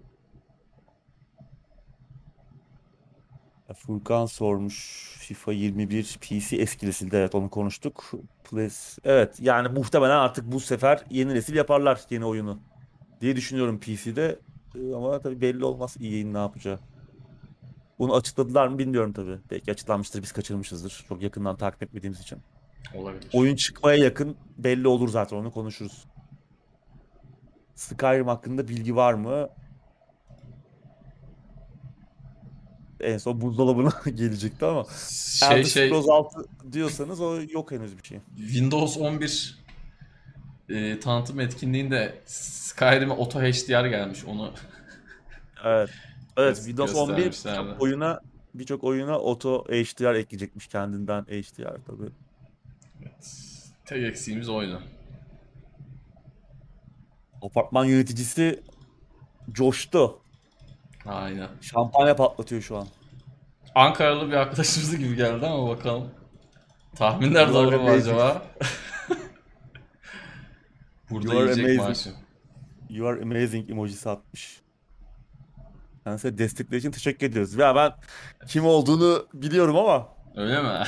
Furkan sormuş. FIFA 21 PC eskilesildi. Evet onu konuştuk. Evet yani muhtemelen artık bu sefer yeni nesil yaparlar yeni oyunu diye düşünüyorum PC'de. Ama tabii belli olmaz EA'nin ne yapacağı. Bunu açıkladılar mı bilmiyorum tabii. Belki açıklanmıştır biz kaçırmışızdır. Çok yakından takip etmediğimiz için. Olabilir. Oyun çıkmaya yakın belli olur zaten onu konuşuruz. Skyrim hakkında bilgi var mı? En son buzdolabına gelecekti ama Şey Elder şey Scrolls 6 diyorsanız o yok henüz bir şey. Windows 11 tanıtım etkinliğinde Skyrim'e Auto HDR gelmiş. Onu Evet. Evet, Windows 11 göstermişlerdi. birçok oyuna auto HDR ekleyecekmiş kendinden HDR tabii. Tek eksiğimiz oydu. Apartman yöneticisi coştu. Aynen. Şampanya patlatıyor şu an. Ankaralı bir arkadaşımız gibi geldi ama bakalım. Tahminler You are doğru mu amazing. acaba? Burada You are yiyecek amazing. maaşı. You are amazing emojisi atmış. Yani size destekleri için teşekkür ediyoruz. Ya ben kim olduğunu biliyorum ama Öyle mi?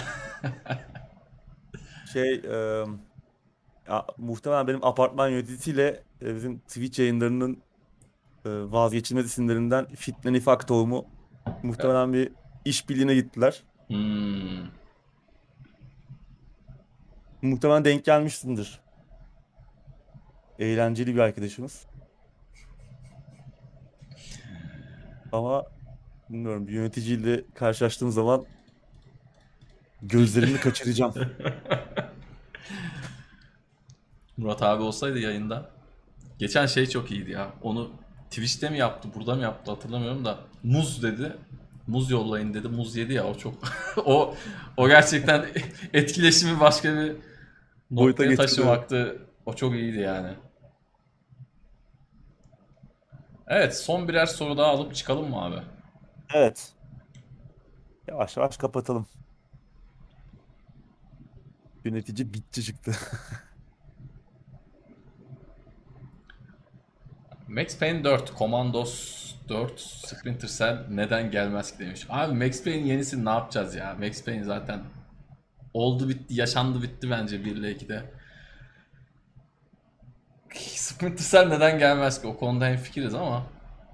şey ya, muhtemelen benim apartman yöneticisiyle bizim Twitch yayınlarının vazgeçilmez isimlerinden Fitne Nifak Tohumu Evet. muhtemelen bir işbirliğine gittiler. Hmm. Muhtemelen denk gelmişsindir. Eğlenceli bir arkadaşımız. Ama bilmiyorum, bir yöneticiyle karşılaştığım zaman gözlerimi kaçıracağım. Murat abi olsaydı yayında. Geçen şey çok iyiydi ya. Onu Twitch'te mi yaptı, burada mı yaptı hatırlamıyorum da. Muz dedi. Muz yollayın dedi. Muz yedi ya o çok o o gerçekten etkileşimi başka bir Boyuta noktaya getirdi. Evet. taşımaktı. O çok iyiydi yani. Evet, son birer soru daha alıp çıkalım mı abi? Evet. Yavaş yavaş kapatalım. Yönetici bitçi çıktı. Max Payne 4, Commandos 4, Splinter Cell neden gelmez ki demiş. Abi Max Payne'in yenisini ne yapacağız ya? Max Payne zaten oldu bitti, yaşandı bitti bence 1 ile 2'de. Splinter Cell neden gelmez ki? O konuda hemfikiriz ama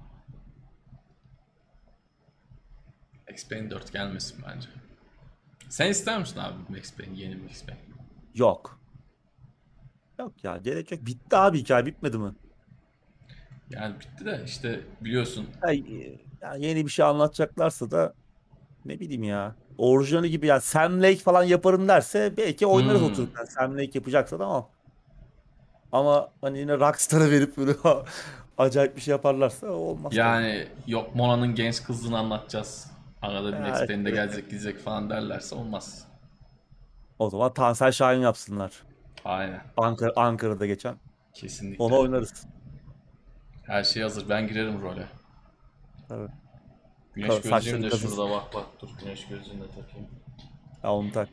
Max Payne 4 gelmesin bence. Sen ister misin abi Max Payne, yeni Max Payne? Yok. Yok ya, gerek yok. Bitti abi, hikaye bitmedi mi? Yani bitti de işte biliyorsun. Ya yeni bir şey anlatacaklarsa da ne bileyim ya. Orijinali gibi ya, Sam Lake falan yaparım derse belki oynarız Hmm. oturup. Yani Sam Lake yapacaksa da, ama hani yine Rockstar'a verip böyle acayip bir şey yaparlarsa olmaz tabii. Yani yok Mona'nın genç kızını anlatacağız. Arada bir Max Evet, Payne de gerek yok. gelecek gidecek falan derlerse olmaz. O zaman Tansel Şahin yapsınlar. Aynen. Ankara'da geçen. Ona Kesinlikle. oynarız. Her şey hazır. Ben girerim role. Tabii. Güneş gözlüğüm Saçları de kazısı. şurada bak bak. Dur güneş gözlüğünü de takayım. Ya onu tak.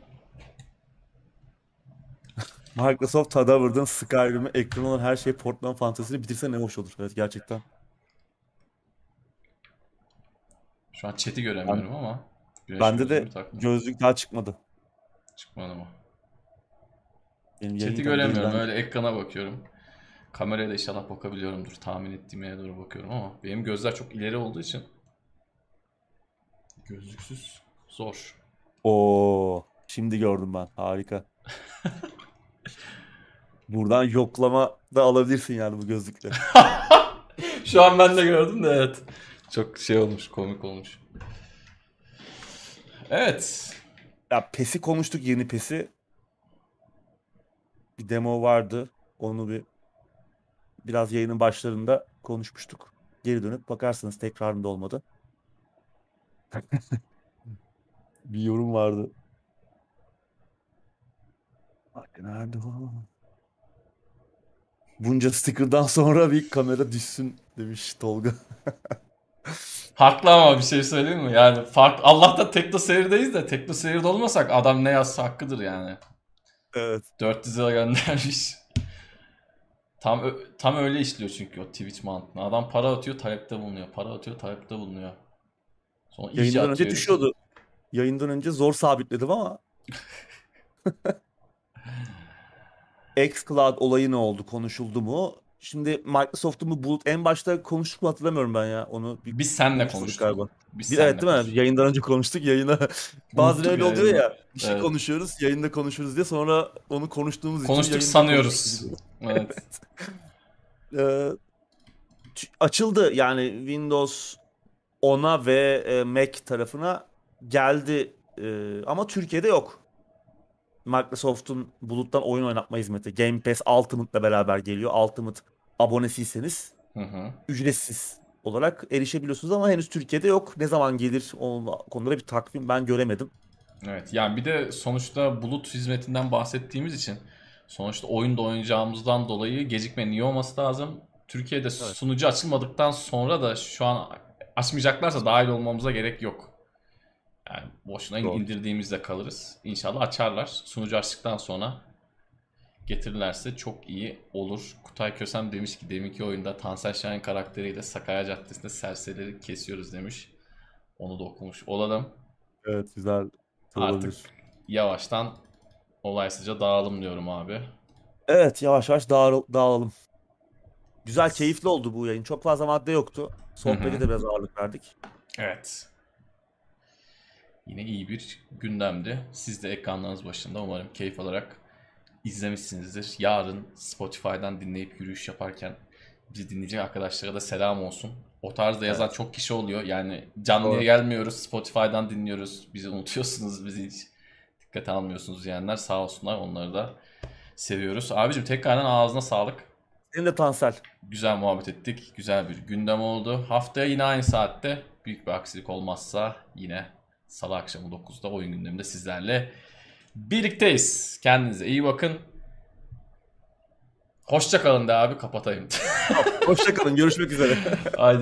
Microsoft Tadaverd'ın Skyrim'i, ekran olan her şeyi Portland fantezisini bitirse ne hoş olur. Evet, gerçekten. Şu an chat'i Ben, göremiyorum ama güneş bende gözlüğümü de taktım. gözlük daha çıkmadı. Çıkmadı mı? Benim yayın Chat'i tabii göremiyorum. geriden. Öyle ekrana bakıyorum. Kameraya da inşallah bakabiliyorumdur. Tahmin ettiğim yere doğru bakıyorum ama benim gözler çok ileri olduğu için gözlüksüz zor. Oo, şimdi gördüm ben. Harika. Buradan yoklama da alabilirsin yani bu gözlükle. Şu an ben de gördüm de evet. Çok şey olmuş, komik olmuş. Evet. Ya PES'i konuştuk, yeni PES'i. Bir demo vardı. Onu biraz yayının başlarında konuşmuştuk. Geri dönüp bakarsanız, tekrarında olmadı. Bir yorum vardı. Bak nerede o? Bunca sticker'dan sonra bir kamera düşsün demiş Tolga. Haklı ama bir şey söyleyeyim mi? Yani fark Allah'ta Tekno Seyir'deyiz de Tekno Seyir'de olmasak adam ne yazsa hakkıdır yani. Evet. 400 lira göndermiş. Tam öyle işliyor çünkü o Twitch mantığına. Adam para atıyor, talepte bulunuyor. Para atıyor, talepte bulunuyor. Sonra iyice Yayından önce atıyor herif. düşüyordu. Yayından önce zor sabitledim ama xCloud olayı ne oldu? Konuşuldu mu? Şimdi Microsoft'un bu bulut, en başta konuştuk mu hatırlamıyorum ben ya. Onu bir Biz senle konuşmadık konuştuk. galiba. Biz Bir, evet senle değil mi? konuştuk. Yayından önce konuştuk. Yayına bazen Unuttuk öyle bile oluyor yayında. ya. Bir şey Evet. konuşuyoruz, yayında konuşuruz diye, sonra onu konuştuğumuz için Konuştuk yayında konuşmuyoruz sanıyoruz. gibi. Evet. Ee, Açıldı yani, Windows 10'a ve Mac tarafına geldi. Ama Türkiye'de yok. Microsoft'un buluttan oyun oynatma hizmeti Game Pass Ultimate'la beraber geliyor. Ultimate abonesiyseniz Hı hı. ücretsiz olarak erişebiliyorsunuz ama henüz Türkiye'de yok. Ne zaman gelir, o konuda bir takvim ben göremedim. Evet. Yani bir de sonuçta bulut hizmetinden bahsettiğimiz için sonuçta oyunda oynayacağımızdan dolayı gecikmenin iyi olması lazım. Türkiye'de Evet, sunucu açılmadıktan sonra da şu an açmayacaklarsa dahil olmamıza gerek yok. Yani boşuna doğru. indirdiğimizde kalırız. İnşallah açarlar. Sunucu açtıktan sonra getirirlerse çok iyi olur. Kutay Kösem demiş ki deminki oyunda Tansel Şahin karakteriyle Sakarya Caddesi'nde serserileri kesiyoruz demiş. Onu da okumuş olalım. Evet, güzel Artık olabilir. yavaştan olaysızca dağılım diyorum abi. Evet, yavaş yavaş dağılalım. Güzel, keyifli oldu bu yayın. Çok fazla madde yoktu. Hı Sohbete hı. de biraz ağırlık verdik. Evet. Yine iyi bir gündemdi. Siz de ekranlarınız başında umarım keyif alarak izlemişsinizdir. Yarın Spotify'dan dinleyip yürüyüş yaparken bizi dinleyecek arkadaşlara da selam olsun. O tarzda yazan Evet. çok kişi oluyor. Yani canlıya Doğru. gelmiyoruz, Spotify'dan dinliyoruz. Bizi unutuyorsunuz, bizi hiç dikkate almıyorsunuz diyenler sağ olsunlar. Onları da seviyoruz. Abicim tekrardan ağzına sağlık. Senin de Tansel. Güzel muhabbet ettik. Güzel bir gündem oldu. Haftaya yine aynı saatte büyük bir aksilik olmazsa yine Salı akşamı 9'da oyun gündeminde sizlerle birlikteyiz. Kendinize iyi bakın. Hoşça kalın de abi kapatayım. Hoşça kalın. Görüşmek üzere. Haydi